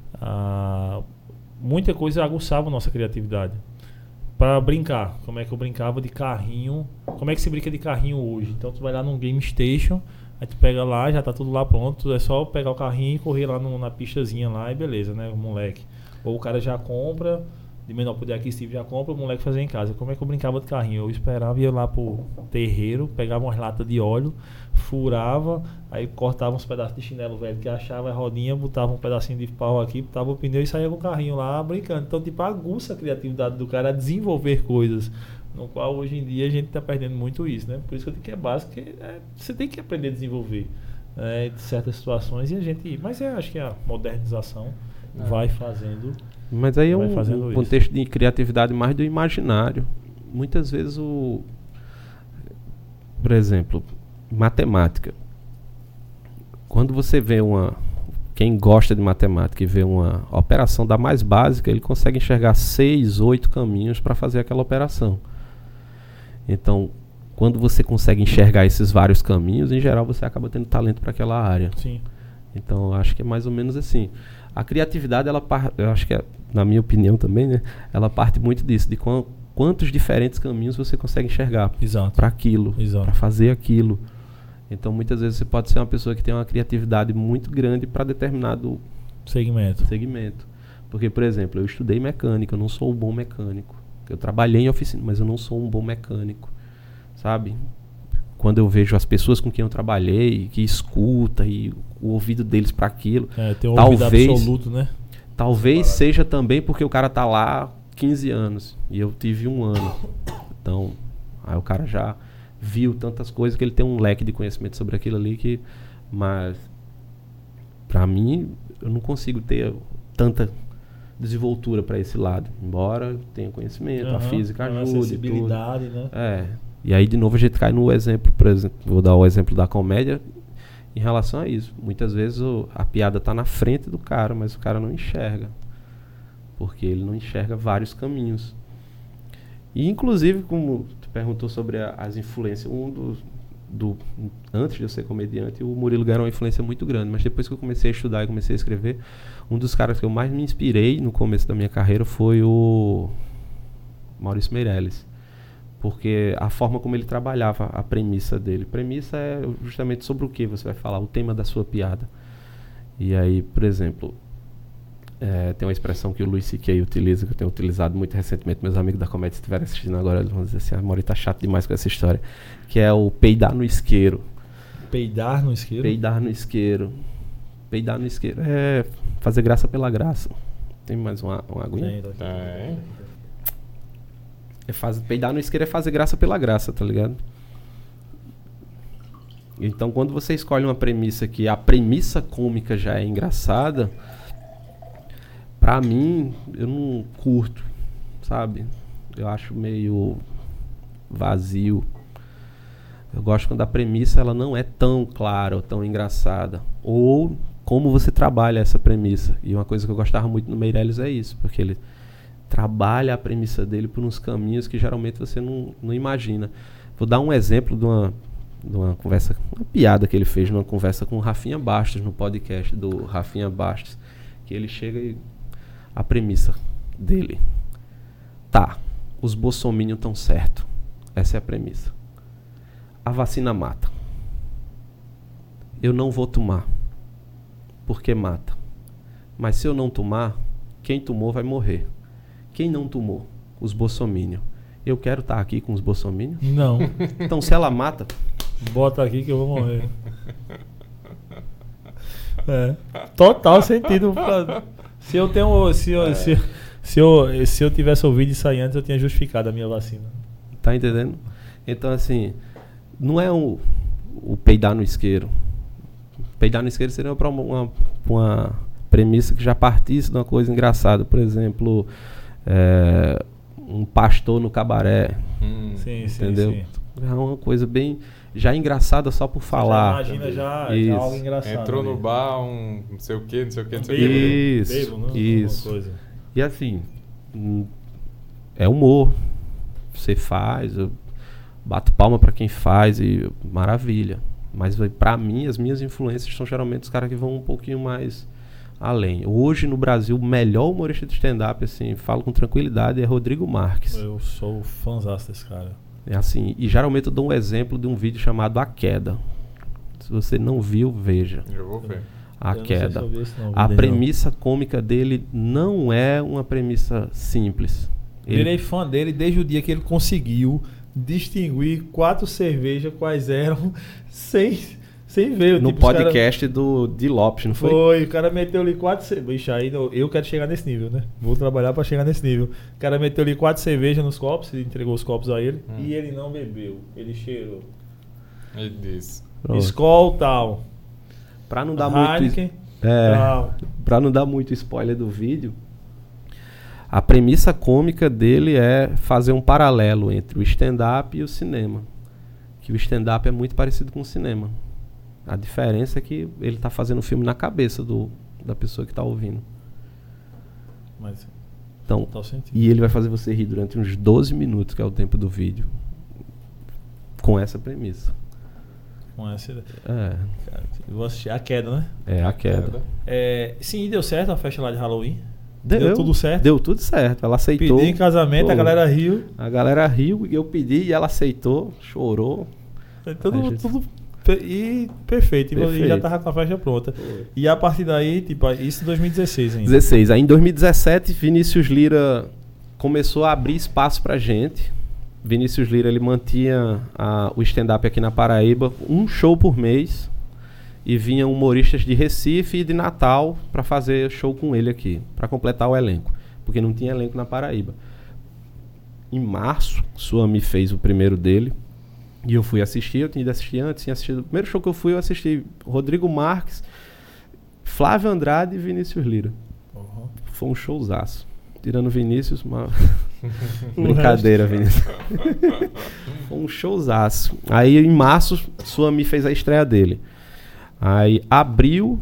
a... muita coisa aguçava a nossa criatividade. Para brincar, como é que eu brincava de carrinho? Como é que se brinca de carrinho hoje? Então tu vai lá num Game Station, aí tu pega lá, já tá tudo lá pronto, é só pegar o carrinho e correr lá no, na pistazinha lá e beleza, né, o moleque. Ou o cara já compra, de menor poder aquisitivo já compra, o moleque fazer em casa. Como é que eu brincava de carrinho? Eu esperava, ia lá pro terreiro, pegava umas latas de óleo, furava, aí cortava uns pedaços de chinelo velho que achava a rodinha, botava um pedacinho de pau aqui, botava o pneu e saía com o carrinho lá brincando. Então, tipo, aguça a criatividade do cara a desenvolver coisas, no qual hoje em dia a gente tá perdendo muito isso, né? Por isso que eu digo que é básico, que é, você tem que aprender a desenvolver é, de certas situações e a gente... Mas é, acho que a modernização é. vai fazendo... Mas aí é um, um contexto de criatividade mais do imaginário. Muitas vezes o... Por exemplo, matemática. Quando você vê uma... quem gosta de matemática e vê uma operação da mais básica, ele consegue enxergar seis, oito caminhos para fazer aquela operação. Então, quando você consegue enxergar esses vários caminhos, em geral você acaba tendo talento para aquela área. Sim. Então, eu acho que é mais ou menos assim. A criatividade, ela eu acho que, é, na minha opinião também, né, ela parte muito disso, de qu quantos diferentes caminhos você consegue enxergar para aquilo, para fazer aquilo. Então, muitas vezes você pode ser uma pessoa que tem uma criatividade muito grande para determinado segmento. segmento. Porque, por exemplo, eu estudei mecânica, eu não sou um bom mecânico. Eu trabalhei em oficina, mas eu não sou um bom mecânico, sabe? Quando eu vejo as pessoas com quem eu trabalhei, que escuta e o ouvido deles para aquilo, é, tem um talvez, ouvido absoluto, né? Talvez seja também porque o cara tá lá quinze anos e eu tive um ano. Então, aí o cara já viu tantas coisas que ele tem um leque de conhecimento sobre aquilo ali que, mas para mim eu não consigo ter tanta desenvoltura para esse lado, embora eu tenha conhecimento, uhum, a física ajude, acessibilidade, tudo. Né? É. E aí de novo a gente cai no exemplo, por exemplo, vou dar o exemplo da comédia em relação a isso. Muitas vezes o, a piada tá na frente do cara, mas o cara não enxerga, porque ele não enxerga vários caminhos. E inclusive, como tu perguntou sobre a, as influências, um dos do, antes de eu ser comediante, o Murilo era uma influência muito grande, mas depois que eu comecei a estudar e comecei a escrever, um dos caras que eu mais me inspirei no começo da minha carreira foi o Maurício Meirelles, porque a forma como ele trabalhava a premissa dele. Premissa é justamente sobre o que você vai falar, o tema da sua piada. E aí, por exemplo, é, tem uma expressão que o Louis C K utiliza, que eu tenho utilizado muito recentemente. Meus amigos da comédia, se estiverem assistindo agora, eles vão dizer assim: a Maury tá chato demais com essa história, que é o peidar no isqueiro. Peidar no isqueiro? Peidar no isqueiro. Peidar no isqueiro é fazer graça pela graça. Tem mais uma, uma aguinha? Tem, tem. É faz, peidar no isqueiro é fazer graça pela graça, tá ligado? Então, quando você escolhe uma premissa que a premissa cômica já é engraçada, pra mim, eu não curto, sabe? Eu acho meio vazio. Eu gosto quando a premissa ela não é tão clara ou tão engraçada. Ou como você trabalha essa premissa. E uma coisa que eu gostava muito no Meirelles é isso, porque ele trabalha a premissa dele por uns caminhos que geralmente você não, não imagina. Vou dar um exemplo de uma, de uma conversa, uma piada que ele fez numa conversa com o Rafinha Bastos, no podcast do Rafinha Bastos, que ele chega e a premissa dele: tá, os bolsominions estão certo, essa é a premissa, a vacina mata, eu não vou tomar porque mata, mas se eu não tomar, quem tomou vai morrer. Quem não tomou? Os bolsominions. Eu quero estar aqui com os bolsominions? Não. Então se ela mata, bota aqui que eu vou morrer. É. Total sentido. Pra... Se eu tenho. Se eu, é. se, se, eu, se eu tivesse ouvido isso aí antes, eu tinha justificado a minha vacina. Tá entendendo? Então, assim, não é um, o peidar no isqueiro. Peidar no isqueiro seria uma, uma, uma premissa que já partisse de uma coisa engraçada. Por exemplo, é, um pastor no cabaré. Hum, sim, entendeu? Sim, sim. É uma coisa bem já engraçada só por falar. Já imagina já, já algo engraçado. Entrou no bar, um não sei o que, não sei o que, não sei o que. Isso, bebo, não? Isso. Coisa. E assim, é humor. Você faz, eu bato palma pra quem faz e maravilha. Mas pra mim, as minhas influências são geralmente os caras que vão um pouquinho mais além. Hoje no Brasil, o melhor humorista de stand-up, assim, falo com tranquilidade, é Rodrigo Marques. Eu sou fãzaço desse cara. É assim, e geralmente eu dou um exemplo de um vídeo chamado A Queda. Se você não viu, veja. Eu vou ver. A Queda. Se esse, não, a premissa não. cômica dele não é uma premissa simples. Ele... Virei fã dele desde o dia que ele conseguiu distinguir quatro cervejas quais eram sem, sem ver. No tipo, podcast cara... do de Lopes, não foi? Foi, o cara meteu ali quatro cervejas. Aí eu quero chegar nesse nível, né? Vou trabalhar pra chegar nesse nível. O cara meteu ali quatro cervejas nos copos, entregou os copos a ele hum. e ele não bebeu. Ele cheirou. Ele disse. Skol tal. Pra não dar Heineken, muito... É, tal. Pra não dar muito spoiler do vídeo, a premissa cômica dele é fazer um paralelo entre o stand-up e o cinema. Que o stand-up é muito parecido com o cinema. A diferença é que ele está fazendo o filme na cabeça do, da pessoa que está ouvindo. Mas, então, e ele vai fazer você rir durante uns doze minutos, que é o tempo do vídeo, com essa premissa. Com essa ideia. É. Cara, eu vou assistir A Queda, né? É, A Queda. É, sim, deu certo a festa lá de Halloween? Deu, deu tudo certo? Deu tudo certo. Ela aceitou. Pedi em casamento, pô, a galera riu. A galera riu e eu pedi e ela aceitou, chorou. Tudo, gente... tudo e perfeito. perfeito. E já tava com a festa pronta. Foi. E a partir daí, tipo, isso em dois mil e dezesseis ainda. dezesseis. Aí em dois mil e dezessete, Vinícius Lira começou a abrir espaço pra gente. Vinícius Lira, ele mantinha a, o stand-up aqui na Paraíba, um show por mês. E vinham humoristas de Recife e de Natal para fazer show com ele aqui, para completar o elenco, porque não tinha elenco na Paraíba. Em março, Suami fez o primeiro dele e eu fui assistir. Eu tinha ido assistir antes, tinha assistido. O primeiro show que eu fui, eu assisti Rodrigo Marques, Flávio Andrade e Vinícius Lira. Uhum. Foi um showzaço. Tirando Vinícius, uma brincadeira, Vinícius. Foi um showzaço. Aí em março, Suami fez a estreia dele. Aí, abril,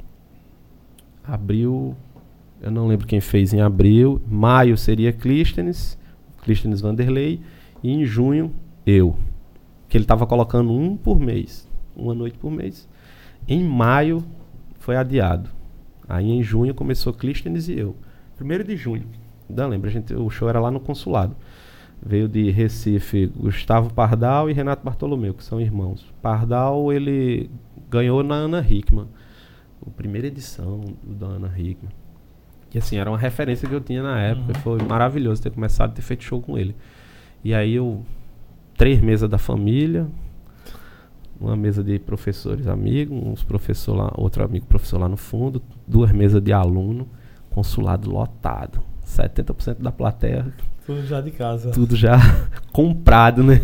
abril, eu não lembro quem fez em abril, maio seria Clístenes, Clístenes Vanderlei, e em junho, eu, que ele estava colocando um por mês, uma noite por mês. Em maio, foi adiado. Aí, em junho, começou Clístenes e eu. Primeiro de junho, não lembro, a gente, o show era lá no consulado. Veio de Recife Gustavo Pardal e Renato Bartolomeu, que são irmãos. Pardal, ele... ganhou na Ana Hickman, a primeira edição da Ana Hickman. E assim, era uma referência que eu tinha na época. Uhum. Foi maravilhoso ter começado a ter feito show com ele. E aí eu, três mesas da família, uma mesa de professores amigos, uns professor lá, outro amigo professor lá no fundo, duas mesas de aluno, consulado lotado, setenta por cento da plateia. Tudo já de casa. Tudo já comprado, né?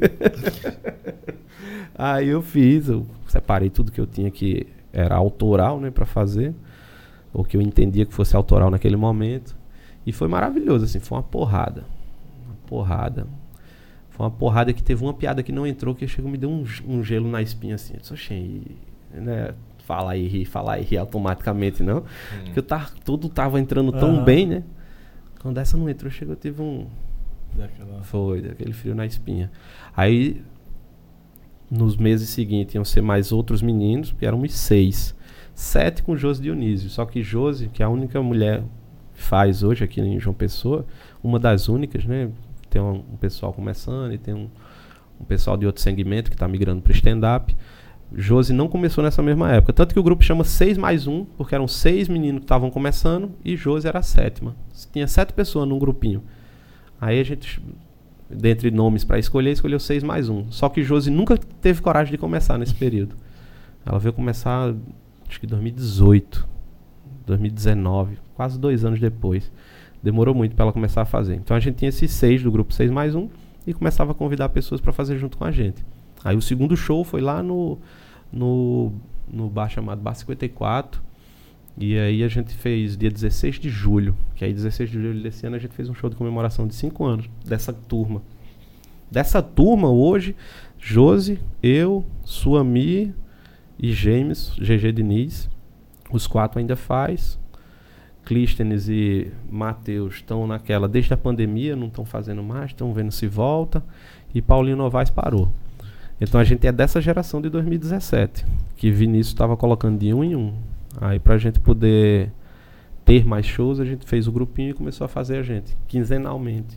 Aí eu fiz, eu separei tudo que eu tinha que era autoral, né, pra fazer, ou que eu entendia que fosse autoral naquele momento. E foi maravilhoso, assim, foi uma porrada. Uma porrada. Foi uma porrada que teve uma piada que não entrou, que chegou, me deu um, um gelo na espinha, assim. Eu disse, oxê, né, falar e rir, falar e rir automaticamente, não. Hum. Porque eu tava, tudo tava entrando tão uhum. bem, né? Quando essa não entrou, chegou, teve um... Daquela... Foi, daquele frio na espinha. Aí... Nos meses seguintes iam ser mais outros meninos, porque eram uns seis. Sete com Josi Dionísio. Só que Josi, que é a única mulher que faz hoje aqui em João Pessoa, uma das únicas, né? Tem um, um pessoal começando e tem um, um pessoal de outro segmento que está migrando para o stand-up. Josi não começou nessa mesma época. Tanto que o grupo chama seis mais um, porque eram seis meninos que estavam começando e Josi era a sétima. Tinha sete pessoas num grupinho. Aí a gente... dentre nomes para escolher, escolheu seis mais um. Só que Josi nunca teve coragem de começar nesse período. Ela veio começar, acho que em dois mil e dezoito, dois mil e dezenove, quase dois anos depois. Demorou muito para ela começar a fazer. Então a gente tinha esses seis do grupo seis mais um e começava a convidar pessoas para fazer junto com a gente. Aí o segundo show foi lá no, no, no bar chamado Bar cinquenta e quatro. E aí a gente fez dia dezesseis de julho, que aí dezesseis de julho desse ano a gente fez um show de comemoração de cinco anos dessa turma. Dessa turma hoje, Josi, eu, Suami e James, G G Diniz, os quatro ainda faz. Clístenes e Matheus estão naquela desde a pandemia, não estão fazendo mais, estão vendo se volta. E Paulinho Novaes parou. Então a gente é dessa geração de dois mil e dezessete, que Vinícius estava colocando de um em um. Aí pra gente poder ter mais shows, a gente fez o grupinho e começou a fazer a gente, quinzenalmente.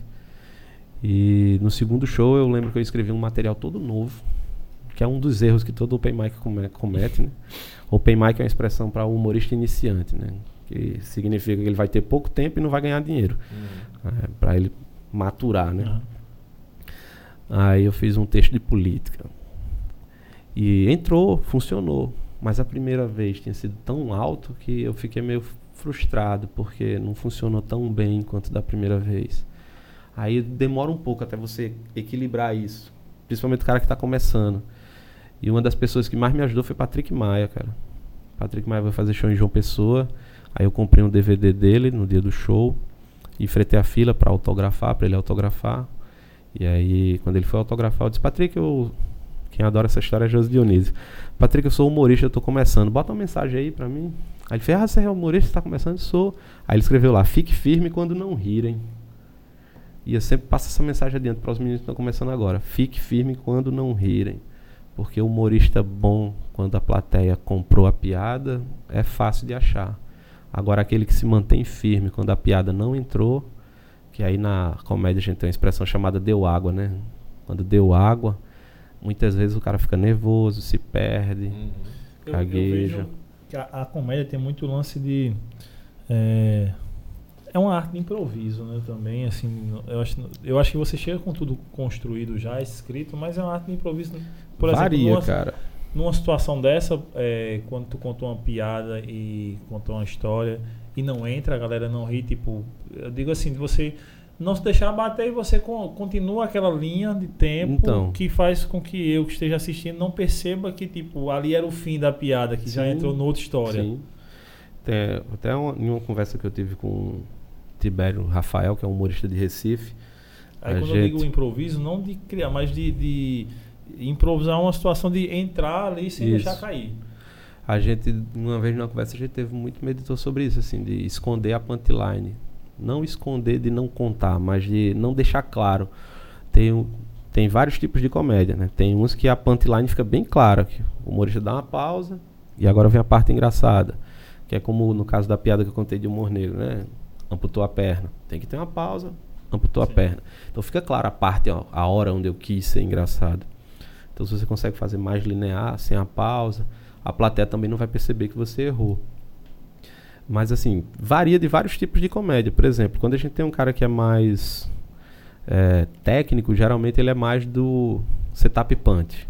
E no segundo show eu lembro que eu escrevi um material todo novo, que é um dos erros que todo open mic comete, né? Open mic é uma expressão para o humorista iniciante, né? Que significa que ele vai ter pouco tempo e não vai ganhar dinheiro. Uhum. É, para ele maturar, né? Uhum. Aí eu fiz um texto de política. E entrou, funcionou. Mas a primeira vez tinha sido tão alto que eu fiquei meio frustrado, porque não funcionou tão bem quanto da primeira vez. Aí demora um pouco até você equilibrar isso, principalmente o cara que está começando. E uma das pessoas que mais me ajudou foi Patrick Maia, cara. Patrick Maia vai fazer show em João Pessoa. Aí eu comprei um D V D dele no dia do show e fretei a fila para autografar, para ele autografar. E aí, quando ele foi autografar, eu disse, Patrick, eu... quem adora essa história é Josi Dionísio. Patrick, eu sou humorista, eu tô começando. Bota uma mensagem aí pra mim. Aí ele fez, ah, você é humorista, você tá começando? Sou. Aí ele escreveu lá, fique firme quando não rirem. E eu sempre passo essa mensagem adiante para os meninos que estão começando agora. Fique firme quando não rirem. Porque o humorista bom, quando a plateia comprou a piada, é fácil de achar. Agora, aquele que se mantém firme quando a piada não entrou, que aí na comédia a gente tem uma expressão chamada deu água, né? Quando deu água, muitas vezes o cara fica nervoso, se perde, uhum. cagueja. Eu, eu vejo que a, a comédia tem muito lance de... É, é uma arte de improviso, né? Também, assim, eu acho, eu acho que você chega com tudo construído já, escrito, mas é uma arte de improviso. Por Varia, exemplo, numa, cara. Numa situação dessa, é, quando tu contou uma piada e contou uma história e não entra, a galera não ri, tipo, eu digo assim, de você não se deixar bater e você con- continua aquela linha de tempo então. que faz com que eu que esteja assistindo não perceba que, tipo, ali era o fim da piada, que sim, já entrou noutra história. Sim. Tem, até uma, em uma conversa que eu tive com o Tibério Rafael, que é um humorista de Recife. Aí quando gente... eu digo improviso, não de criar, mas de... de improvisar uma situação de entrar ali sem isso. Deixar cair. A gente, uma vez numa conversa, a gente teve muito meditou sobre isso, assim, de esconder a punchline. Não esconder de não contar, mas de não deixar claro. Tem, tem vários tipos de comédia, né? Tem uns que a punchline fica bem clara, que o humorista dá uma pausa e agora vem a parte engraçada. Que é como no caso da piada que eu contei de humor negro, né? Amputou a perna. Tem que ter uma pausa, amputou Sim. a perna. Então fica clara a parte, ó, a hora onde eu quis ser engraçado. Então, se você consegue fazer mais linear, sem a pausa, a plateia também não vai perceber que você errou. Mas, assim, varia de vários tipos de comédia. Por exemplo, quando a gente tem um cara que é mais é, técnico, geralmente ele é mais do setup punch.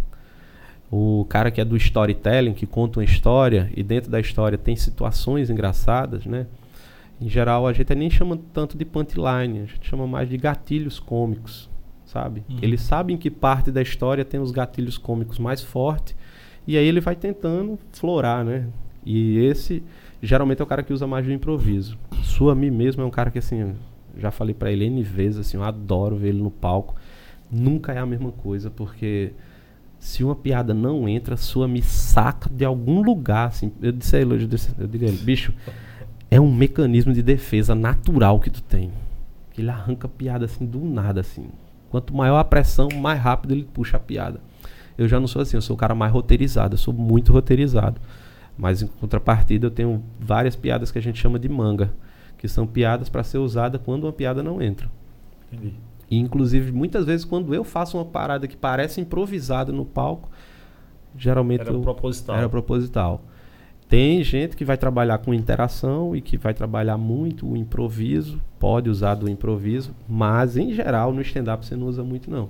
O cara que é do storytelling, que conta uma história, e dentro da história tem situações engraçadas, né? Em geral, a gente nem chama tanto de punchline, a gente chama mais de gatilhos cômicos. Sabe? Uhum. Eles sabem que parte da história tem os gatilhos cômicos mais fortes e aí ele vai tentando florar, né? E esse geralmente é o cara que usa mais do improviso. Suami mesmo é um cara que, assim, já falei pra ele N vezes, assim, eu adoro ver ele no palco. Nunca é a mesma coisa, porque se uma piada não entra, Suami saca de algum lugar, assim. Eu disse a ele, eu, disse, eu digo a ele, bicho, é um mecanismo de defesa natural que tu tem. Que ele arranca a piada assim do nada, assim. Quanto maior a pressão, mais rápido ele puxa a piada. Eu já não sou assim, eu sou o cara mais roteirizado, eu sou muito roteirizado. Mas em contrapartida eu tenho várias piadas que a gente chama de manga, que são piadas para ser usada quando uma piada não entra. Entendi. E inclusive muitas vezes quando eu faço uma parada que parece improvisada no palco, geralmente era eu, proposital. Era proposital. Tem gente que vai trabalhar com interação e que vai trabalhar muito o improviso, pode usar do improviso, mas em geral no stand-up você não usa muito não.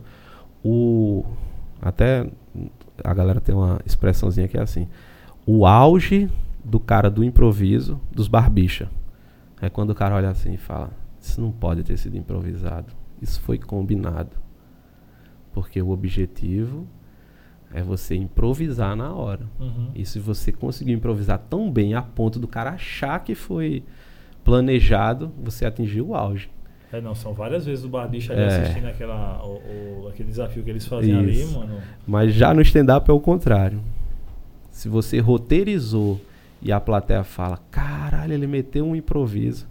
O, até a galera tem uma expressãozinha que é assim, o auge do cara do improviso, dos barbicha, é quando o cara olha assim e fala, isso não pode ter sido improvisado, isso foi combinado, porque o objetivo... é você improvisar na hora. Uhum. E se você conseguir improvisar tão bem a ponto do cara achar que foi planejado, você atingiu o auge. É, não, são várias vezes o barbicha ali é. assistindo aquela, o, o, aquele desafio que eles faziam ali, mano. Mas já no stand-up é o contrário. Se você roteirizou e a plateia fala, caralho, ele meteu um improviso,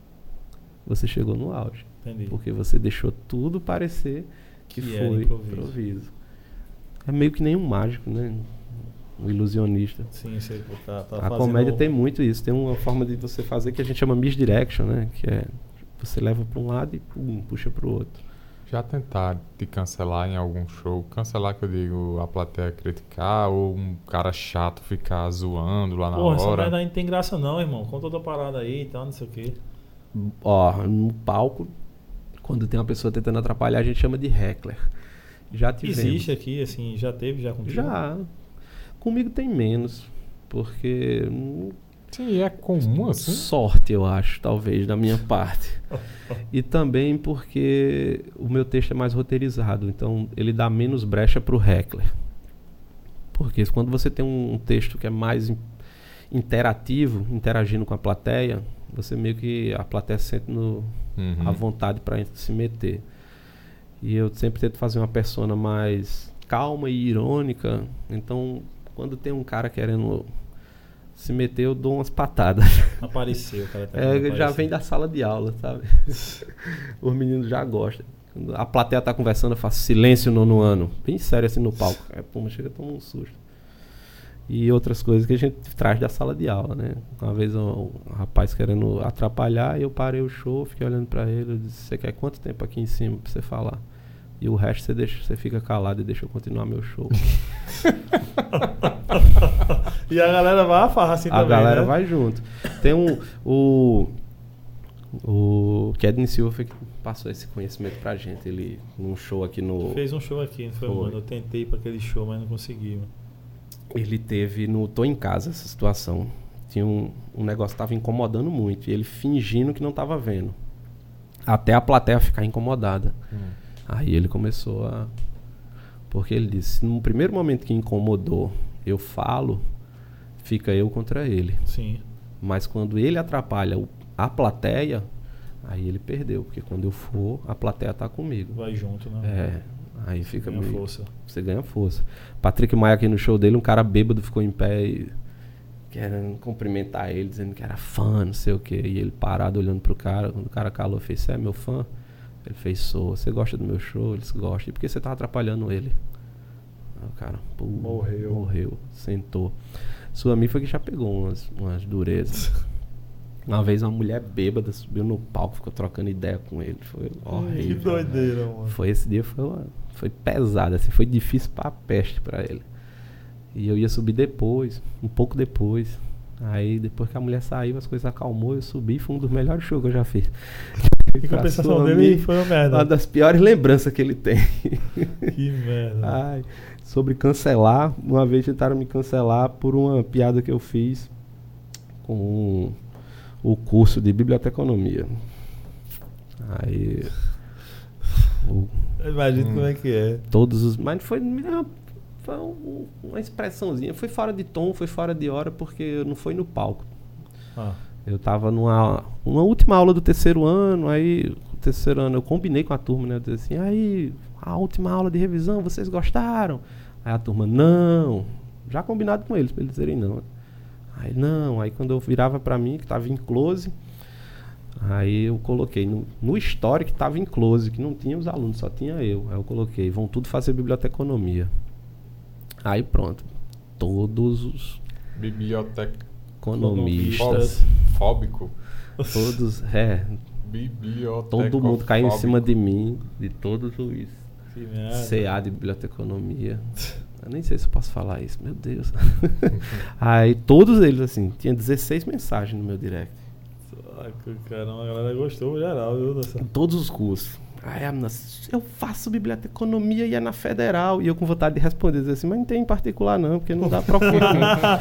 você chegou no auge. Entendi. Porque você deixou tudo parecer que, que foi improviso. improviso. É meio que nem um mágico, né? Um ilusionista. Sim, você tá, tá a comédia tem muito isso. Tem uma forma de você fazer que a gente chama misdirection, né? Que é você leva para um lado e pum, puxa para o outro. Já tentaram te cancelar em algum show? Cancelar, que eu digo, a plateia criticar ou um cara chato ficar zoando lá na Porra, hora? Porra, essa merda não tem graça não, irmão. Conta outra parada aí e tal, não sei o quê. Ó, no palco, quando tem uma pessoa tentando atrapalhar, a gente chama de heckler. Já tivemos. Existe aqui, assim, já teve, já contigo? Já. Comigo tem menos, porque... Sim, é comum assim? Sorte, eu acho, talvez, da minha parte. E também porque o meu texto é mais roteirizado, então ele dá menos brecha pro heckler. Porque quando você tem um texto que é mais interativo, interagindo com a plateia, você meio que a plateia sente no, uhum. à vontade para se meter. E eu sempre tento fazer uma persona mais calma e irônica. Então, quando tem um cara querendo se meter, eu dou umas patadas. Apareceu, cara. Tá É, apareceu. já vem da sala de aula, sabe? Os meninos já gostam. Quando a plateia tá conversando, eu faço silêncio no nono ano. Bem sério assim no palco. Aí, pô, mas chega a tomar um susto. E outras coisas que a gente traz da sala de aula, né? Uma vez um, um rapaz querendo atrapalhar, eu parei o show, fiquei olhando pra ele, eu disse, você quer quanto tempo aqui em cima pra você falar? E o resto você, deixa, você fica calado e deixa eu continuar meu show. E a galera vai a farra assim a também, A galera né? vai junto. Tem um... O, o Kedney Silva foi que passou esse conhecimento pra gente. Ele, num show aqui no... Fez um show aqui, não foi, foi. mano? Eu tentei pra aquele show, mas não consegui, mano. Ele teve no Tô em Casa essa situação. Tinha um, um negócio que tava incomodando muito. E ele fingindo que não tava vendo. Até a plateia ficar incomodada. Hum. Aí ele começou a... Porque ele disse, no primeiro momento que incomodou, eu falo, fica eu contra ele. Sim. Mas quando ele atrapalha o, a plateia, aí ele perdeu. Porque quando eu for, a plateia tá comigo. Vai junto, né? É. Aí fica ganha meio, força. Você ganha força. Patrick Maia aqui no show dele, um cara bêbado ficou em pé e querendo cumprimentar ele, dizendo que era fã, não sei o que. E ele parado olhando pro cara. Quando o cara calou, fez, você é meu fã? Ele fez, sou. Você gosta do meu show? Ele disse, gosta. E por que você tava atrapalhando ele? Aí o cara, pô, morreu. Morreu. Sentou. Sua amiga foi que já pegou umas, umas durezas. Uma vez uma mulher bêbada subiu no palco, ficou trocando ideia com ele. Foi horrível. Que doideira, mano. Foi esse dia, foi, uma, foi pesado, assim, foi difícil pra peste pra ele. E eu ia subir depois, um pouco depois. Aí depois que a mulher saiu, as coisas acalmou, eu subi, foi um dos melhores shows que eu já fiz. Que compensação dele foi uma merda. Uma das piores lembranças que ele tem. Que merda. Ai, sobre cancelar, uma vez tentaram me cancelar por uma piada que eu fiz com um, o curso de biblioteconomia. Aí... O, Imagina hum. como é que é. Todos os... Mas foi... Foi um, uma expressãozinha. Foi fora de tom, foi fora de hora, porque não foi no palco. Ah. Eu tava numa uma última aula do terceiro ano, aí o terceiro ano eu combinei com a turma, né? Eu disse assim, aí, a última aula de revisão, vocês gostaram? Aí a turma, não. Já combinado com eles, pra eles dizerem não. Aí não, aí quando eu virava pra mim, que tava em close, aí eu coloquei no, no story que tava em close, que não tinha os alunos, só tinha eu. Aí eu coloquei, vão tudo fazer biblioteconomia. Aí pronto, todos os biblioteconomistas, fóbico, todos, é, todo mundo caiu em cima de mim, de todos os C A de biblioteconomia. Eu nem sei se eu posso falar isso, meu Deus. Aí todos eles, assim, tinha dezesseis mensagens no meu direct. Caramba, a galera gostou geral, viu? Dessa... Todos os cursos. Aí a menina, eu faço biblioteconomia e é na federal. E eu com vontade de responder, dizer assim, mas não tem em particular não, porque não dá procura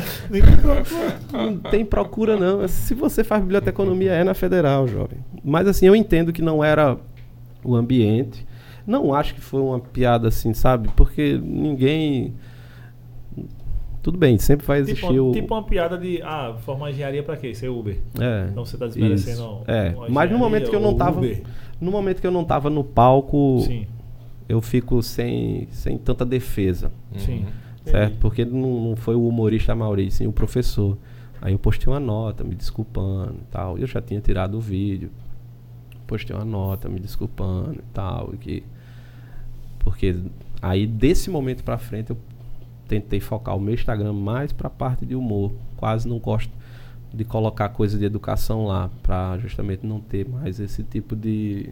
não. Não tem procura não. Se você faz biblioteconomia é na federal, jovem. Mas assim, eu entendo que não era o ambiente. Não acho que foi uma piada assim, sabe? Porque ninguém... Tudo bem, sempre vai existir tipo, o... Tipo uma piada de, ah, formar engenharia pra quê? Ser Uber. É. Então você tá desmerecendo... É, mas no momento que eu não tava... Uber. No momento que eu não tava no palco, sim, eu fico sem, sem tanta defesa. Sim. Certo? Porque não, não foi o humorista Maurício, sim o professor. Aí eu postei uma nota me desculpando e tal. Eu já tinha tirado o vídeo. Postei uma nota me desculpando e tal. E que, porque aí desse momento pra frente eu tentei focar o meu Instagram mais pra parte de humor. Quase não gosto de colocar coisa de educação lá, pra justamente não ter mais esse tipo de...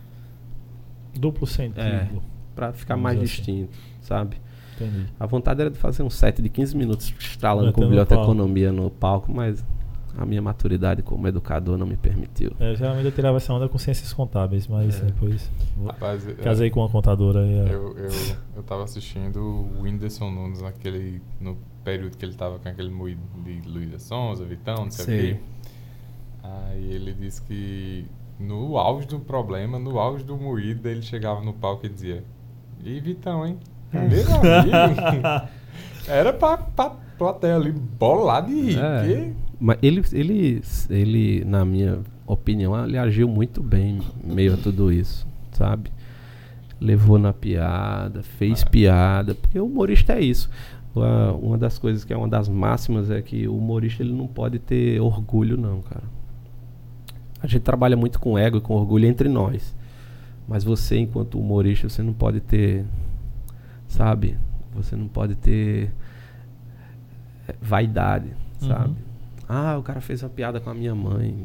Duplo sentido. É, pra ficar mais assim distinto, sabe? Entendi. A vontade era de fazer um set de quinze minutos estralando com biblioteconomia no palco, mas a minha maturidade como educador não me permitiu. É, geralmente eu tirava essa onda com ciências contábeis, mas é. depois Rapaz, casei é, com uma contadora. E é. eu, eu, eu tava assistindo o Whindersson Nunes naquele, no período que ele tava com aquele moído de Luísa Sonza, Vitão, não sei, sei o quê. Aí ele disse que no auge do problema, no auge do moído, ele chegava no palco e dizia: "E Vitão, hein? Meu amigo." Era pra, pra plateia ali bolar de rir. É. Porque... Mas ele, ele, ele, na minha opinião, ele agiu muito bem meio a tudo isso, sabe? Levou na piada, fez ah. piada, porque o humorista é isso. uma, uma das coisas que é uma das máximas é que o humorista ele não pode ter orgulho não, cara. A gente trabalha muito com ego e com orgulho entre nós. Mas você, enquanto humorista, você não pode ter, sabe? Você não pode ter vaidade, uhum. sabe? Ah, o cara fez uma piada com a minha mãe.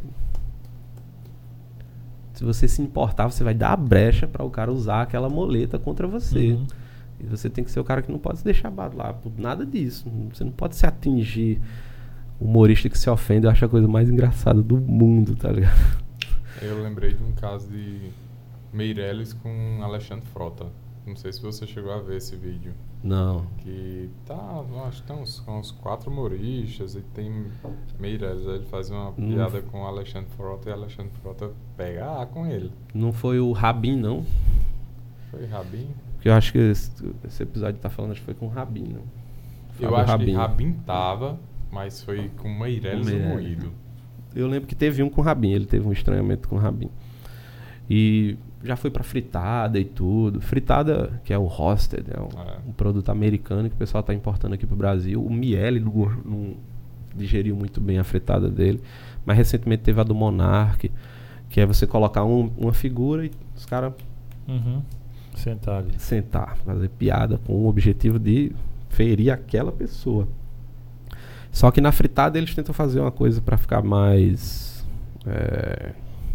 Se você se importar, você vai dar a brecha para o cara usar aquela moleta contra você. Uhum. E você tem que ser o cara que não pode se deixar balar por nada disso. Você não pode se atingir. O humorista que se ofende, eu acho a coisa mais engraçada do mundo, tá ligado? Eu lembrei de um caso de Meirelles com Alexandre Frota. Não sei se você chegou a ver esse vídeo. Não. Que tá, acho que tem uns, uns quatro humoristas e tem Meirelles. Ele faz uma não. piada com o Alexandre Frota e Alexandre Frota pega A com ele. Não foi o Rabin, não? Foi Rabin? Porque eu acho que esse, esse episódio tá falando, acho que foi com o Rabin, não? Eu Fábio acho Rabin. que Rabin tava, mas foi com Meirelles e Moído. Eu lembro que teve um com o Rabin, ele teve um estranhamento com o Rabin. E já foi pra fritada e tudo. Fritada, que é o Roasted, é um, é. um produto americano que o pessoal tá importando aqui pro Brasil. O Miele não, não digeriu muito bem a fritada dele. Mas recentemente teve a do Monark, que é você colocar um, uma figura e os caras... Uhum. Sentar ali. Sentar, fazer piada com o objetivo de ferir aquela pessoa. Só que na fritada eles tentam fazer uma coisa pra ficar mais... É,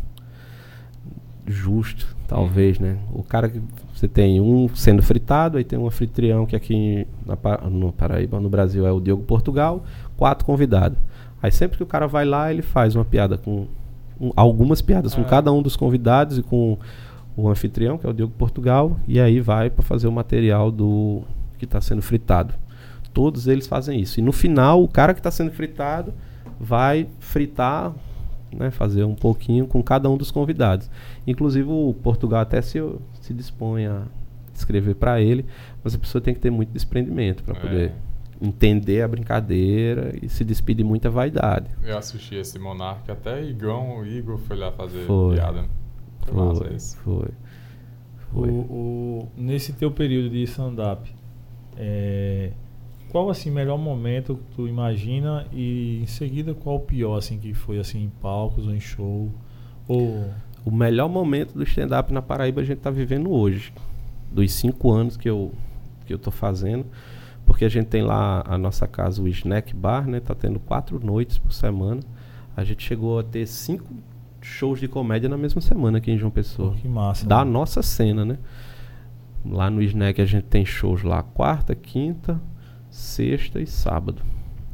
justo, talvez, né? O cara que você tem um sendo fritado, aí tem um anfitrião que aqui na, no Paraíba, no Brasil é o Diogo Portugal, quatro convidados. Aí sempre que o cara vai lá, ele faz uma piada com um, algumas piadas é. com cada um dos convidados e com o anfitrião, que é o Diogo Portugal, e aí vai para fazer o material do que está sendo fritado. Todos eles fazem isso. E no final, o cara que está sendo fritado vai fritar, né, fazer um pouquinho com cada um dos convidados. Inclusive o Portugal até se, se dispõe a escrever para ele, mas a pessoa tem que ter muito desprendimento para é. poder entender a brincadeira e se despedir de muita vaidade. Eu assisti esse Monark, até Igão, o Igor foi lá fazer foi. piada. Foi, foi, foi. foi. O, o, nesse teu período de stand-up, é, qual assim o melhor momento que tu imagina e em seguida qual o pior assim que foi assim em palcos ou em show? Ou... O melhor momento do stand-up na Paraíba a gente tá vivendo hoje, dos cinco anos que eu que eu tô fazendo, porque a gente tem lá a nossa casa, o Snack Bar, né? Tá tendo quatro noites por semana. A gente chegou a ter cinco shows de comédia na mesma semana aqui em João Pessoa. Que massa. Da né? nossa cena, né? Lá no Snack a gente tem shows lá quarta, quinta, sexta e sábado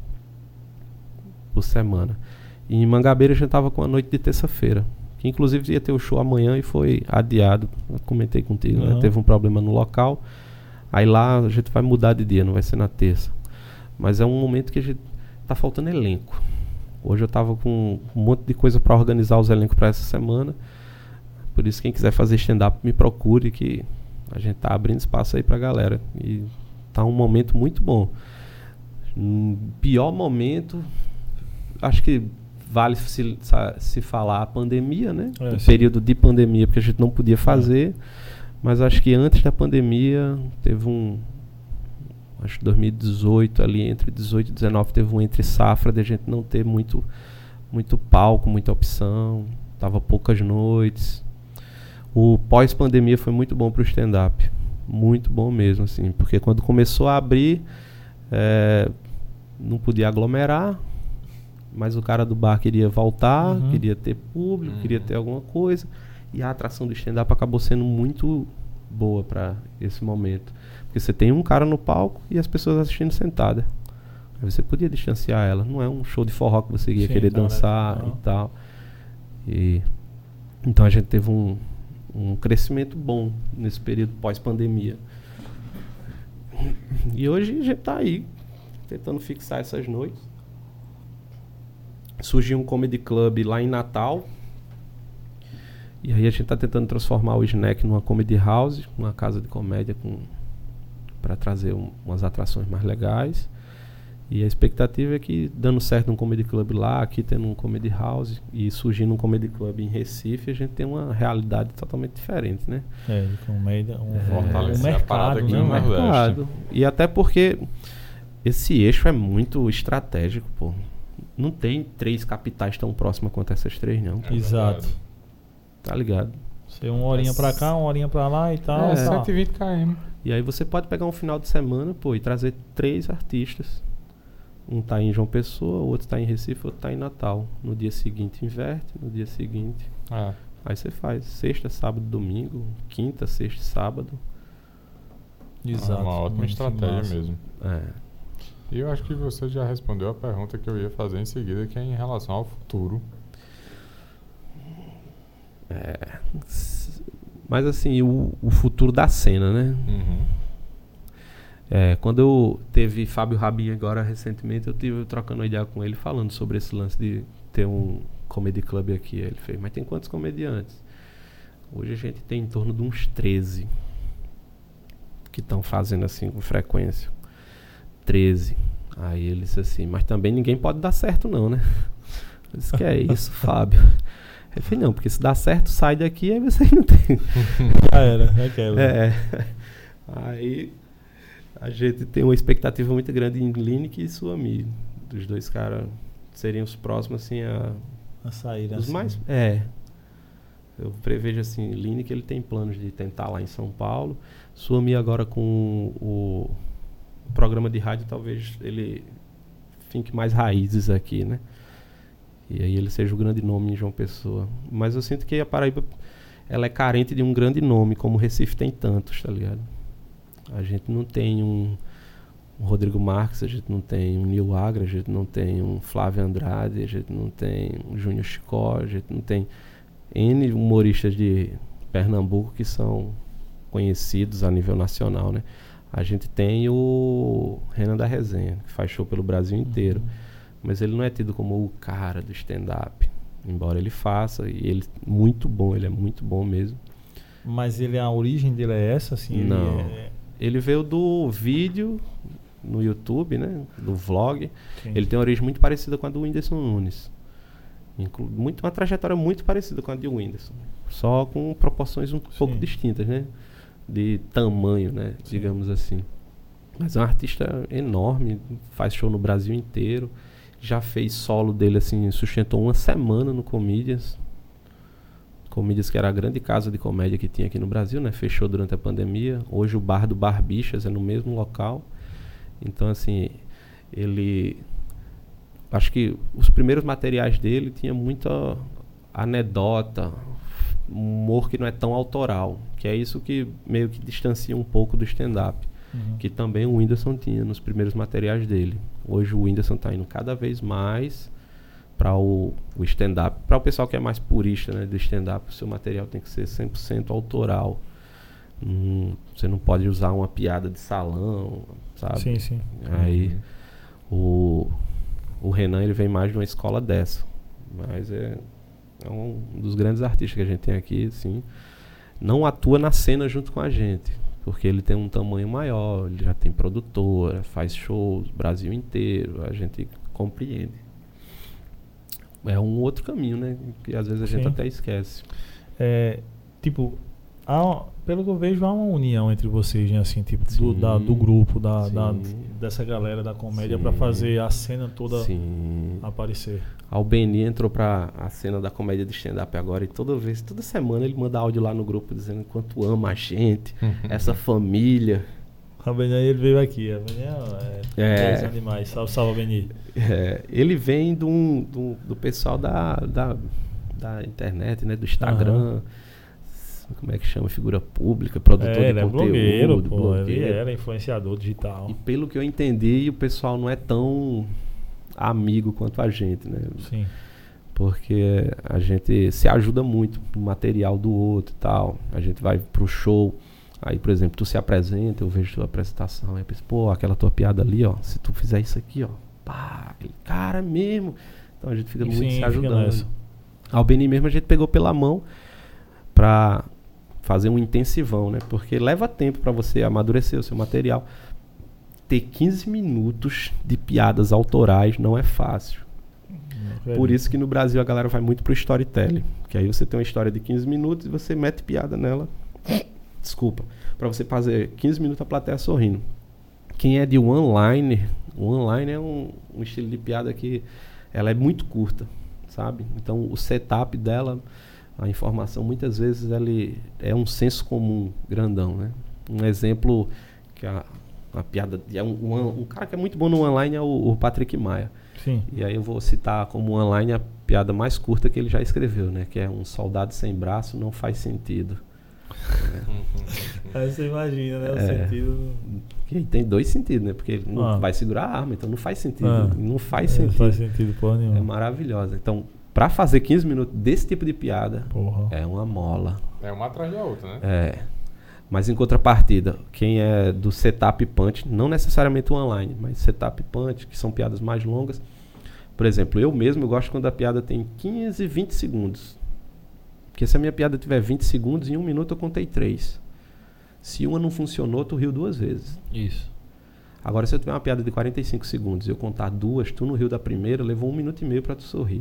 por semana. E em Mangabeira a gente tava com a noite de terça-feira, que inclusive ia ter o show amanhã e foi adiado. Eu comentei contigo, uhum. né? Teve um problema no local. Aí lá a gente vai mudar de dia, não vai ser na terça. Mas é um momento que a gente tá faltando elenco. Hoje eu tava com um monte de coisa para organizar os elencos para essa semana. Por isso quem quiser fazer stand-up me procure, que a gente tá abrindo espaço aí pra galera. E tá um momento muito bom. Um pior momento, acho que vale se, se falar a pandemia, né? É, o período de pandemia, porque a gente não podia fazer. É. Mas acho que antes da pandemia teve um... Acho que dois mil e dezoito, ali entre dezoito e dezenove, teve um entre safra de a gente não ter muito, muito palco, muita opção. Tava poucas noites. O pós-pandemia foi muito bom pro stand-up. Muito bom mesmo, assim. Porque quando começou a abrir, é, não podia aglomerar, mas o cara do bar queria voltar, uhum. queria ter público, uhum. queria ter alguma coisa. E a atração do stand-up acabou sendo muito boa para esse momento. Porque você tem um cara no palco e as pessoas assistindo sentada. Aí você podia distanciar ela. Não é um show de forró que você ia Sim, querer dançar é e tal. E, então a gente teve um, um crescimento bom nesse período pós-pandemia. E hoje a gente tá aí, tentando fixar essas noites. Surgiu um comedy club lá em Natal. E aí a gente tá tentando transformar o Snack numa comedy house, uma casa de comédia com... para trazer um, umas atrações mais legais. E a expectativa é que, dando certo um comedy club lá, aqui tendo um comedy house e surgindo um comedy club em Recife, a gente tem uma realidade totalmente diferente, né? É, de comédia, um, É, um mercado, aqui né? no Um Nordeste. mercado. E até porque esse eixo é muito estratégico, pô. Não tem três capitais tão próximas quanto essas três, não. É Exato. verdade. Tá ligado? Ser uma horinha pra cá, uma horinha pra lá e tal. É, tá. cento e vinte quilômetros. E aí você pode pegar um final de semana, pô, e trazer três artistas. Um tá em João Pessoa, o outro tá em Recife, o outro tá em Natal. No dia seguinte inverte, no dia seguinte. É. Aí você faz sexta, sábado, domingo, quinta, sexta, sábado. Exato. É uma ótima Muito estratégia massa. mesmo. É. E eu acho que você já respondeu a pergunta que eu ia fazer em seguida, que é em relação ao futuro. É. Mas assim, o, o futuro da cena, né? Uhum. É, quando eu teve Fábio Rabin agora recentemente, eu tive trocando uma ideia com ele falando sobre esse lance de ter um comedy club aqui. Ele fez, mas tem quantos comediantes? Hoje a gente tem em torno de uns treze que estão fazendo assim com frequência. treze. Aí ele disse assim, mas também ninguém pode dar certo não, né? Eu disse, que é isso, Fábio? Eu falei, não, porque se dá certo, sai daqui, aí vocês não tem. Já era, é aquela. É. Aí a gente tem uma expectativa muito grande em Lineker e Suami. Dos dois caras seriam os próximos, assim, a... A sair Os assim. mais... É. Eu prevejo, assim, Lineker, ele tem planos de tentar lá em São Paulo. Suami agora com o programa de rádio, talvez ele finque mais raízes aqui, né? E aí ele seja o grande nome em João Pessoa. Mas eu sinto que a Paraíba, ela é carente de um grande nome, como o Recife tem tantos, tá ligado? A gente não tem um, um Rodrigo Marques, a gente não tem um Nil Agra, a gente não tem um Flávio Andrade, a gente não tem um Júnior Chicó, a gente não tem N humoristas de Pernambuco que são conhecidos a nível nacional, né? A gente tem o Renan da Resenha, que faz show pelo Brasil inteiro. Uhum. Mas ele não é tido como o cara do stand-up. Embora ele faça, e ele muito bom, ele é muito bom mesmo. Mas ele, a origem dele é essa, assim? Não. Ele, é... ele veio do vídeo no YouTube, né? Do vlog. Sim. Ele tem uma origem muito parecida com a do Whindersson Nunes. Inclu- muito, uma trajetória muito parecida com a de Whindersson. Só com proporções um Sim. pouco distintas, né? De tamanho, né? Sim. Digamos assim. Mas é um artista enorme, faz show no Brasil inteiro. Já fez solo dele, assim, sustentou uma semana no Comedians. Comedians, que era a grande casa de comédia que tinha aqui no Brasil, né? Fechou durante a pandemia. Hoje o bar do Bar Bichas é no mesmo local. Então, assim, ele... Acho que os primeiros materiais dele tinha muita anedota, humor que não é tão autoral. Que é isso que meio que distancia um pouco do stand-up. Uhum. Que também o Whindersson tinha nos primeiros materiais dele. Hoje o Whindersson está indo cada vez mais para o, o stand-up. Para o pessoal que é mais purista, né, do stand-up, o seu material tem que ser cem por cento autoral. Hum, você não pode usar uma piada de salão, sabe? Sim, sim. Aí uhum. o, o Renan, ele vem mais de uma escola dessa. Mas é, é um dos grandes artistas que a gente tem aqui, assim. Não atua na cena junto com a gente, porque ele tem um tamanho maior, ele já tem produtora, faz shows, Brasil inteiro, a gente compreende. É um outro caminho, né? Que às vezes a gente Sim. até esquece. É, tipo, há, pelo que eu vejo, há uma união entre vocês, né? Assim, tipo, do, da, do grupo, da, da, dessa galera da comédia para fazer a cena toda Sim. aparecer. O Beni entrou pra a cena da comédia de stand-up agora e toda vez, toda semana ele manda áudio lá no grupo dizendo quanto ama a gente, essa família. O Beni, ele veio aqui. O Beni é, é animais. Salve, salve, Beni. É, ele vem do, do, do pessoal da, da, da internet, né? Do Instagram. Uhum. Como é que chama? Figura pública, produtor é, de ele conteúdo. É blogueiro, pô, blogueiro. Ele era influenciador digital. E pelo que eu entendi, o pessoal não é tão amigo quanto a gente, né? Sim. Porque a gente se ajuda muito no material do outro e tal. A gente vai pro show, aí, por exemplo, tu se apresenta, eu vejo tua apresentação, aí eu penso, pô, aquela tua piada ali, ó, se tu fizer isso aqui, ó, pá, aquele cara mesmo. Então a gente fica Sim, muito se ajudando. nessa. Ao Beni mesmo a gente pegou pela mão pra fazer um intensivão, né? Porque leva tempo pra você amadurecer o seu material. ter quinze minutos de piadas autorais não é fácil. Hum, Por isso que no Brasil a galera vai muito pro storytelling. Que aí você tem uma história de quinze minutos e você mete piada nela. Desculpa. Pra você fazer quinze minutos a plateia sorrindo. Quem é de one-liner, o one-liner é um, um estilo de piada que ela é muito curta, sabe? Então o setup dela, a informação, muitas vezes ele é um senso comum grandão, né? Um exemplo que a, a piada... É um, um, um cara que é muito bom no one-line é o, o Patrick Maia. Sim. E aí eu vou citar como one-line a piada mais curta que ele já escreveu, né? Que é um soldado sem braço não faz sentido. Aí você imagina, né? O é, sentido. Que tem dois sentidos, né? Porque ele não ah. vai segurar a arma, então não faz sentido. Ah. Não faz é, sentido. Não faz sentido, porra nenhuma. É maravilhosa. Então, pra fazer quinze minutos desse tipo de piada, porra. é uma mola. É uma atrás da outra, né? É. Mas em contrapartida, quem é do setup punch, não necessariamente o online, mas setup punch, que são piadas mais longas. Por exemplo, eu mesmo eu gosto quando a piada tem quinze, vinte segundos. Porque se a minha piada tiver vinte segundos, em um minuto eu contei três. Se uma não funcionou, tu riu duas vezes. Isso. Agora, se eu tiver uma piada de quarenta e cinco segundos e eu contar duas, tu não riu da primeira, levou um minuto e meio pra tu sorrir.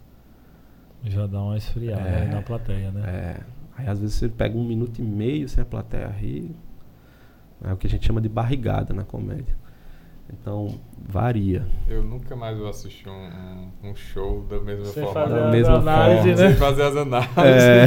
Já dá uma esfriada é, aí na plateia, né? É. Aí às vezes você pega um minuto e meio sem a plateia rir. É o que a gente chama de barrigada na comédia. Então, varia. Eu nunca mais vou assistir um, um, um show da mesma sem forma. Fazer da mesma análise, forma, né? Sem fazer as análises.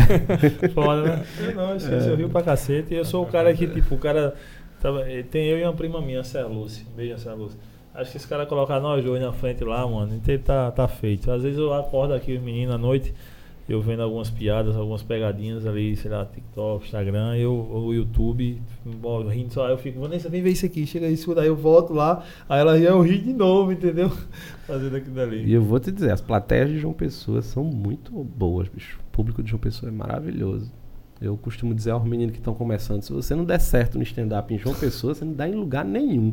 É. Foda, né? Eu não, eu esqueci, é. eu rio pra cacete. E eu sou o cara que, tipo, o cara... Tava, tem eu e uma prima minha, a Célia Lúcia. Beijo, a Célia Lúcia. Acho que esse cara colocar nós dois na frente lá, mano, então tá, tá feito. Às vezes eu acordo aqui, os meninos, à noite, eu vendo algumas piadas, algumas pegadinhas ali, sei lá, TikTok, Instagram, eu, o YouTube, rindo só, aí eu fico, Vanessa, vem ver isso aqui, chega isso, daí eu volto lá, aí ela já eu ri de novo, entendeu? Fazendo aquilo dali. E eu vou te dizer, as plateias de João Pessoa são muito boas, bicho. O público de João Pessoa é maravilhoso. Eu costumo dizer aos meninos que estão começando, se você não der certo no stand-up em João Pessoa, você não dá em lugar nenhum.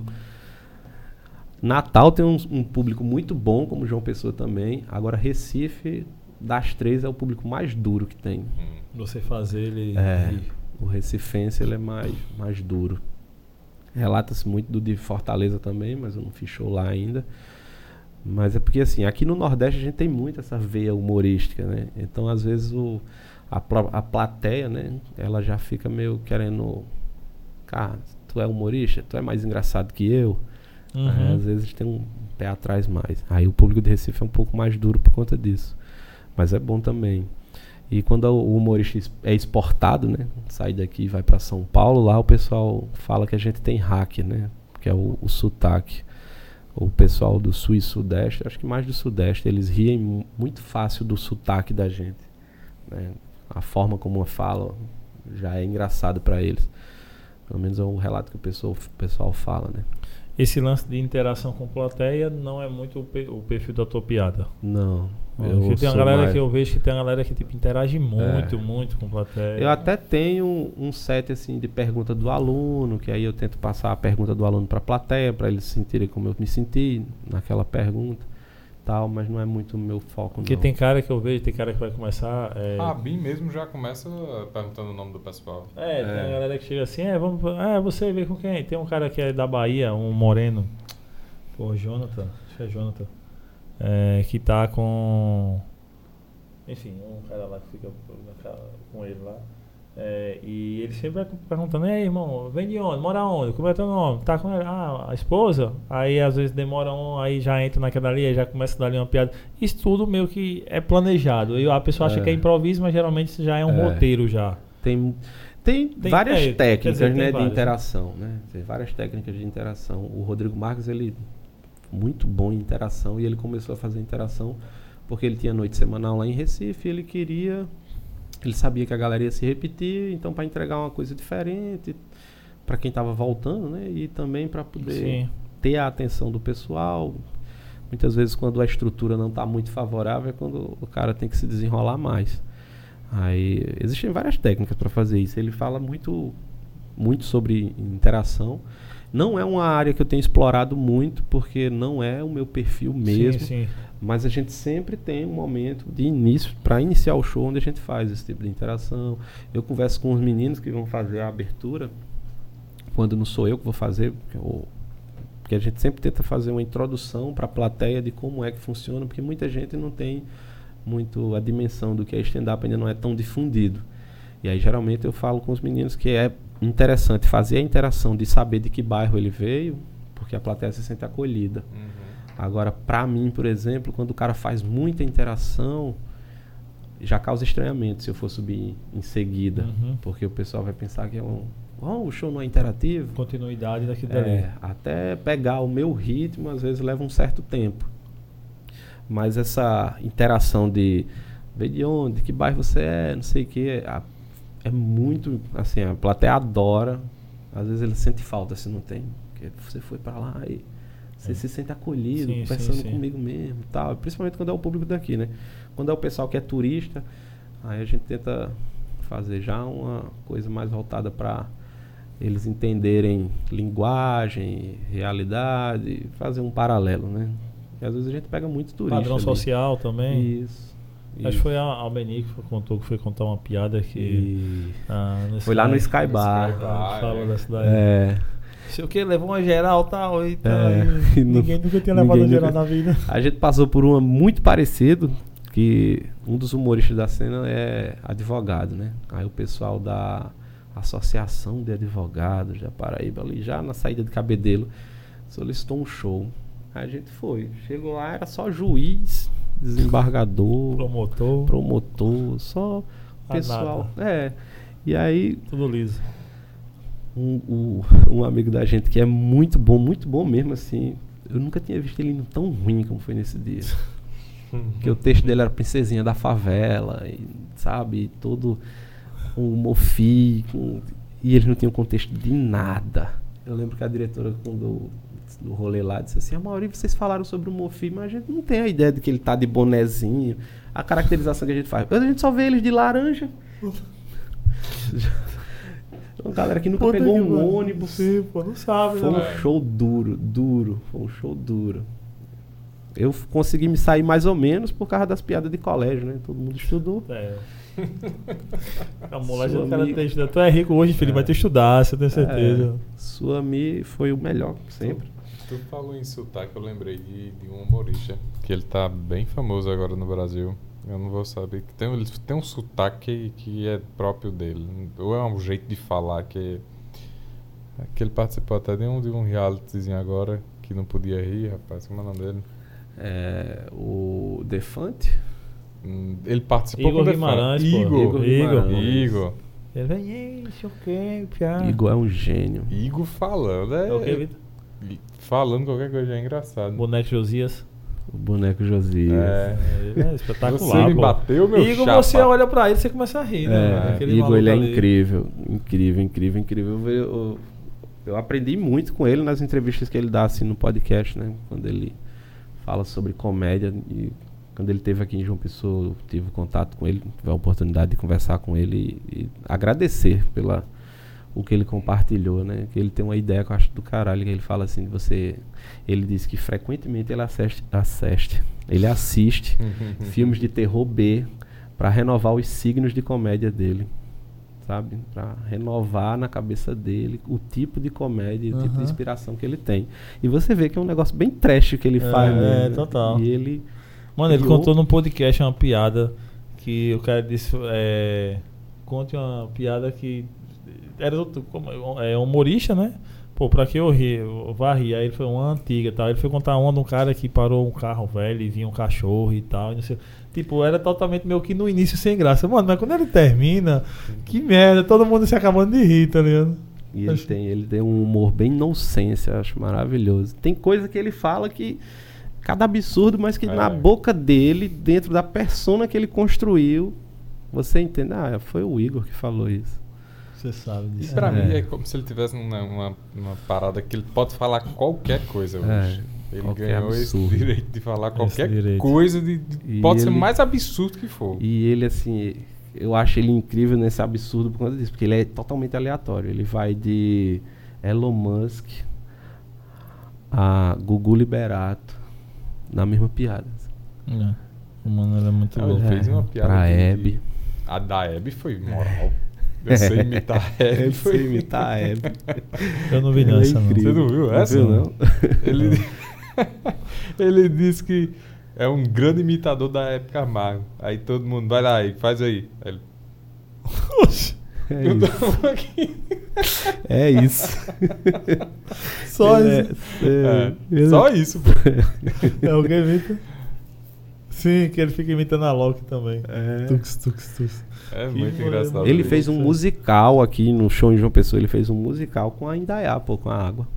Natal tem um, um público muito bom, como João Pessoa também. Agora Recife, das três, é o público mais duro que tem. Você fazer ele... É, o recifense ele é mais, mais duro. Relata-se muito do de Fortaleza também, mas eu não fiz show lá ainda. Mas é porque assim, aqui no Nordeste a gente tem muito essa veia humorística, né? Então às vezes o, a, a plateia, né? Ela já fica meio querendo... Cara, tu é humorista? Tu é mais engraçado que eu? Uhum. Aí, às vezes tem um pé atrás mais. Aí o público de Recife é um pouco mais duro por conta disso. Mas é bom também. E quando o humorista é exportado, né? Sai daqui e vai para São Paulo, lá o pessoal fala que a gente tem hack, né? Que é o, o sotaque. O pessoal do Sul e Sudeste, acho que mais do Sudeste, eles riem muito fácil do sotaque da gente, né? A forma como fala já é engraçado para eles. Pelo menos é o relato que o pessoal, o pessoal fala, né? Esse lance de interação com plateia não é muito o, pe- o perfil da tua piada. Não. Porque tem uma galera mais... que eu vejo que tem uma galera que tipo, interage muito, é. muito com plateia. Eu até tenho um set assim de pergunta do aluno, que aí eu tento passar a pergunta do aluno para a plateia, para eles sentirem como eu me senti naquela pergunta, tal, mas não é muito o meu foco. Porque não. Tem cara que eu vejo, tem cara que vai começar... É... A Bim mesmo já começa perguntando o nome do pessoal. É, é. Tem uma galera que chega assim, é, vamos, é, você vê com quem? Tem um cara que é da Bahia, um moreno, pô, Jonathan, acho que é Jonathan. É, que tá com... Enfim, um cara lá que fica com ele lá. É, e ele sempre vai perguntando, ei, irmão, vem de onde? Mora onde? Como é teu nome? Tá com ele? Ah, a esposa? Aí às vezes demora um, aí já entra naquela ali, aí já começa a dar ali uma piada. Isso tudo meio que é planejado. E a pessoa acha é. que é improviso, mas geralmente isso já é um é. roteiro já. Tem... Tem, tem várias é, técnicas, dizer, né, de várias, interação, né? Tem várias técnicas de interação. O Rodrigo Marques, ele muito bom em interação, e ele começou a fazer interação porque ele tinha noite semanal lá em Recife, e ele queria, ele sabia que a galera ia se repetir, então para entregar uma coisa diferente para quem estava voltando, né, e também para poder Sim. ter a atenção do pessoal. Muitas vezes quando a estrutura não está muito favorável é quando o cara tem que se desenrolar mais. Aí existem várias técnicas para fazer isso. Ele fala muito, muito sobre interação. Não é uma área que eu tenho explorado muito, porque não é o meu perfil mesmo. Sim, sim. Mas a gente sempre tem um momento de início, para iniciar o show, onde a gente faz esse tipo de interação. Eu converso com os meninos que vão fazer a abertura, quando não sou eu que vou fazer, porque o Porque a gente sempre tenta fazer uma introdução para a plateia de como é que funciona, porque muita gente não tem muito a dimensão do que é stand-up, ainda não é tão difundido. E aí, geralmente, eu falo com os meninos que é interessante fazer a interação de saber de que bairro ele veio, porque a plateia se sente acolhida. Uhum. Agora, para mim, por exemplo, quando o cara faz muita interação, já causa estranhamento se eu for subir em seguida, uhum. porque o pessoal vai pensar que é um... Oh, o show não é interativo. Continuidade daquilo é, dali. Até pegar o meu ritmo, às vezes leva um certo tempo. Mas essa interação de ver de onde, que bairro você é, não sei o que, é, é muito, assim, a plateia adora. Às vezes ele sente falta se não tem. Porque você foi pra lá e você é. se sente acolhido, sim, conversando sim, sim. comigo mesmo e tal. Principalmente quando é o público daqui, né? Quando é o pessoal que é turista, aí a gente tenta fazer já uma coisa mais voltada para eles entenderem linguagem, realidade, fazer um paralelo, né? Porque às vezes a gente pega muito turista. Padrão ali. Social também. Isso. Acho que foi a Albenique que contou que foi contar uma piada que... Ah, foi lá no Sky Bar. Sky Bar falou é. dessa daí. É. Sei o que, levou uma geral tal, e tal. É. E ninguém nunca tinha levado uma geral nunca... na vida. A gente passou por uma muito parecido, que um dos humoristas da cena é advogado, né? Aí o pessoal da Associação de Advogados da Paraíba, ali já na saída de Cabedelo, solicitou um show. Aí a gente foi. Chegou lá, era só juiz, desembargador, promotor, promotor só pessoal. Nada. É. E aí... Tudo liso. Um, um, um amigo da gente que é muito bom, muito bom mesmo, assim. Eu nunca tinha visto ele indo tão ruim como foi nesse dia. Porque o texto dele era Princesinha da Favela, e, sabe? E todo um mofi, com, e eles não tinham contexto de nada. Eu lembro que a diretora, quando do rolê lá, disse assim: a maioria vocês falaram sobre o mofi, mas a gente não tem a ideia de que ele tá de bonezinho. A caracterização que a gente faz, a gente só vê eles de laranja. Uma galera que nunca pô, pegou um mano. ônibus. Sim, pô, não sabe. Foi né, um velho? show duro, duro. Foi um show duro. Eu consegui me sair mais ou menos por causa das piadas de colégio, né? Todo mundo estudou. É. A moleque do cara tem estudado. Tu é rico hoje, filho, é. vai ter estudar, você tem certeza. É. Suami foi o melhor, sempre. Tu, tu falou em sotaque, eu lembrei de, de um humorista, que ele tá bem famoso agora no Brasil. Eu não vou saber. Tem, ele tem um sotaque que, que é próprio dele. Ou é um jeito de falar que... que ele participou até de um, de um realityzinho agora, que não podia rir, rapaz. Como é o nome dele? É, o Defante? Hum, ele participou Igor com o Guimarães, Defante. Igor. Igor. Igor. Igor. Ele vem, isso o quê, piada. Igor é um gênio. Igor falando, é... É o quê, Vitor? Falando qualquer coisa é engraçado. Boneco Josias. O boneco Josias. É, é espetacular. Você me pô. bateu, meu Igor, chapa. você olha pra ele e você começa a rir, né? É, Igor, ele é ali. incrível. Incrível, incrível, incrível. Eu, eu, eu aprendi muito com ele nas entrevistas que ele dá assim, no podcast, né? Quando ele fala sobre comédia. E quando ele esteve aqui em João Pessoa, eu tive contato com ele, tive a oportunidade de conversar com ele e, e agradecer pela o que ele compartilhou, né? Que ele tem uma ideia que eu acho do caralho, que ele fala assim, você... Ele diz que frequentemente ele assiste, assiste ele assiste filmes de terror B para renovar os signos de comédia dele, sabe? Para renovar na cabeça dele o tipo de comédia, uhum. o tipo de inspiração que ele tem. E você vê que é um negócio bem trash que ele é, faz, né? É, total. E ele... Mano, ele contou num podcast uma piada que o cara disse... É, conte uma piada que... Era é, humorista, né? Pô, pra que eu ri? Eu vá rir. Aí ele foi uma antiga e tal. Ele foi contar uma de um cara que parou um carro velho e vinha um cachorro e tal. E não sei. Tipo, era totalmente meio que no início sem graça. Mano, mas quando ele termina, que merda, todo mundo se acabando de rir, tá ligado? E ele, acho... tem, ele tem um humor bem inocência, eu acho maravilhoso. Tem coisa que ele fala que... Cada absurdo, mas que é. na boca dele, dentro da persona que ele construiu, você entende? Ah, foi o Igor que falou isso. Você sabe disso. E pra é. mim é como se ele tivesse uma, uma, uma parada que ele pode falar qualquer coisa hoje. É, ele ganhou absurdo. Esse direito de falar qualquer direito. coisa, de, de, pode ele, ser mais absurdo que for. E ele, assim, eu acho ele incrível nesse absurdo por conta disso, porque ele é totalmente aleatório. Ele vai de Elon Musk a Gugu Liberato na mesma piada. É. Mano, ele é muito Não, louco. Ele fez uma piada pra de, Hebe. A da Hebe foi moral. Eu sei imitar a Hebe. Eu sei imitar a Hebe. Eu não vi não, essa não. Você não viu essa? Não viu, não? Ele, ele disse que é um grande imitador da Hebe Camargo. Aí todo mundo, vai lá, aí, faz aí. Aí ele... É isso. É isso. Só Ele isso. É, é, ele- Só isso, pô. É o que imita? Sim, que ele fica imitando a Loki também. É. Tux, tux, tux. É Que muito mulher engraçado. Ele isso. fez um musical aqui no show em João Pessoa. Ele fez um musical com a Indaiá, pô, com a água.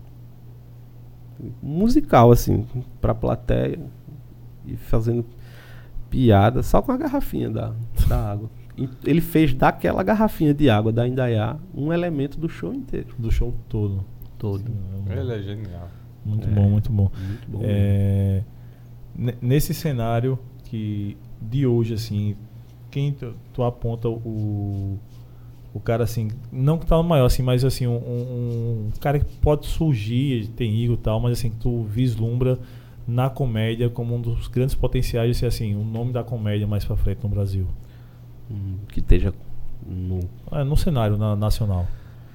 Um musical, assim, pra plateia. E fazendo piada só com a garrafinha da, da água. E ele fez daquela garrafinha de água da Indaiá um elemento do show inteiro. Do show todo. Todo. Sim, é Ele é genial. muito É. bom, muito bom. Muito bom. É, ne- nesse cenário que de hoje, assim, quem tu, tu aponta o, o cara assim, não que tá no maior, assim, mas assim, um, um, um cara que pode surgir, tem Igor e tal, mas assim, que tu vislumbra na comédia como um dos grandes potenciais de ser assim, o nome da comédia mais pra frente no Brasil. Hum, que esteja no. É, no cenário na- nacional.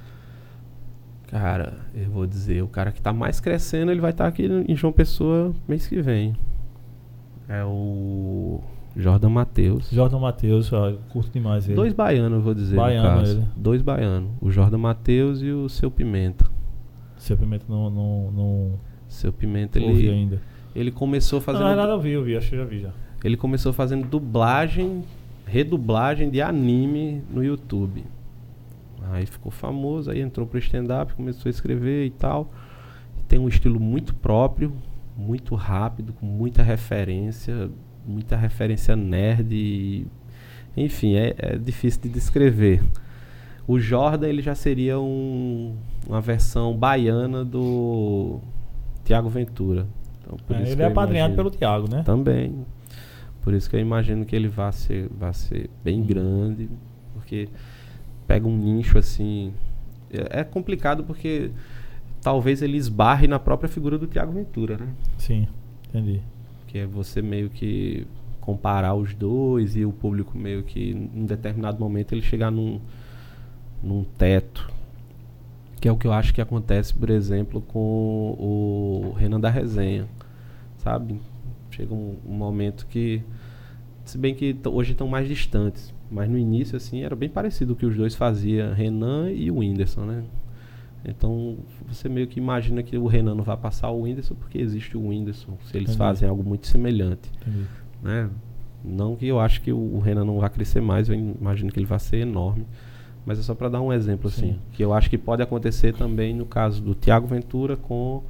Cara, eu vou dizer, o cara que tá mais crescendo, ele vai estar aqui em João Pessoa mês que vem. É o Jordan Matheus. Jordan Matheus, ó, eu curto demais ele. Dois baianos, eu vou dizer. no Baiano caso. ele. Dois baianos. O Jordan Matheus e o Seu Pimenta. Seu Pimenta não, não, não Seu Pimenta, ouvi ele, ainda. ele começou fazendo. Não, nada eu vi, eu vi, acho que eu já vi já. Ele começou fazendo dublagem, redublagem de anime no YouTube. Aí ficou famoso, aí entrou pro stand-up, começou a escrever e tal. Tem um estilo muito próprio, muito rápido, com muita referência, muita referência nerd. E, enfim, é, é difícil de descrever. O Jordan, ele já seria um, uma versão baiana do Tiago Ventura. Então, por É, isso ele que é eu apadrinhado imagino- pelo Thiago, né? Também. Por isso que eu imagino que ele vai ser, vai ser bem grande, porque pega um nicho assim. É é complicado porque talvez ele esbarre na própria figura do Tiago Ventura, né? Sim, entendi. Que é você meio que comparar os dois e o público meio que em determinado momento ele chegar num, num teto. Que é o que eu acho que acontece, por exemplo, com o Renan da Resenha, sabe? Chega um, um momento que, se bem que t- hoje estão mais distantes, mas no início assim era bem parecido o que os dois faziam, Renan e o Whindersson, né? Então você meio que imagina que o Renan não vai passar o Whindersson porque existe o Whindersson, se eles Entendi. fazem algo muito semelhante, entendi. né? Não que eu acho que o, o Renan não vai crescer mais, eu imagino que ele vai ser enorme, mas é só para dar um exemplo assim, Sim. que eu acho que pode acontecer também no caso do Tiago Ventura com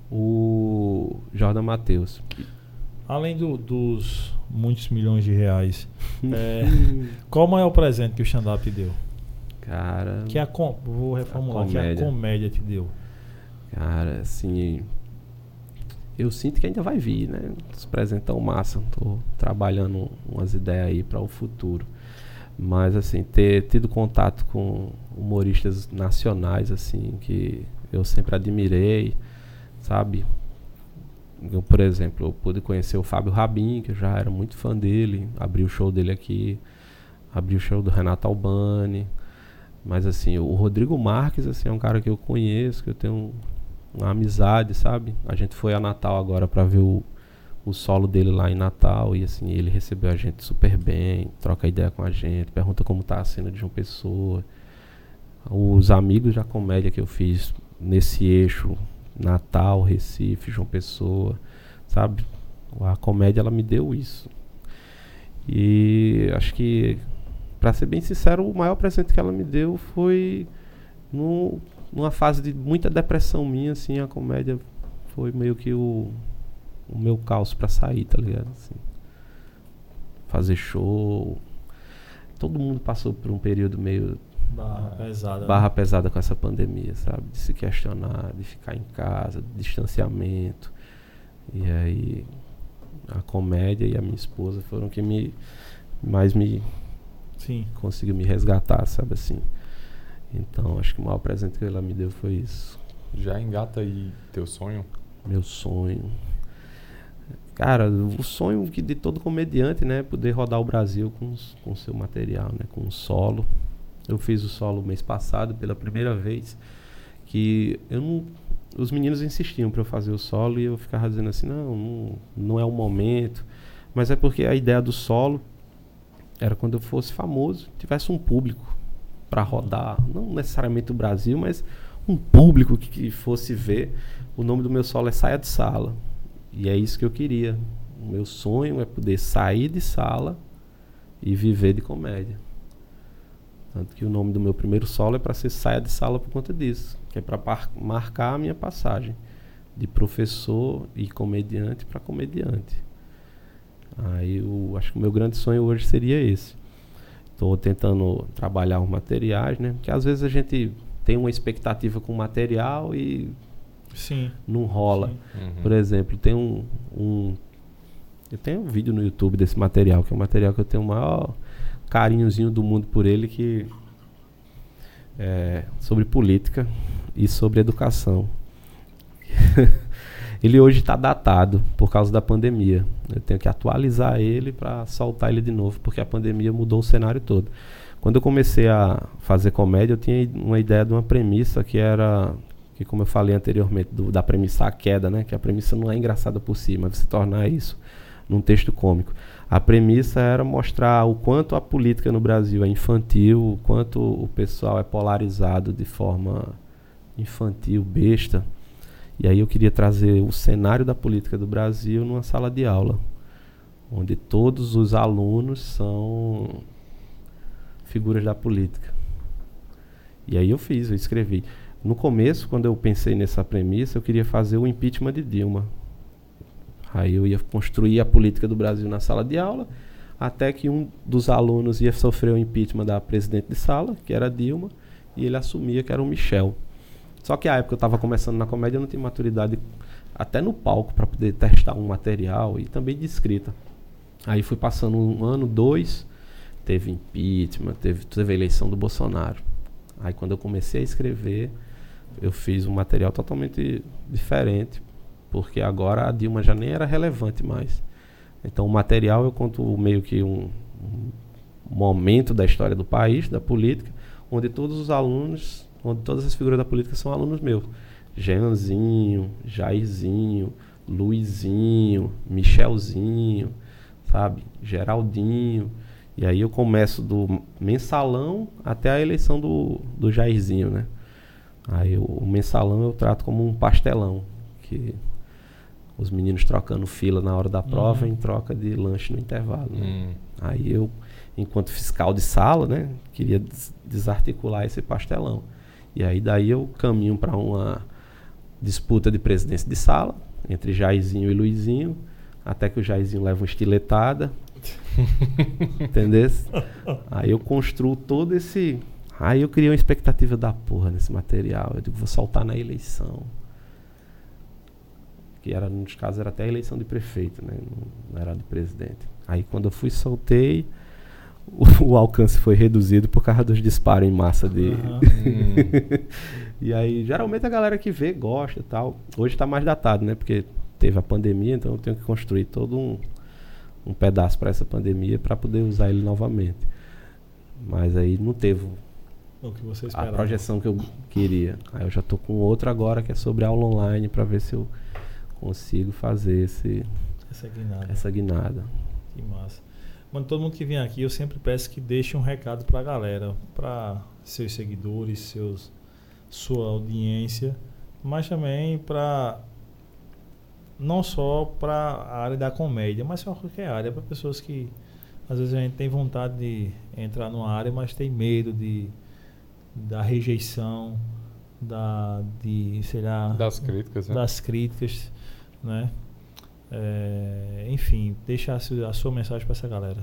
o Jordan Matheus. Além do- dos muitos milhões de reais, é, qual o maior presente que o stand-up te deu? Cara, Que a com, vou reformular, A que a comédia. comédia te deu. cara, assim, eu sinto que ainda vai vir, né? Os presentão massa, tô trabalhando umas ideias aí para o futuro. Mas assim, ter tido contato com humoristas nacionais assim que eu sempre admirei, sabe? Eu, por exemplo, eu pude conhecer o Fábio Rabin, que eu já era muito fã dele, abri o show dele aqui, abri o show do Renato Albani. Mas assim, o Rodrigo Marques assim, é um cara que eu conheço, que eu tenho uma amizade, sabe? A gente foi a Natal agora pra ver o, o solo dele lá em Natal e assim, ele recebeu a gente super bem, troca ideia com a gente, pergunta como tá a cena de João Pessoa. Os amigos da comédia que eu fiz nesse eixo, Natal, Recife, João Pessoa, sabe? A comédia ela me deu isso. E acho que, pra ser bem sincero, o maior presente que ela me deu foi no, numa fase de muita depressão minha, assim, a comédia foi meio que o, o meu calço pra sair, tá ligado? Assim, fazer show. Todo mundo passou por um período meio Barra pesada. barra pesada com essa pandemia, sabe? De se questionar, de ficar em casa, de distanciamento. E aí a comédia e a minha esposa foram que me mais me Sim. conseguiu me resgatar, sabe assim. Então acho que o maior presente que ela me deu foi isso. Já engata aí teu sonho? Meu sonho. Cara, o sonho que de todo comediante, né? Poder rodar o Brasil com o seu material, né? Com um solo. Eu fiz o solo mês passado pela primeira vez, que eu não, os meninos insistiam para eu fazer o solo e eu ficava dizendo assim, não, não, não é o momento. Mas é porque a ideia do solo era quando eu fosse famoso, tivesse um público para rodar, não necessariamente o Brasil, mas um público que, que fosse ver. O nome do meu solo é Saia de Sala. E é isso que eu queria. O meu sonho é poder sair de sala e viver de comédia. Tanto que o nome do meu primeiro solo é para ser Saia de Sala por conta disso, que é para marcar a minha passagem de professor e comediante para comediante. Aí eu acho que o meu grande sonho hoje seria esse. Estou tentando trabalhar os materiais, né? Porque às vezes a gente tem uma expectativa com o material e Sim. não rola. Sim. Uhum. Por exemplo, tem um, um... Eu tenho um vídeo no YouTube desse material, que é um material que eu tenho o maior carinhozinho do mundo por ele, que é sobre política e sobre educação. Ele hoje está datado por causa da pandemia. Eu tenho que atualizar ele para soltar ele de novo, porque a pandemia mudou o cenário todo. Quando eu comecei a fazer comédia, eu tinha uma ideia de uma premissa que era, que como eu falei anteriormente, do, da premissa a queda, né? Que a premissa não é engraçada por si, mas você tornar isso num texto cômico. A premissa era mostrar o quanto a política no Brasil é infantil, o quanto o pessoal é polarizado de forma infantil, besta. E aí eu queria trazer o cenário da política do Brasil numa sala de aula, onde todos os alunos são figuras da política. E aí eu fiz, eu escrevi. No começo, quando eu pensei nessa premissa, eu queria fazer o impeachment de Dilma. Aí eu ia construir a política do Brasil na sala de aula, até que um dos alunos ia sofrer o impeachment da presidente de sala, que era Dilma, e ele assumia que era o Michel. Só que a época eu estava começando na comédia, eu não tinha maturidade até no palco para poder testar um material e também de escrita. Aí fui passando um ano, dois, teve impeachment, teve, teve a eleição do Bolsonaro. Aí quando eu comecei a escrever, eu fiz um material totalmente diferente, porque agora a Dilma já nem era relevante mais. Então o material eu conto meio que um, um momento da história do país, da política, onde todos os alunos, onde todas as figuras da política são alunos meus. Jeanzinho, Jairzinho, Luizinho, Michelzinho, sabe? Geraldinho. E aí eu começo do mensalão até a eleição do, do Jairzinho, né? Aí o, o mensalão eu trato como um pastelão, que os meninos trocando fila na hora da prova uhum. em troca de lanche no intervalo. Né? Uhum. Aí eu, enquanto fiscal de sala, né, queria des- desarticular esse pastelão. E aí daí eu caminho para uma disputa de presidência de sala entre Jairzinho e Luizinho, até que o Jairzinho leva uma estiletada. Entendeu? Aí eu construo todo esse... Aí eu criei uma expectativa da porra nesse material. Eu digo, vou soltar na eleição. Que era, nos casos, era até a eleição de prefeito, né? Não era de presidente. Aí quando eu fui, soltei, o, o alcance foi reduzido por causa dos disparos em massa de... Uhum. E aí, geralmente a galera que vê, gosta e tal. Hoje tá mais datado, né? Porque teve a pandemia, então eu tenho que construir todo um, um pedaço para essa pandemia para poder usar ele novamente. Mas aí não teve o que você a projeção que eu queria. Aí eu já tô com outro agora que é sobre aula online para ver se eu consigo fazer esse, essa guinada. essa guinada. Que massa. Mano, todo mundo que vem aqui, eu sempre peço que deixe um recado pra galera, pra seus seguidores, seus, sua audiência, mas também pra, não só pra a área da comédia, mas para qualquer área, para pessoas que às vezes a gente tem vontade de entrar numa área, mas tem medo de, da rejeição, da, de, sei lá, das críticas, né? das críticas, né? É, enfim, deixa a sua, a sua mensagem para essa galera.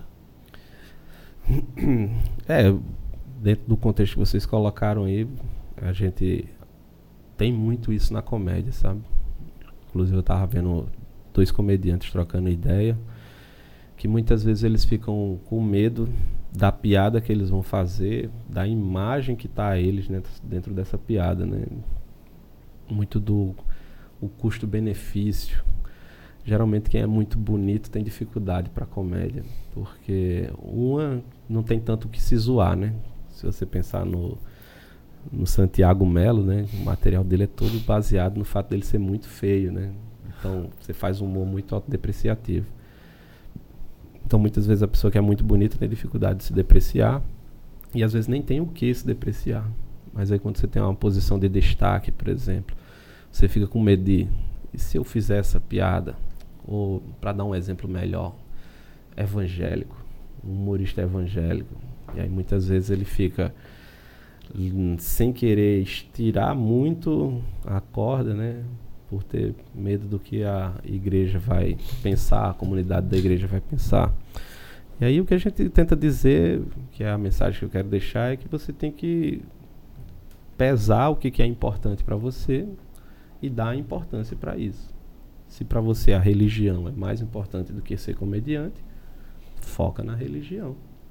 É, dentro do contexto que vocês colocaram aí, a gente tem muito isso na comédia, sabe? Inclusive eu tava vendo dois comediantes trocando ideia, que muitas vezes eles ficam com medo da piada que eles vão fazer, da imagem que tá a eles, né, dentro dessa piada, né? Muito do o custo-benefício. Geralmente quem é muito bonito tem dificuldade para comédia, porque uma não tem tanto o que se zoar, né? Se você pensar no, no Santiago Melo, né? O material dele é todo baseado no fato dele ser muito feio, né? Então, você faz um humor muito autodepreciativo. Então, muitas vezes a pessoa que é muito bonita tem dificuldade de se depreciar e às vezes nem tem o que se depreciar. Mas aí quando você tem uma posição de destaque, por exemplo, você fica com medo de, e se eu fizer essa piada? Ou, para dar um exemplo melhor, evangélico, um humorista evangélico. E aí muitas vezes ele fica sem querer estirar muito a corda, né? Por ter medo do que a igreja vai pensar, a comunidade da igreja vai pensar. E aí o que a gente tenta dizer, que é a mensagem que eu quero deixar, é que você tem que pesar o que, que é importante para você e dar importância para isso. Se para você a religião é mais importante do que ser comediante, foca na religião.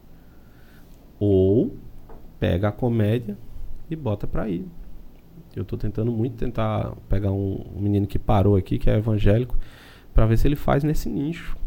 Ou pega a comédia e bota para ir. Eu estou tentando muito tentar pegar um, um menino que parou aqui, que é evangélico, para ver se ele faz nesse nicho.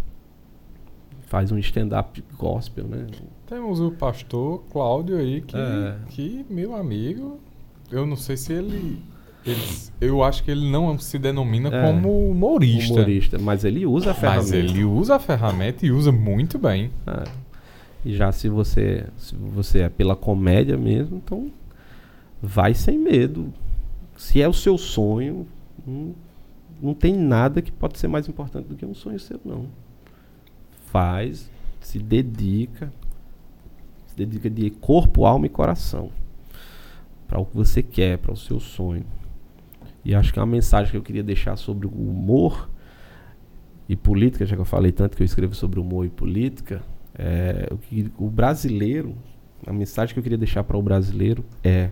Faz um stand-up gospel, né? Temos o pastor Cláudio aí, que, é. que meu amigo, eu não sei se ele, ele... Eu acho que ele não se denomina é, como humorista. Humorista, mas ele usa a ferramenta. Mas ele usa a ferramenta e usa muito bem. É. E já se você, se você é pela comédia mesmo, então vai sem medo. Se é o seu sonho, não, não tem nada que pode ser mais importante do que um sonho seu, não. Faz, se dedica, se dedica de corpo, alma e coração para o que você quer, para o seu sonho. E acho que é uma mensagem que eu queria deixar sobre o humor e política, já que eu falei tanto que eu escrevo sobre humor e política, é, o, que, o brasileiro, a mensagem que eu queria deixar para o brasileiro é: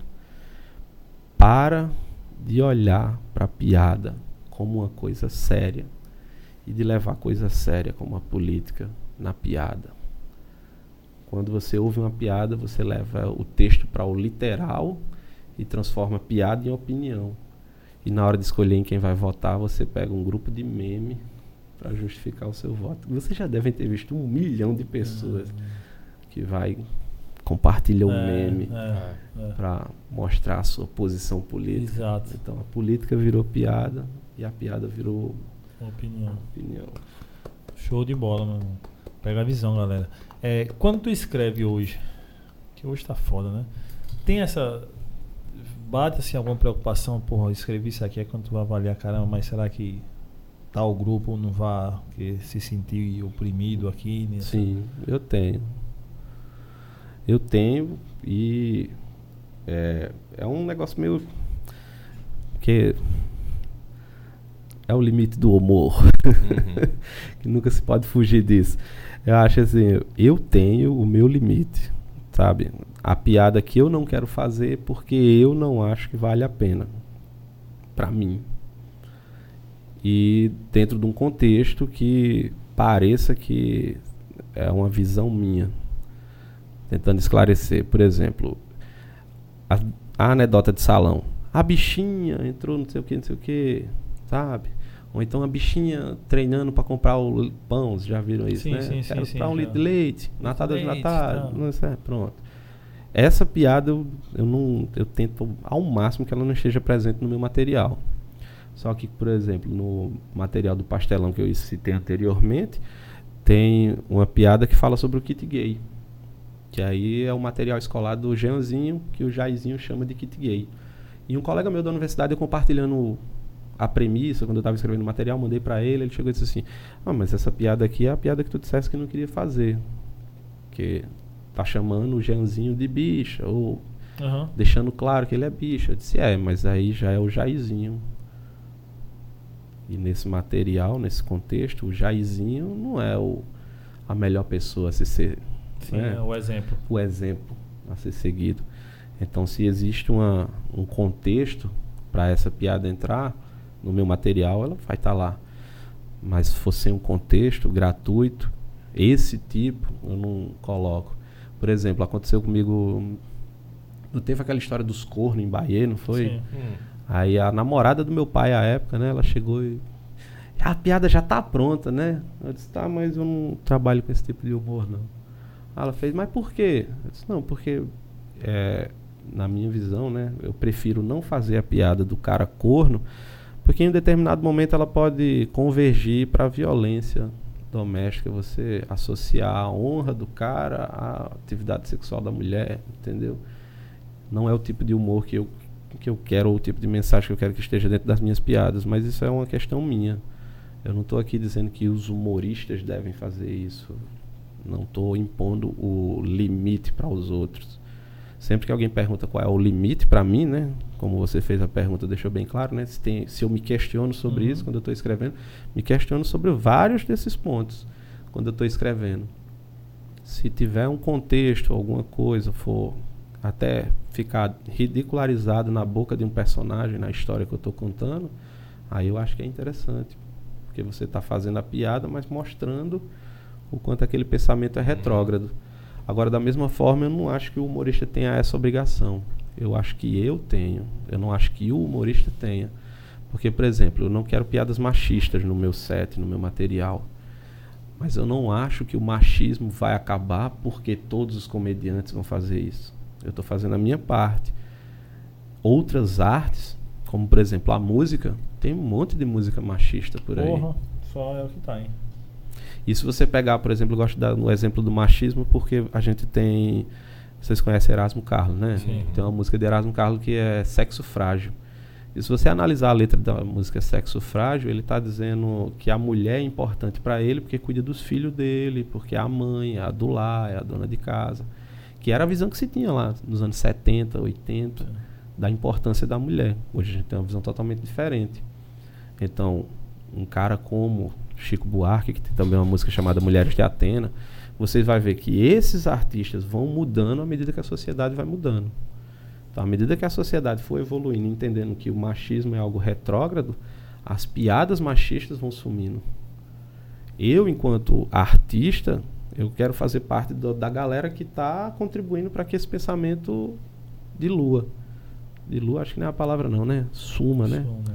para de olhar para a piada como uma coisa séria e de levar a coisa séria como a política na piada. Quando você ouve uma piada, você leva o texto para o literal e transforma piada em opinião. E na hora de escolher em quem vai votar, você pega um grupo de meme para justificar o seu voto. Vocês já devem ter visto um milhão de pessoas uhum. que vai compartilhar um é, meme é, é. para mostrar a sua posição política. Exato. Então a política virou piada e a piada virou opinião. opinião. Show de bola, meu irmão. Pega a visão, galera. É, quando tu escreve hoje, que hoje tá foda, né? Tem essa... Bate assim alguma preocupação, porra, eu escrevi isso aqui, é quando tu vai avaliar, caramba, mas será que tal grupo não vai se sentir oprimido aqui? Nessa... Sim, eu tenho. Eu tenho e é, é um negócio meio que é o limite do humor, uhum. que nunca se pode fugir disso. Eu acho assim, eu tenho o meu limite, sabe? A piada que eu não quero fazer porque eu não acho que vale a pena pra mim. E dentro de um contexto que pareça que é uma visão minha. Tentando esclarecer, por exemplo, a, a anedota de salão. A bichinha entrou não sei o que, não sei o que, sabe? Ou então a bichinha treinando para comprar o pão, vocês já viram isso, sim, né? Sim, Quero sim, comprar sim, um já. litro de leite, Natal de leite, Natal, tá. não sei, pronto. Essa piada eu, eu, não, eu tento ao máximo que ela não esteja presente no meu material. Só que, por exemplo, no material do Pastelão que eu citei anteriormente, tem uma piada que fala sobre o kit gay. Que aí é o material escolar do Jeanzinho, que o Jairzinho chama de kit gay. E um colega meu da universidade, eu compartilhando a premissa, quando eu estava escrevendo o material, mandei para ele, ele chegou e disse assim: ah, mas essa piada aqui é a piada que tu disseste que não queria fazer. Que tá chamando o Jeanzinho de bicha, ou uhum. deixando claro que ele é bicha. Eu disse, é, mas aí já é o Jairzinho. E nesse material, nesse contexto, o Jairzinho não é o, a melhor pessoa a se ser... Sim, né? É o exemplo. O exemplo a ser seguido. Então, se existe uma, um contexto para essa piada entrar no meu material, ela vai estar tá lá. Mas se for sem um contexto gratuito, esse tipo, eu não coloco. Por exemplo, aconteceu comigo... Não teve aquela história dos cornos em Bahia, não foi? Sim. Hum. Aí a namorada do meu pai, à época, né? Ela chegou e... A piada já tá pronta, né? Eu disse, tá, mas eu não trabalho com esse tipo de humor, não. Ela fez, mas por quê? Eu disse, não, porque é, na minha visão, né, eu prefiro não fazer a piada do cara corno, porque em um determinado momento ela pode convergir para a violência doméstica, você associar a honra do cara à atividade sexual da mulher, entendeu? Não é o tipo de humor que eu, que eu quero, ou o tipo de mensagem que eu quero que esteja dentro das minhas piadas, mas isso é uma questão minha. Eu não estou aqui dizendo que os humoristas devem fazer isso. Não estou impondo o limite para os outros. Sempre que alguém pergunta qual é o limite para mim, né? Como você fez a pergunta, deixou bem claro, né? Se, tem, se eu me questiono sobre uhum. isso quando eu estou escrevendo, me questiono sobre vários desses pontos quando eu estou escrevendo. Se tiver um contexto, alguma coisa, for até ficar ridicularizado na boca de um personagem, na história que eu estou contando, aí eu acho que é interessante. Porque você está fazendo a piada, mas mostrando o quanto aquele pensamento é retrógrado. Agora, da mesma forma, eu não acho que o humorista tenha essa obrigação. Eu acho que eu tenho. Eu não acho que o humorista tenha. Porque, por exemplo, eu não quero piadas machistas no meu set, no meu material. Mas eu não acho que o machismo vai acabar porque todos os comediantes vão fazer isso. Eu estou fazendo a minha parte. Outras artes, como, por exemplo, a música, tem um monte de música machista por aí. Porra, só é o que tá, hein? E se você pegar, por exemplo, eu gosto de dar um exemplo do machismo, porque a gente tem... Vocês conhecem Erasmo Carlos, né? Sim. Tem uma música de Erasmo Carlos que é Sexo Frágil. E se você analisar a letra da música Sexo Frágil, ele está dizendo que a mulher é importante para ele porque cuida dos filhos dele, porque é a mãe, é a do lar, é a dona de casa. Que era a visão que se tinha lá nos anos setenta, oitenta, Sim. da importância da mulher. Hoje a gente tem uma visão totalmente diferente. Então, um cara como Chico Buarque, que tem também uma música chamada Mulheres de Atena, vocês vão ver que esses artistas vão mudando à medida que a sociedade vai mudando. Então, à medida que a sociedade for evoluindo, entendendo que o machismo é algo retrógrado, as piadas machistas vão sumindo. Eu, enquanto artista, eu quero fazer parte do, da galera que está contribuindo para que esse pensamento dilua. Dilua, acho que não é a palavra não, né? Suma, né? Suma,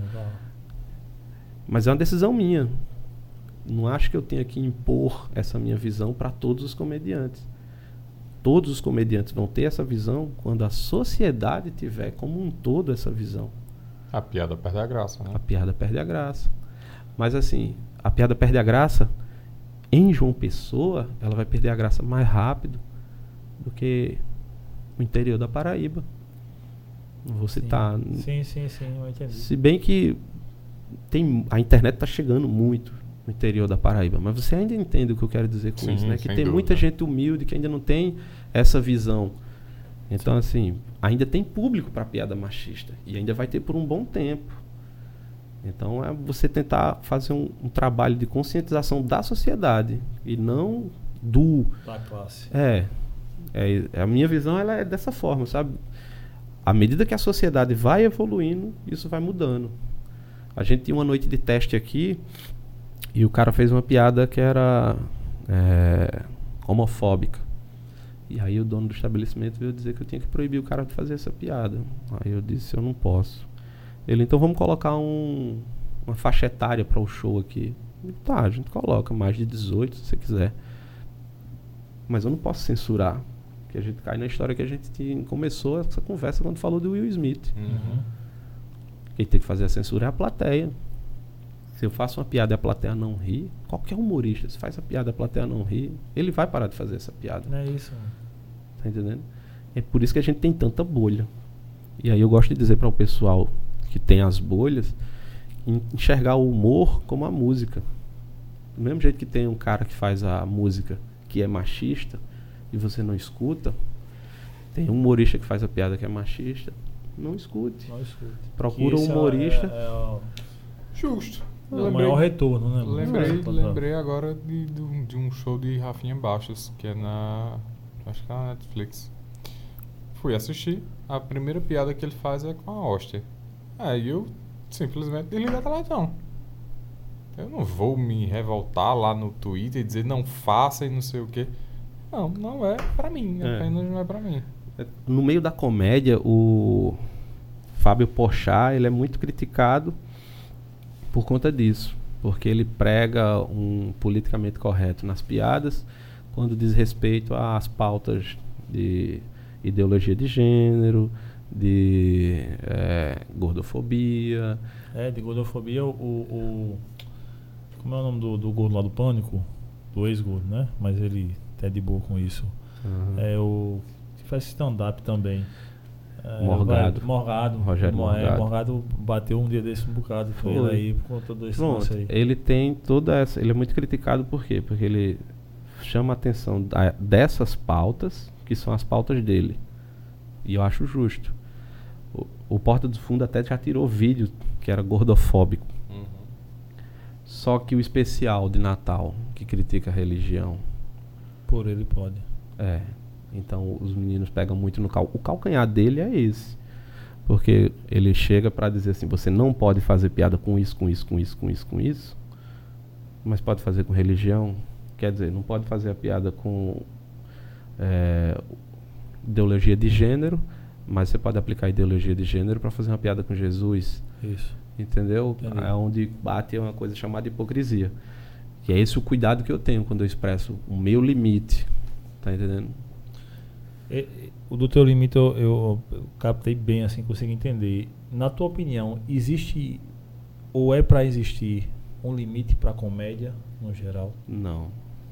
mas é uma decisão minha. Não acho que eu tenha que impor essa minha visão para todos os comediantes. Todos os comediantes vão ter essa visão quando a sociedade tiver como um todo essa visão. A piada perde a graça, né? A piada perde a graça. Mas assim, a piada perde a graça em João Pessoa, ela vai perder a graça mais rápido do que no interior da Paraíba. Não vou citar. Sim, sim, sim, eu entendi. Se bem que tem, a internet está chegando muito no interior da Paraíba, mas você ainda entende o que eu quero dizer com Sim, isso, né? Que tem dúvida. Muita gente humilde que ainda não tem essa visão. Então, Sim. assim, ainda tem público para piada machista e ainda vai ter por um bom tempo. Então, é você tentar fazer um, um trabalho de conscientização da sociedade e não do... Da classe. É, é, a minha visão ela é dessa forma, sabe? À medida que a sociedade vai evoluindo, isso vai mudando. A gente tinha uma noite de teste aqui e o cara fez uma piada que era é, homofóbica. E aí o dono do estabelecimento veio dizer que eu tinha que proibir o cara de fazer essa piada. Aí eu disse, eu não posso. Ele, então vamos colocar um, uma faixa etária para o show aqui. E, tá, a gente coloca mais de dezoito, se você quiser. Mas eu não posso censurar. Porque a gente cai na história que a gente tinha, começou essa conversa quando falou do Will Smith. Uhum. Quem tem que fazer a censura é a plateia. Se eu faço uma piada e a plateia não ri, qualquer humorista, se faz a piada e a plateia não ri, ele vai parar de fazer essa piada. Não é isso. Mano. Tá entendendo? É por isso que a gente tem tanta bolha. E aí eu gosto de dizer para o pessoal que tem as bolhas, enxergar o humor como a música. Do mesmo jeito que tem um cara que faz a música que é machista e você não escuta, tem um humorista que faz a piada que é machista, não escute. Não escute. Procura um humorista. É, é, é o... Justo. É o maior retorno, né? Lembrei, lembrei agora de, de, de um show de Rafinha Bastos, que é na... acho que é na Netflix. Fui assistir. A primeira piada que ele faz é com a hóstia. Aí eu simplesmente desliguei a televisão. Eu não vou me revoltar lá no Twitter e dizer não faça e não sei o quê. Não, não é pra mim. É. Apenas não é pra mim. No meio da comédia, o Fábio Porchat, ele é muito criticado por conta disso. Porque ele prega um politicamente correto nas piadas quando diz respeito às pautas de ideologia de gênero, de é, gordofobia. É, de gordofobia, o, o... Como é o nome do, do gordo lá do Pânico? Do ex-gordo, né? Mas ele tá de boa com isso. Uhum. É o... que faz stand-up também. É, Morgado. vai, Morgado. Rogério Morgado. Morgado. Morgado bateu um dia desse um bocado com Foi. ele aí, por conta desse Pronto, lance aí. ele tem toda essa... Ele é muito criticado por quê? Porque ele chama a atenção da, dessas pautas, que são as pautas dele. E eu acho justo. O, o Porta dos Fundos até já tirou vídeo que era gordofóbico. Uhum. Só que o especial de Natal, que critica a religião... Por ele pode. É... Então os meninos pegam muito no cal... O calcanhar dele é esse. Porque ele chega pra dizer assim, você não pode fazer piada com isso, com isso, com isso, com isso, com isso. Mas pode fazer com religião. Quer dizer, não pode fazer a piada com é, ideologia de gênero, mas você pode aplicar a ideologia de gênero pra fazer uma piada com Jesus. Isso. Entendeu? Entendi. É onde bate uma coisa chamada hipocrisia. E é esse o cuidado que eu tenho quando eu expresso o meu limite. Tá entendendo? E, o do teu limite eu, eu, eu captei bem, assim, consigo entender. Na tua opinião, existe ou é pra existir um limite pra comédia, no geral? Não.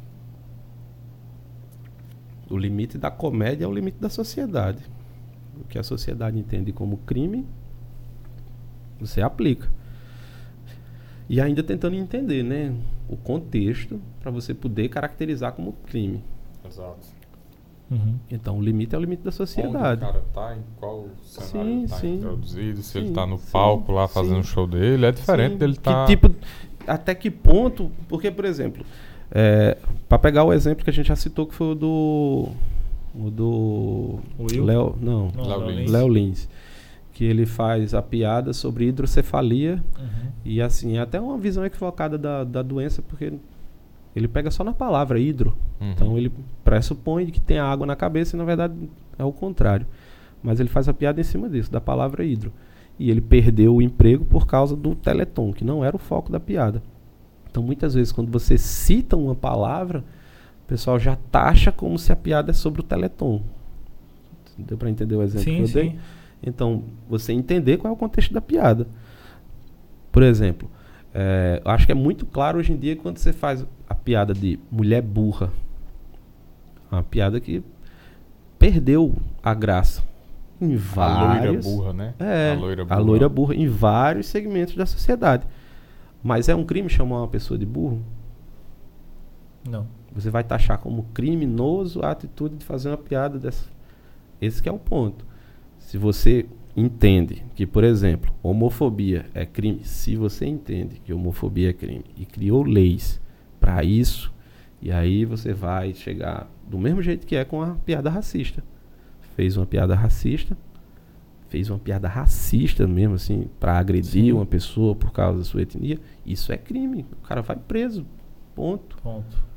O limite da comédia é o limite da sociedade. O que a sociedade entende como crime, você aplica. E ainda tentando entender, né, o contexto para você poder caracterizar como crime. Exato. Uhum. Então o limite é o limite da sociedade. Onde o cara tá, em qual cenário Sim, ele tá sim. introduzido, se Sim, ele tá no sim, palco lá fazendo sim. o show dele, é diferente Sim. dele tá... Que tipo, até que ponto, porque por exemplo, é, para pegar o exemplo que a gente já citou que foi o do o do Will? Léo, não, Não, Léo Léo Lins. Lins. Léo Lins, que ele faz a piada sobre hidrocefalia. Uhum. E assim, é até uma visão equivocada da, da doença, porque ele pega só na palavra hidro. Uhum. Então ele pressupõe que tem água na cabeça e na verdade é o contrário. Mas ele faz a piada em cima disso, da palavra hidro. E ele perdeu o emprego por causa do Teleton, que não era o foco da piada. Então muitas vezes quando você cita uma palavra, o pessoal já taxa como se a piada é sobre o Teleton. Deu para entender o exemplo Sim, que eu sim. dei? Então, você entender qual é o contexto da piada. Por exemplo, é, eu acho que é muito claro hoje em dia quando você faz a piada de mulher burra. Uma piada que perdeu a graça. Em vários, A loira burra, né? É, a loira burra. a loira burra em vários segmentos da sociedade. Mas é um crime chamar uma pessoa de burro? Não. Você vai taxar como criminoso a atitude de fazer uma piada dessa. Esse que é o ponto. Se você entende que, por exemplo, homofobia é crime, se você entende que homofobia é crime e criou leis para isso, e aí você vai chegar do mesmo jeito que é com a piada racista. Fez uma piada racista, fez uma piada racista mesmo, assim, para agredir Sim. uma pessoa por causa da sua etnia, isso é crime. O cara vai preso. Ponto. Ponto.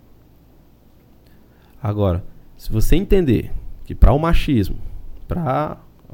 Agora, se você entender que para o machismo, para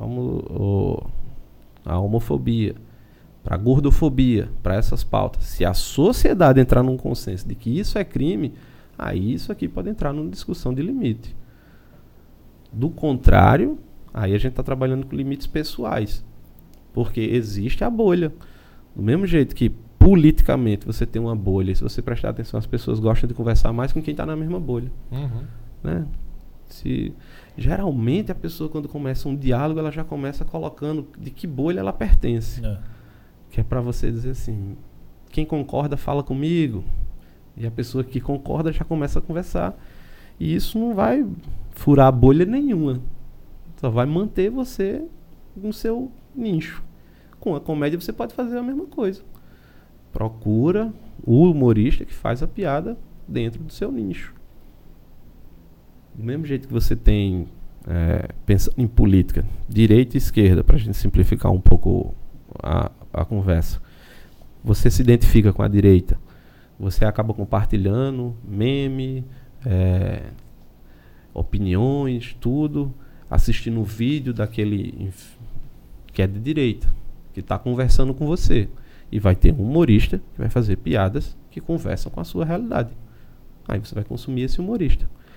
a homofobia, para a gordofobia, para essas pautas, se a sociedade entrar num consenso de que isso é crime, aí isso aqui pode entrar numa discussão de limite. Do contrário, aí a gente está trabalhando com limites pessoais, porque existe a bolha. Do mesmo jeito que politicamente você tem uma bolha, e se você prestar atenção, as pessoas gostam de conversar mais com quem está na mesma bolha. Uhum. Né? Se, geralmente a pessoa quando começa um diálogo, ela já começa colocando de que bolha ela pertence. É. Que é para você dizer assim, quem concorda fala comigo. E a pessoa que concorda já começa a conversar. E isso não vai furar bolha nenhuma. Só vai manter você no seu nicho. Com a comédia você pode fazer a mesma coisa. Procura o humorista que faz a piada dentro do seu nicho. Do mesmo jeito que você tem, é, pensando em política, direita e esquerda, para a gente simplificar um pouco a, a conversa. Você se identifica com a direita, você acaba compartilhando meme, é, opiniões, tudo, assistindo o vídeo daquele que é de direita, que está conversando com você. E vai ter um humorista que vai fazer piadas que conversam com a sua realidade. Aí você vai consumir esse humorista.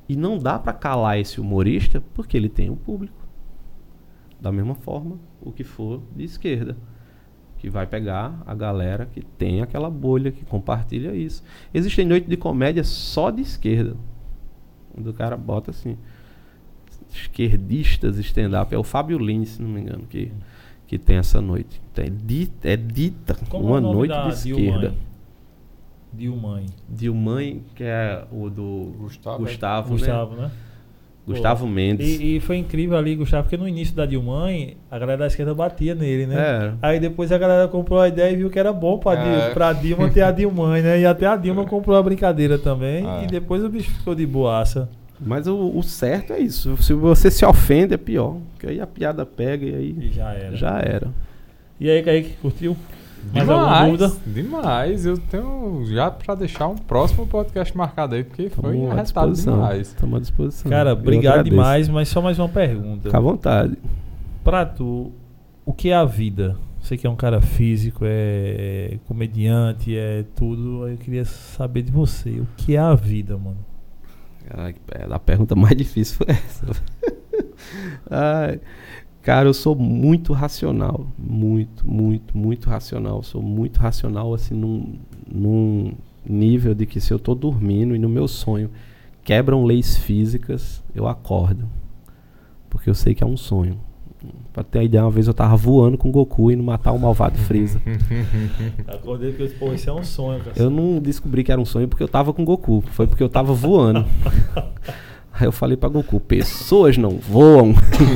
E não dá para calar esse humorista porque ele tem um público. Da mesma forma, o que for de esquerda, que vai pegar a galera que tem aquela bolha, que compartilha isso. Existem noites de comédia só de esquerda. Onde o cara bota assim, esquerdistas stand-up. É o Fábio Lins, se não me engano, que, que tem essa noite. Então, é dita, é dita uma é noite de esquerda. Dilmãe. Dilmãe, que é o do Gustavo, Gustavo, é? né? Gustavo, né? Gustavo Pô, Mendes. E, e foi incrível ali, Gustavo, porque no início da Dilmãe, a galera da esquerda batia nele, né? É. Aí depois a galera comprou a ideia e viu que era bom pra, É. Dil, pra Dilma ter a Dilmãe, né? E até a Dilma comprou a brincadeira também. É. E depois o bicho ficou de boaça. Mas o, o certo é isso. Se você se ofende, é pior. Porque aí a piada pega e aí E já era. já era. E aí, Kaique, curtiu? Mais alguma Demais, dúvida? demais. Eu tenho já pra deixar um próximo podcast marcado aí, porque foi Tamo à arretado disposição. demais. Estamos à disposição. Cara, Eu obrigado agradeço. demais, mas só mais uma pergunta. Fica à vontade. Pra tu, o que é a vida? Você que é um cara físico, é comediante, é tudo. Eu queria saber de você. O que é a vida, mano? Ai, a pergunta mais difícil foi essa. Ai, cara, eu sou muito racional. Muito, muito, muito racional. Sou muito racional, assim, num, num nível de que se eu tô dormindo e no meu sonho quebram leis físicas, eu acordo. Porque eu sei que é um sonho. Pra ter a ideia, uma vez eu tava voando com o Goku indo matar o malvado Freeza. Acordei que pô, isso é um sonho, cara. Eu não descobri que era um sonho porque eu tava com o Goku. Foi porque eu tava voando. Aí eu falei pra Goku, pessoas não voam.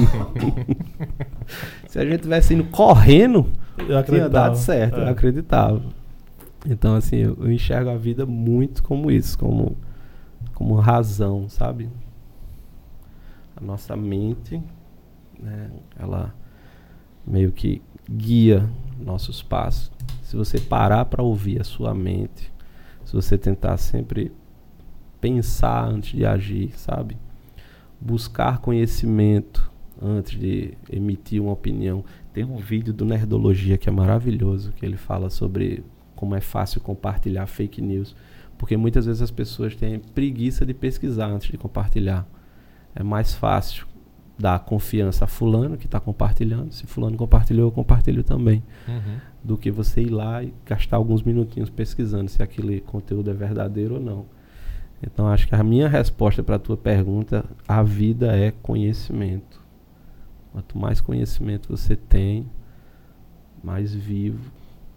Se a gente tivesse indo correndo, Eu tinha dado certo, é. eu acreditava. Então, assim, eu, eu enxergo a vida muito como isso, como, como razão, sabe? A nossa mente, né, ela meio que guia nossos passos. Se você parar para ouvir a sua mente, se você tentar sempre pensar antes de agir, sabe? Buscar conhecimento antes de emitir uma opinião. Tem um vídeo do Nerdologia que é maravilhoso, que ele fala sobre como é fácil compartilhar fake news, porque muitas vezes as pessoas têm preguiça de pesquisar antes de compartilhar. É mais fácil dar confiança a fulano que está compartilhando. Se fulano compartilhou, eu compartilho também. Uhum. Do que você ir lá e gastar alguns minutinhos pesquisando se aquele conteúdo é verdadeiro ou não. Então, acho que a minha resposta para a tua pergunta, a vida é conhecimento. Quanto mais conhecimento você tem, mais vivo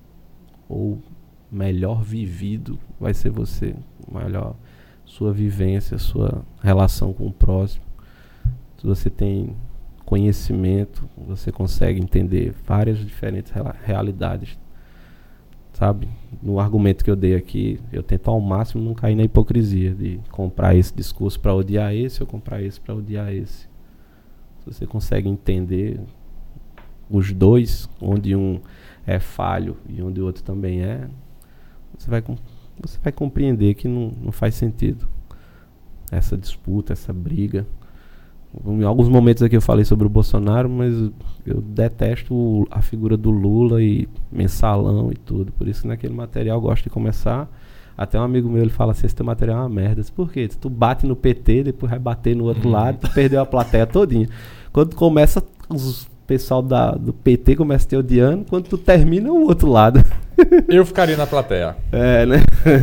ou melhor vivido vai ser você. Melhor sua vivência, sua relação com o próximo. Se você tem conhecimento, você consegue entender várias diferentes real- realidades. Sabe? No argumento que eu dei aqui, eu tento ao máximo não cair na hipocrisia de comprar esse discurso para odiar esse ou comprar esse para odiar esse. Se você consegue entender os dois, onde um é falho e onde o outro também é, você vai, você vai compreender que não, não faz sentido essa disputa, essa briga. Em alguns momentos aqui eu falei sobre o Bolsonaro, mas eu detesto o, a figura do Lula e mensalão e tudo. Por isso naquele material eu gosto de começar. Até um amigo meu ele fala assim, esse teu material é uma merda. Por quê? Tu bate no P T, depois vai bater no outro lado, tu perdeu a plateia todinha. Quando começa, os pessoal da, do P T começa a te odiando, quando tu termina, o outro lado. Eu ficaria na plateia. É, né?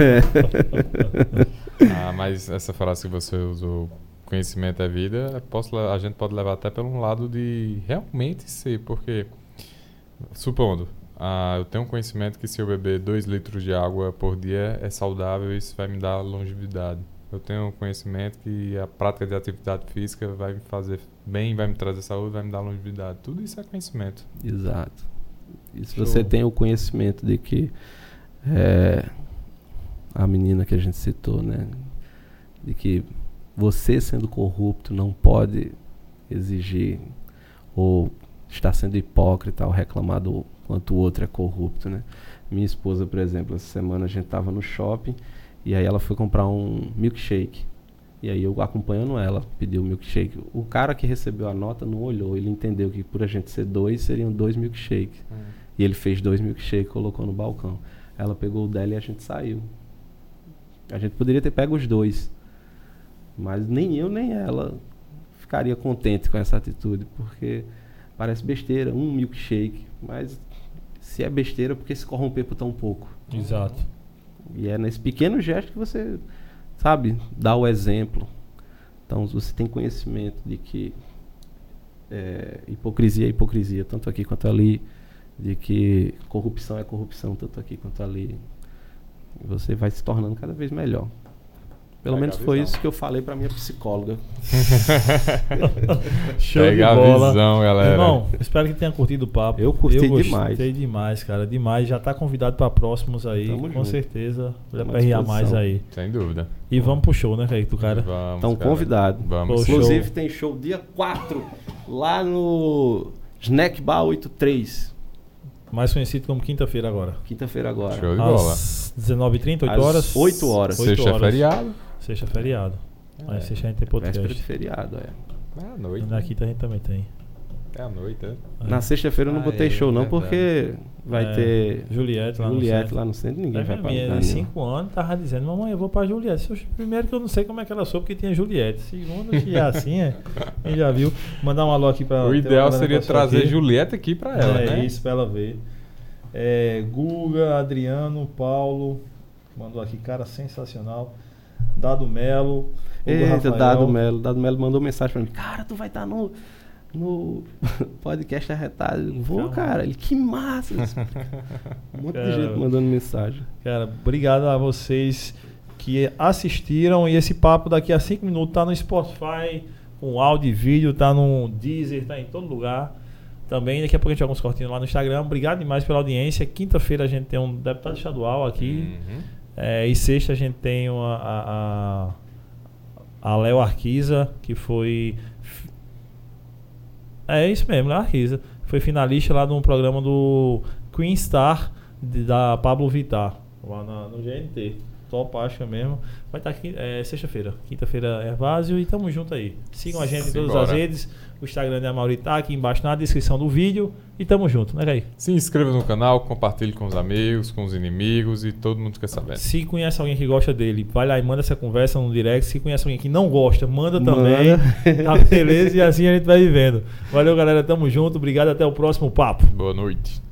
Ah, mas essa frase que você usou, conhecimento é vida, posso, a gente pode levar até pelo um lado de realmente ser, porque, supondo, ah, eu tenho um conhecimento que se eu beber dois litros de água por dia é saudável e isso vai me dar longevidade. Eu tenho um conhecimento que a prática de atividade física vai me fazer bem, vai me trazer saúde, vai me dar longevidade. Tudo isso é conhecimento. Exato. E se Show. você tem o conhecimento de que é, a menina que a gente citou, né? De que você sendo corrupto não pode exigir ou estar sendo hipócrita ao reclamar do quanto o outro é corrupto, né? Minha esposa, por exemplo, essa semana a gente estava no shopping e aí ela foi comprar um milkshake. E aí eu acompanhando ela, pediu o milkshake. O cara que recebeu a nota não olhou, ele entendeu que por a gente ser dois, seriam dois milkshakes. Hum. E ele fez dois milkshakes e colocou no balcão. Ela pegou o dela e a gente saiu. A gente poderia ter pego os dois. Mas nem eu, nem ela ficaria contente com essa atitude, porque parece besteira, um milkshake, mas se é besteira, porque se corromper por tão pouco. Exato. E é nesse pequeno gesto que você, sabe, dá o exemplo. Então, você tem conhecimento de que é, hipocrisia é hipocrisia, tanto aqui quanto ali, de que corrupção é corrupção, tanto aqui quanto ali. Você vai se tornando cada vez melhor. Pelo Pega menos foi isso que eu falei pra minha psicóloga. Show Pega de bola. a visão, galera. Irmão, espero que tenha curtido o papo. Eu curti eu gostei demais. Gostei demais, cara. Demais. Já tá convidado pra próximos aí. Tamo com junto. certeza. Vai Tamo à aperrear mais disposição. aí. Sem dúvida. E vamos pro show, né, Kaique, do cara? Vamos, Estão cara. convidados. Vamos. Poxa. Inclusive, Show. tem show dia quatro, lá no Snack Bar oitenta e três. Mais conhecido como quinta-feira agora. Quinta-feira agora. Show de bola. Às dezenove e trinta, oito Às horas? oito horas. oito Sexta é horas. feriado. Sexta é feriado. É. Aí sexta a gente tem Véspera de podcast. feriado, é. É à noite. Na quinta a gente também tem. É à noite, é. Na sexta-feira eu não Ah, botei é, show não, verdade. porque vai É, ter Juliette lá no Juliette centro. lá no centro, ninguém É vai pra minha, lugar de nenhum. cinco anos, tava dizendo, mamãe, eu vou pra Juliette. Eu- Primeiro que eu não sei como é que ela soube que tinha Juliette. Segundo, que é assim, é. Quem já viu. Mandar um alô aqui pra... O tem ideal uma galera seria que passou trazer aqui. Julieta aqui pra ela, é né? isso, pra ela ver. É, Guga, Adriano, Paulo, mandou aqui, cara, sensacional. Dado Melo, Hugo Eita, Rafael. Dado Melo. Dado Melo mandou mensagem pra mim. Cara, tu vai estar no, no podcast arretado. Eu Vou, Calma. cara. Ele, que massa. Um monte Cara. de gente mandando mensagem. Cara, obrigado a vocês que assistiram. E esse papo daqui a cinco minutos tá no Spotify, com áudio e vídeo, tá no Deezer, tá em todo lugar. Também, daqui a pouco a gente vai alguns cortinhos lá no Instagram. Obrigado demais pela audiência. Quinta-feira a gente tem um deputado estadual aqui. Uhum. É, e sexta a gente tem uma, a, a, a Léo Arquiza, que foi. É isso mesmo, Léo Arquiza. Foi finalista lá no programa do Queen Star de- da Pablo Vittar, lá na- no G N T. Top, acho mesmo. Vai estar aqui, é, sexta-feira. Quinta-feira é Vázio e tamo junto aí. Sigam a gente em todas Simbora. as redes. O Instagram da Mauri tá aqui embaixo na descrição do vídeo. E tamo junto, né, Kaique? Se inscreva no canal, compartilhe com os amigos, com os inimigos e todo mundo quer saber. Se conhece alguém que gosta dele, vai lá e manda essa conversa no direct. Se conhece alguém que não gosta, manda também. Tá beleza? E assim a gente vai vivendo. Valeu, galera. Tamo junto. Obrigado. Até o próximo papo. Boa noite.